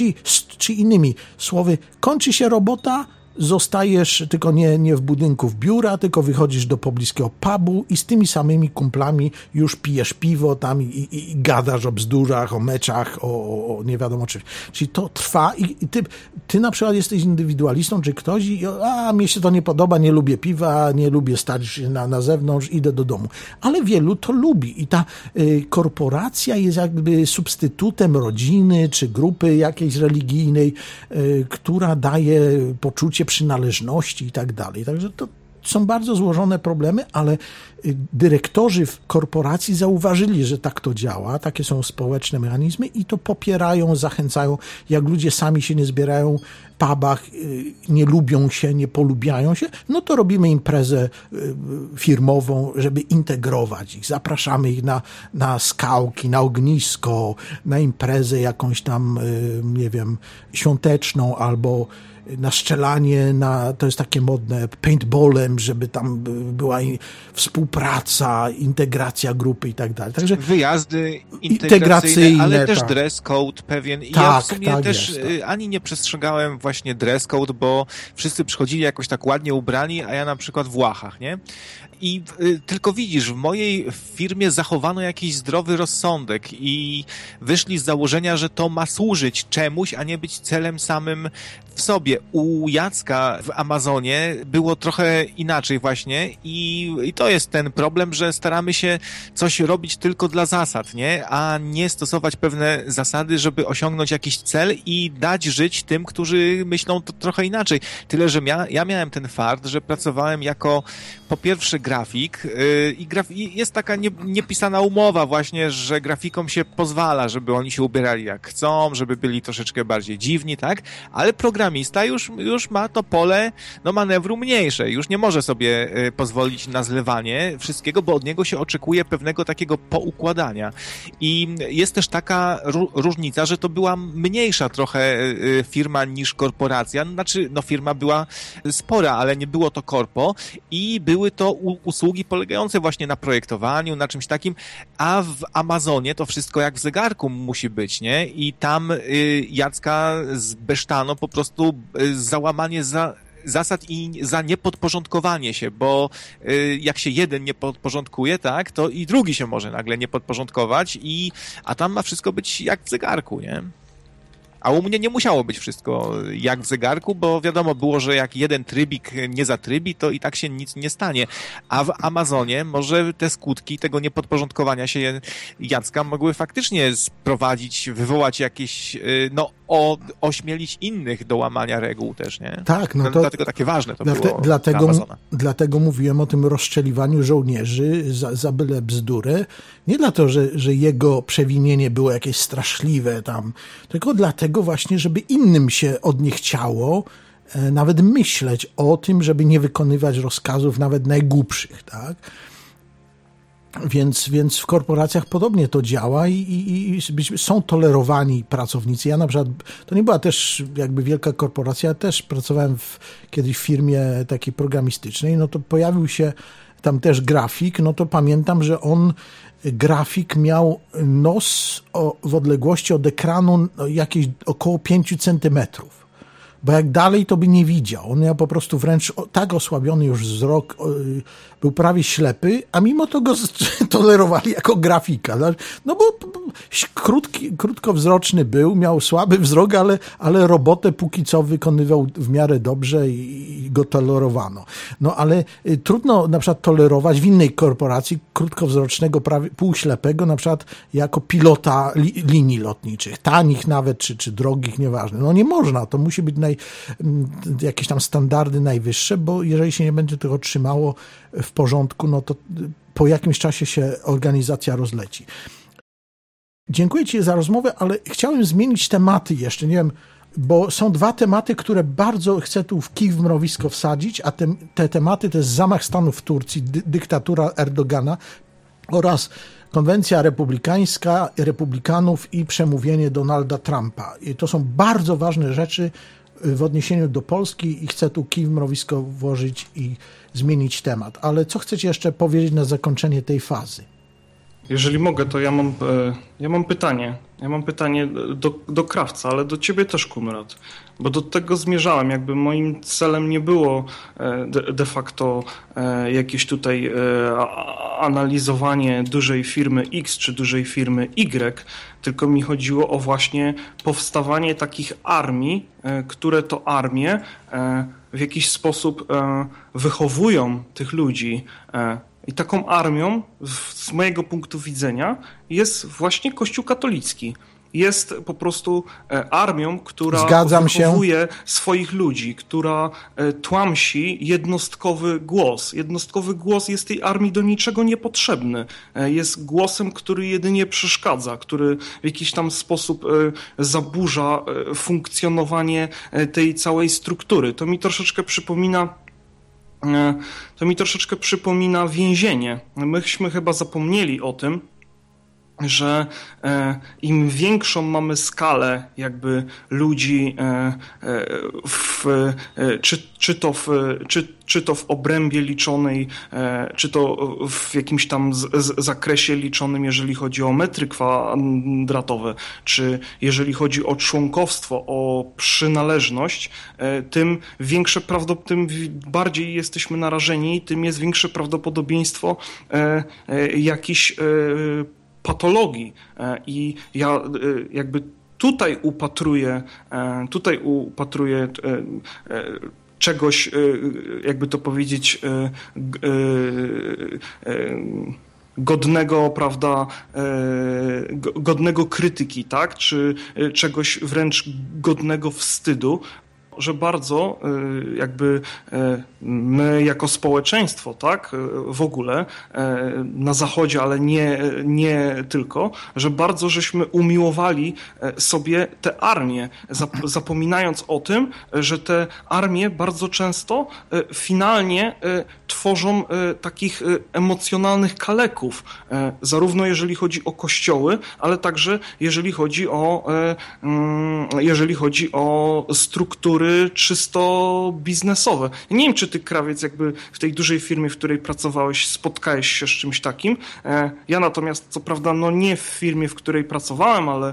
S1: Czy innymi słowy, kończy się robota, zostajesz tylko nie w budynku w biura, tylko wychodzisz do pobliskiego pubu i z tymi samymi kumplami już pijesz piwo tam i gadasz o bzdurach, o meczach, o nie wiadomo czym. Czyli to trwa i ty na przykład jesteś indywidualistą, czy ktoś mnie się to nie podoba, nie lubię piwa, nie lubię stać na zewnątrz, idę do domu. Ale wielu to lubi i ta korporacja jest jakby substytutem rodziny, czy grupy jakiejś religijnej, która daje poczucie przynależności i tak dalej. Także to są bardzo złożone problemy, ale dyrektorzy w korporacji zauważyli, że tak to działa, takie są społeczne mechanizmy i to popierają, zachęcają. Jak ludzie sami się nie zbierają w pubach, nie lubią się, nie polubiają się, no to robimy imprezę firmową, żeby integrować ich. Zapraszamy ich na skałki, na ognisko, na imprezę jakąś tam, nie wiem, świąteczną albo na strzelanie, to jest takie modne, paintballem, żeby tam była współpraca, integracja grupy i tak dalej. Także
S3: wyjazdy integracyjne, ale też dress code pewien. I ja w sumie też ani nie przestrzegałem właśnie dress code, bo wszyscy przychodzili jakoś tak ładnie ubrani, a ja na przykład w łachach, nie? I tylko widzisz, w mojej firmie zachowano jakiś zdrowy rozsądek i wyszli z założenia, że to ma służyć czemuś, a nie być celem samym w sobie. U Jacka w Amazonie było trochę inaczej właśnie i to jest ten problem, że staramy się coś robić tylko dla zasad, nie? A nie stosować pewne zasady, żeby osiągnąć jakiś cel i dać żyć tym, którzy myślą to trochę inaczej. Tyle, że ja miałem ten fart, że pracowałem jako po pierwsze grafik i jest taka niepisana umowa właśnie, że grafikom się pozwala, żeby oni się ubierali jak chcą, żeby byli troszeczkę bardziej dziwni, tak? Ale programista już ma to pole manewru mniejsze. Już nie może sobie pozwolić na zlewanie wszystkiego, bo od niego się oczekuje pewnego takiego poukładania. I jest też taka różnica, że to była mniejsza trochę firma niż korporacja. Znaczy, firma była spora, ale nie było to korpo i były to usługi polegające właśnie na projektowaniu, na czymś takim, a w Amazonie to wszystko jak w zegarku musi być, nie? I tam Jacka zbesztano po prostu załamanie zasad i za niepodporządkowanie się, bo jak się jeden nie podporządkuje, tak, to i drugi się może nagle nie podporządkować a tam ma wszystko być jak w zegarku, nie? A u mnie nie musiało być wszystko jak w zegarku, bo wiadomo było, że jak jeden trybik nie zatrybi, to i tak się nic nie stanie. A w Amazonie może te skutki tego niepodporządkowania się Jacka mogły faktycznie sprowadzić, wywołać jakieś, ośmielić innych do łamania reguł też, nie?
S1: Tak, to
S3: dlatego takie ważne to było dla Amazona.
S1: Dlatego mówiłem o tym rozstrzeliwaniu żołnierzy za byle bzdurę. Nie dlatego, że jego przewinienie było jakieś straszliwe tam, tylko dlatego właśnie, żeby innym się od nich chciało nawet myśleć o tym, żeby nie wykonywać rozkazów nawet najgłupszych, tak? Więc w korporacjach podobnie to działa i są tolerowani pracownicy. Ja na przykład, to nie była też jakby wielka korporacja, ja też pracowałem kiedyś w firmie takiej programistycznej, to pojawił się tam też grafik, to pamiętam, że grafik miał nos w odległości od ekranu jakieś około 5 centymetrów. bo jak dalej to by nie widział. On miał po prostu wręcz tak osłabiony już wzrok, był prawie ślepy, a mimo to go tolerowali jako grafika. No bo krótkowzroczny był, miał słaby wzrok, ale robotę póki co wykonywał w miarę dobrze i go tolerowano. No ale trudno na przykład tolerować w innej korporacji krótkowzrocznego, prawie półślepego, na przykład jako pilota linii lotniczych, tanich nawet, czy drogich, nieważne. No nie można, to musi być jakieś tam standardy najwyższe, bo jeżeli się nie będzie tego trzymało w porządku, no to po jakimś czasie się organizacja rozleci. Dziękuję Ci za rozmowę, ale chciałem zmienić tematy jeszcze, nie wiem, bo są dwa tematy, które bardzo chcę tu w kij w mrowisko wsadzić, a te tematy to jest zamach stanu w Turcji, dyktatura Erdogana oraz konwencja republikańska, republikanów i przemówienie Donalda Trumpa. I to są bardzo ważne rzeczy w odniesieniu do Polski i chcę tu kij w mrowisko włożyć i zmienić temat. Ale co chcecie jeszcze powiedzieć na zakończenie tej fazy?
S2: Jeżeli mogę, to ja mam pytanie. Ja mam pytanie do Krawca, ale do ciebie też, Konrad. Bo do tego zmierzałem. Jakby moim celem nie było de facto jakieś tutaj analizowanie dużej firmy X czy dużej firmy Y, tylko mi chodziło o właśnie powstawanie takich armii, które to armie w jakiś sposób wychowują tych ludzi. I taką armią, z mojego punktu widzenia, jest właśnie Kościół katolicki. Jest po prostu armią, która wychowuje swoich ludzi, która tłamsi jednostkowy głos. Jednostkowy głos jest tej armii do niczego niepotrzebny. Jest głosem, który jedynie przeszkadza, który w jakiś tam sposób zaburza funkcjonowanie tej całej struktury. To mi troszeczkę przypomina więzienie. Myśmy chyba zapomnieli o tym, że im większą mamy skalę jakby ludzi czy to w obrębie liczonej, czy to w jakimś tam zakresie liczonym, jeżeli chodzi o metry kwadratowe, czy jeżeli chodzi o członkowstwo, o przynależność, tym bardziej jesteśmy narażeni, tym jest większe prawdopodobieństwo jakichś patologii. I ja jakby tutaj upatruję czegoś, jakby to powiedzieć, godnego, prawda, godnego krytyki, tak? Czy czegoś wręcz godnego wstydu, że bardzo jakby my jako społeczeństwo, tak, w ogóle na Zachodzie, ale nie tylko, że bardzo żeśmy umiłowali sobie te armie, zapominając o tym, że te armie bardzo często finalnie tworzą takich emocjonalnych kaleków, zarówno jeżeli chodzi o kościoły, ale także jeżeli chodzi o struktury czysto biznesowe. Nie wiem, czy ty, Krawiec, jakby w tej dużej firmie, w której pracowałeś, spotkałeś się z czymś takim. Ja natomiast, co prawda, no nie w firmie, w której pracowałem, ale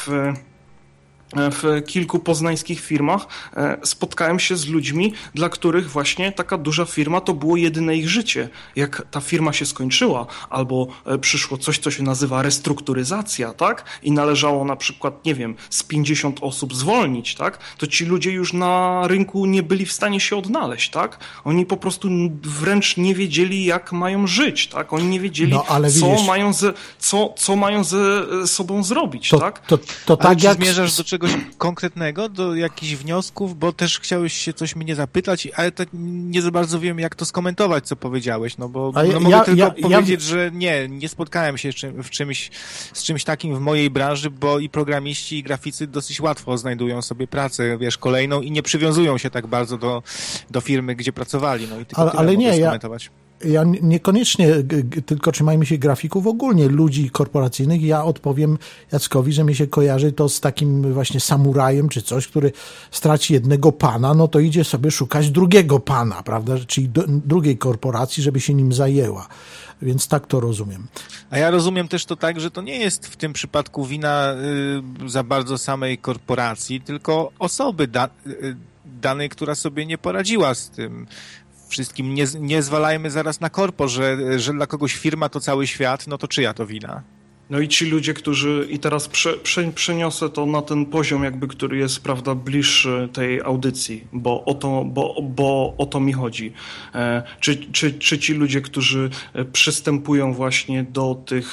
S2: w kilku poznańskich firmach spotkałem się z ludźmi, dla których właśnie taka duża firma to było jedyne ich życie. Jak ta firma się skończyła, albo przyszło coś, co się nazywa restrukturyzacja, tak? I należało na przykład, nie wiem, z 50 osób zwolnić, tak? To ci ludzie już na rynku nie byli w stanie się odnaleźć, tak? Oni po prostu wręcz nie wiedzieli, jak mają żyć, tak? Oni nie wiedzieli, co mają ze sobą zrobić, tak?
S4: To tak jak zmierzasz do czegoś konkretnego, do jakichś wniosków, bo też chciałeś się coś mnie zapytać, ale tak nie za bardzo wiem, jak to skomentować, co powiedziałeś, no bo mogę tylko powiedzieć, że nie spotkałem się z czymś takim w mojej branży, bo i programiści, i graficy dosyć łatwo znajdują sobie pracę, wiesz, kolejną i nie przywiązują się tak bardzo do firmy, gdzie pracowali, no i tylko ale nie, skomentować.
S1: Ja niekoniecznie tylko trzymajmy się grafików, ogólnie ludzi korporacyjnych. Ja odpowiem Jackowi, że mi się kojarzy to z takim właśnie samurajem czy coś, który straci jednego pana, no to idzie sobie szukać drugiego pana, prawda, czyli drugiej korporacji, żeby się nim zajęła. Więc tak to rozumiem.
S4: A ja rozumiem też to tak, że to nie jest w tym przypadku wina za bardzo samej korporacji, tylko osoby
S3: danej, która sobie nie poradziła z tym wszystkim. Nie zwalajmy zaraz na korpo, że dla kogoś firma to cały świat, no to czyja to wina?
S2: No i ci ludzie, którzy, i teraz przeniosę to na ten poziom jakby, który jest, prawda, bliższy tej audycji, bo o to mi chodzi. Czy ci ludzie, którzy przystępują właśnie do tych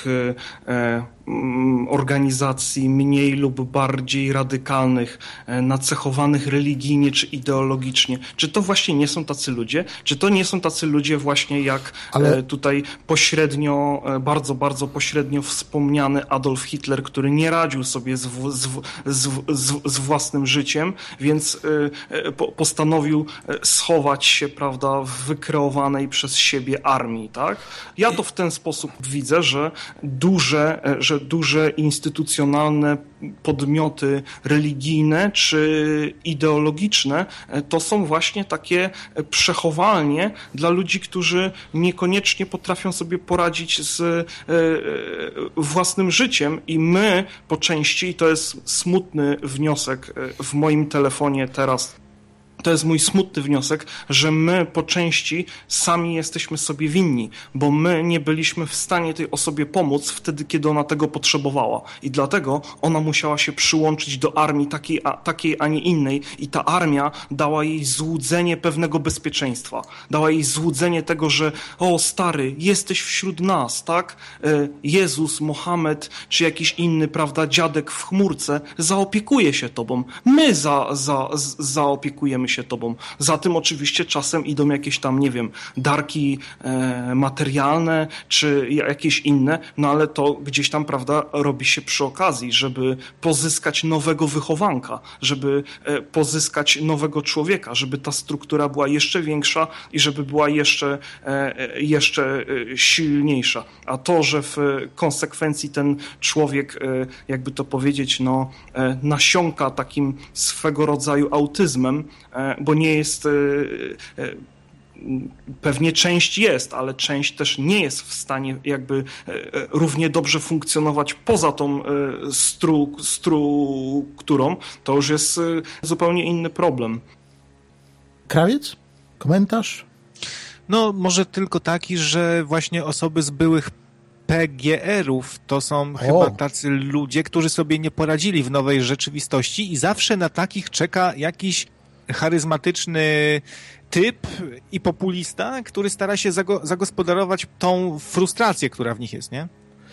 S2: organizacji mniej lub bardziej radykalnych, nacechowanych religijnie czy ideologicznie, czy to właśnie nie są tacy ludzie? Czy to nie są tacy ludzie właśnie jak tutaj pośrednio, bardzo, bardzo pośrednio wspomniany Adolf Hitler, który nie radził sobie z własnym życiem, więc postanowił schować się, prawda, w wykreowanej przez siebie armii, tak? Ja to w ten sposób widzę, że duże instytucjonalne podmioty religijne czy ideologiczne to są właśnie takie przechowalnie dla ludzi, którzy niekoniecznie potrafią sobie poradzić z własnym życiem i my po części, i to jest smutny wniosek w moim telefonie teraz, to jest mój smutny wniosek, że my po części sami jesteśmy sobie winni, bo my nie byliśmy w stanie tej osobie pomóc wtedy, kiedy ona tego potrzebowała. I dlatego ona musiała się przyłączyć do armii takiej, a nie innej. I ta armia dała jej złudzenie pewnego bezpieczeństwa. Dała jej złudzenie tego, że o stary, jesteś wśród nas, tak? Jezus, Mohamed, czy jakiś inny, prawda, dziadek w chmurce zaopiekuje się tobą. My zaopiekujemy się tobą. Za tym oczywiście czasem idą jakieś tam, nie wiem, darki materialne, czy jakieś inne, no ale to gdzieś tam, prawda, robi się przy okazji, żeby pozyskać nowego wychowanka, żeby pozyskać nowego człowieka, żeby ta struktura była jeszcze większa i żeby była jeszcze silniejsza. A to, że w konsekwencji ten człowiek, jakby to powiedzieć, no, nasiąka takim swego rodzaju autyzmem, bo nie jest, pewnie część jest, ale część też nie jest w stanie jakby równie dobrze funkcjonować poza tą strukturą, to już jest zupełnie inny problem.
S1: Krawiec? Komentarz?
S3: No, może tylko taki, że właśnie osoby z byłych PGR-ów to są chyba tacy ludzie, którzy sobie nie poradzili w nowej rzeczywistości i zawsze na takich czeka jakiś charyzmatyczny typ i populista, który stara się zagospodarować tą frustrację, która w nich jest, nie?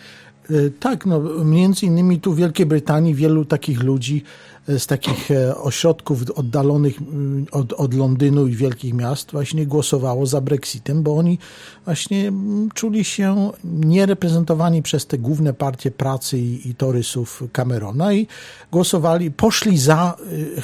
S1: Tak, no między innymi tu w Wielkiej Brytanii wielu takich ludzi z takich ośrodków oddalonych od Londynu i wielkich miast właśnie głosowało za Brexitem, bo oni właśnie czuli się niereprezentowani przez te główne partie pracy i torysów Camerona i głosowali, poszli za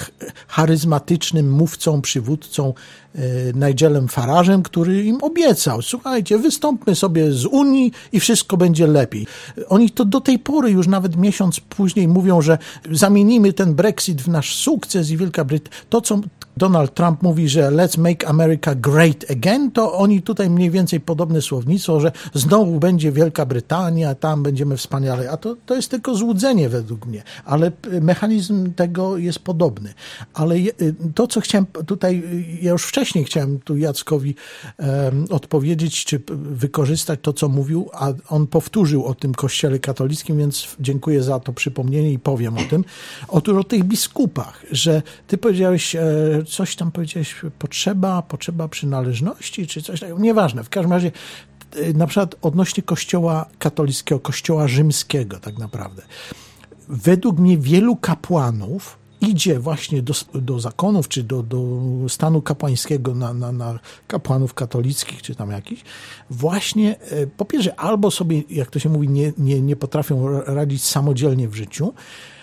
S1: charyzmatycznym mówcą, przywódcą Nigelem Farage'em, który im obiecał, słuchajcie, wystąpmy sobie z Unii i wszystko będzie lepiej. Oni to do tej pory już nawet miesiąc później mówią, że zamienimy ten Brexit w nasz sukces i Wielka Brytania. To, co Donald Trump mówi, że let's make America great again, to oni tutaj mniej więcej podobne słownictwo, że znowu będzie Wielka Brytania, tam będziemy wspaniale. A to jest tylko złudzenie według mnie, ale mechanizm tego jest podobny. Ale to, co chciałem tutaj, ja już wcześniej chciałem tu Jackowi odpowiedzieć, czy wykorzystać to, co mówił, a on powtórzył o tym Kościele katolickim, więc dziękuję za to przypomnienie i powiem o tym. Otóż o tych biskupach, że ty powiedziałeś, coś tam powiedziałeś, potrzeba przynależności, czy coś takiego, nieważne. W każdym razie, na przykład odnośnie Kościoła katolickiego, Kościoła rzymskiego tak naprawdę. Według mnie wielu kapłanów idzie właśnie do zakonów, czy do stanu kapłańskiego na kapłanów katolickich, czy tam jakichś, właśnie po pierwsze albo sobie, jak to się mówi, nie potrafią radzić samodzielnie w życiu,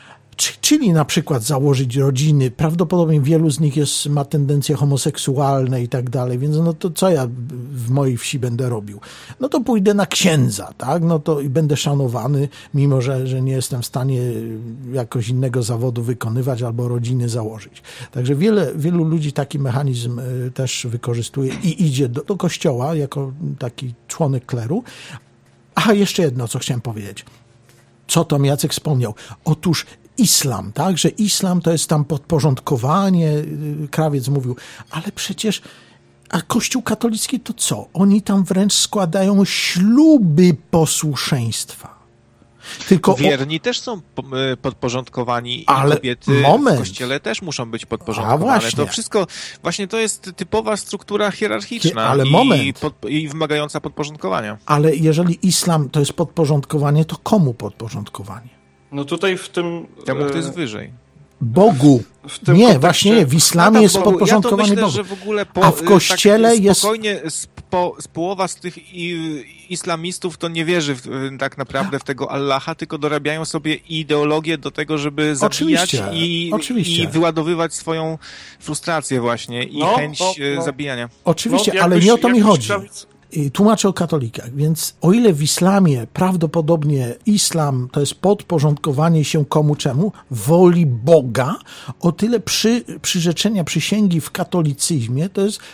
S1: czyli na przykład założyć rodziny. Prawdopodobnie wielu z nich ma tendencje homoseksualne i tak dalej, więc no to co ja w mojej wsi będę robił? No to pójdę na księdza, tak? No to i będę szanowany, mimo że nie jestem w stanie jakoś innego zawodu wykonywać albo rodziny założyć. Także wielu ludzi taki mechanizm też wykorzystuje i idzie do kościoła jako taki członek kleru. Aha, jeszcze jedno, co chciałem powiedzieć. Co Tom Jacek wspomniał. Otóż islam, tak? Że islam to jest tam podporządkowanie, Krawiec mówił, ale przecież a Kościół katolicki to co? Oni tam wręcz składają śluby posłuszeństwa.
S3: Tylko wierni też są podporządkowani,
S1: ale
S3: i kobiety w Kościele też muszą być podporządkowane. To wszystko, właśnie to jest typowa struktura hierarchiczna i wymagająca podporządkowania.
S1: Ale jeżeli islam to jest podporządkowanie, to komu podporządkowanie?
S2: No tutaj w tym...
S3: Temu, kto jest wyżej.
S1: Bogu. Nie, właśnie w islamie jest podporządkowanie Bogu.
S3: Że w ogóle
S1: a w Kościele
S3: tak
S1: jest...
S3: Spokojnie połowa z tych islamistów to nie wierzy tak naprawdę w tego Allaha, tylko dorabiają sobie ideologię do tego, żeby zabijać i wyładowywać swoją frustrację właśnie i chęć zabijania.
S1: Oczywiście, ale nie o to mi chodzi. Tłumaczę o katolikach, więc o ile w islamie prawdopodobnie islam to jest podporządkowanie się komu czemu? Woli Boga, o tyle przyrzeczenia przysięgi w katolicyzmie to jest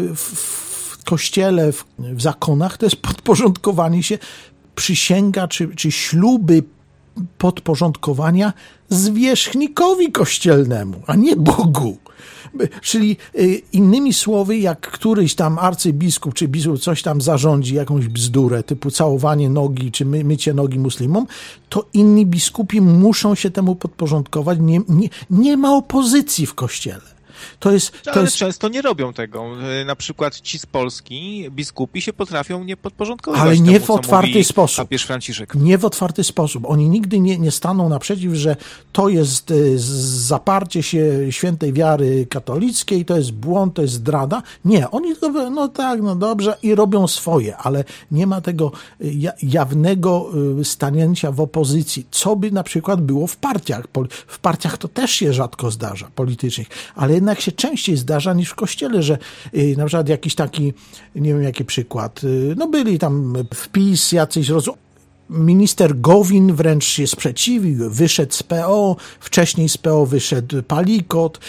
S1: w kościele, w zakonach to jest podporządkowanie się, przysięga czy śluby podporządkowania zwierzchnikowi kościelnemu, a nie Bogu. Czyli innymi słowy, jak któryś tam arcybiskup czy biskup coś tam zarządzi, jakąś bzdurę typu całowanie nogi czy mycie nogi muslimom, to inni biskupi muszą się temu podporządkować. Nie ma opozycji w Kościele.
S3: Ale często nie robią tego. Na przykład ci z Polski, biskupi się potrafią nie podporządkować.
S1: Ale nie w otwarty sposób.
S3: Papież Franciszek.
S1: Nie w otwarty sposób. Oni nigdy nie staną naprzeciw, że to jest zaparcie się świętej wiary katolickiej, to jest błąd, to jest zdrada. Nie, oni dobrze i robią swoje, ale nie ma tego jawnego stanięcia w opozycji, co by na przykład było w partiach. W partiach to też się rzadko zdarza, politycznych, ale jednak się częściej zdarza niż w Kościele, że na przykład jakiś taki, nie wiem jaki przykład, byli tam wpis, jacyś minister Gowin wręcz się sprzeciwił, wyszedł z PO, wcześniej z PO wyszedł Palikot,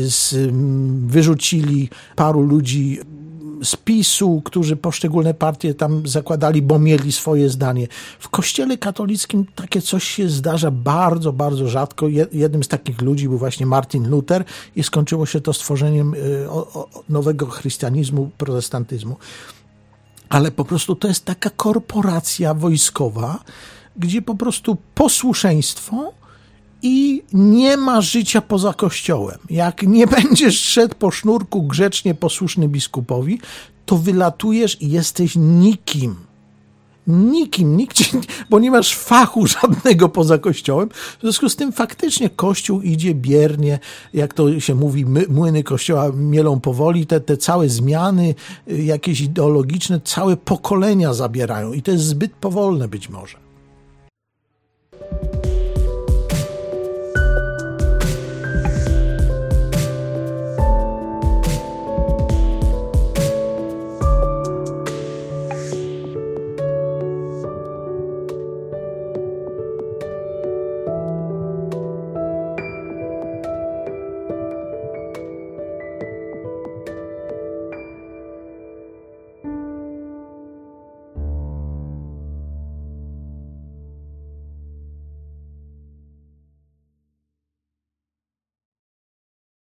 S1: wyrzucili paru ludzi z PiS-u, którzy poszczególne partie tam zakładali, bo mieli swoje zdanie. W Kościele katolickim takie coś się zdarza bardzo, bardzo rzadko. Jednym z takich ludzi był właśnie Martin Luther i skończyło się to stworzeniem nowego chrystianizmu, protestantyzmu. Ale po prostu to jest taka korporacja wojskowa, gdzie po prostu posłuszeństwo i nie ma życia poza Kościołem. Jak nie będziesz szedł po sznurku grzecznie posłuszny biskupowi, to wylatujesz i jesteś nikim. Bo nie masz fachu żadnego poza Kościołem. W związku z tym faktycznie Kościół idzie biernie, jak to się mówi, młyny Kościoła mielą powoli, te całe zmiany jakieś ideologiczne, całe pokolenia zabierają i to jest zbyt powolne być może.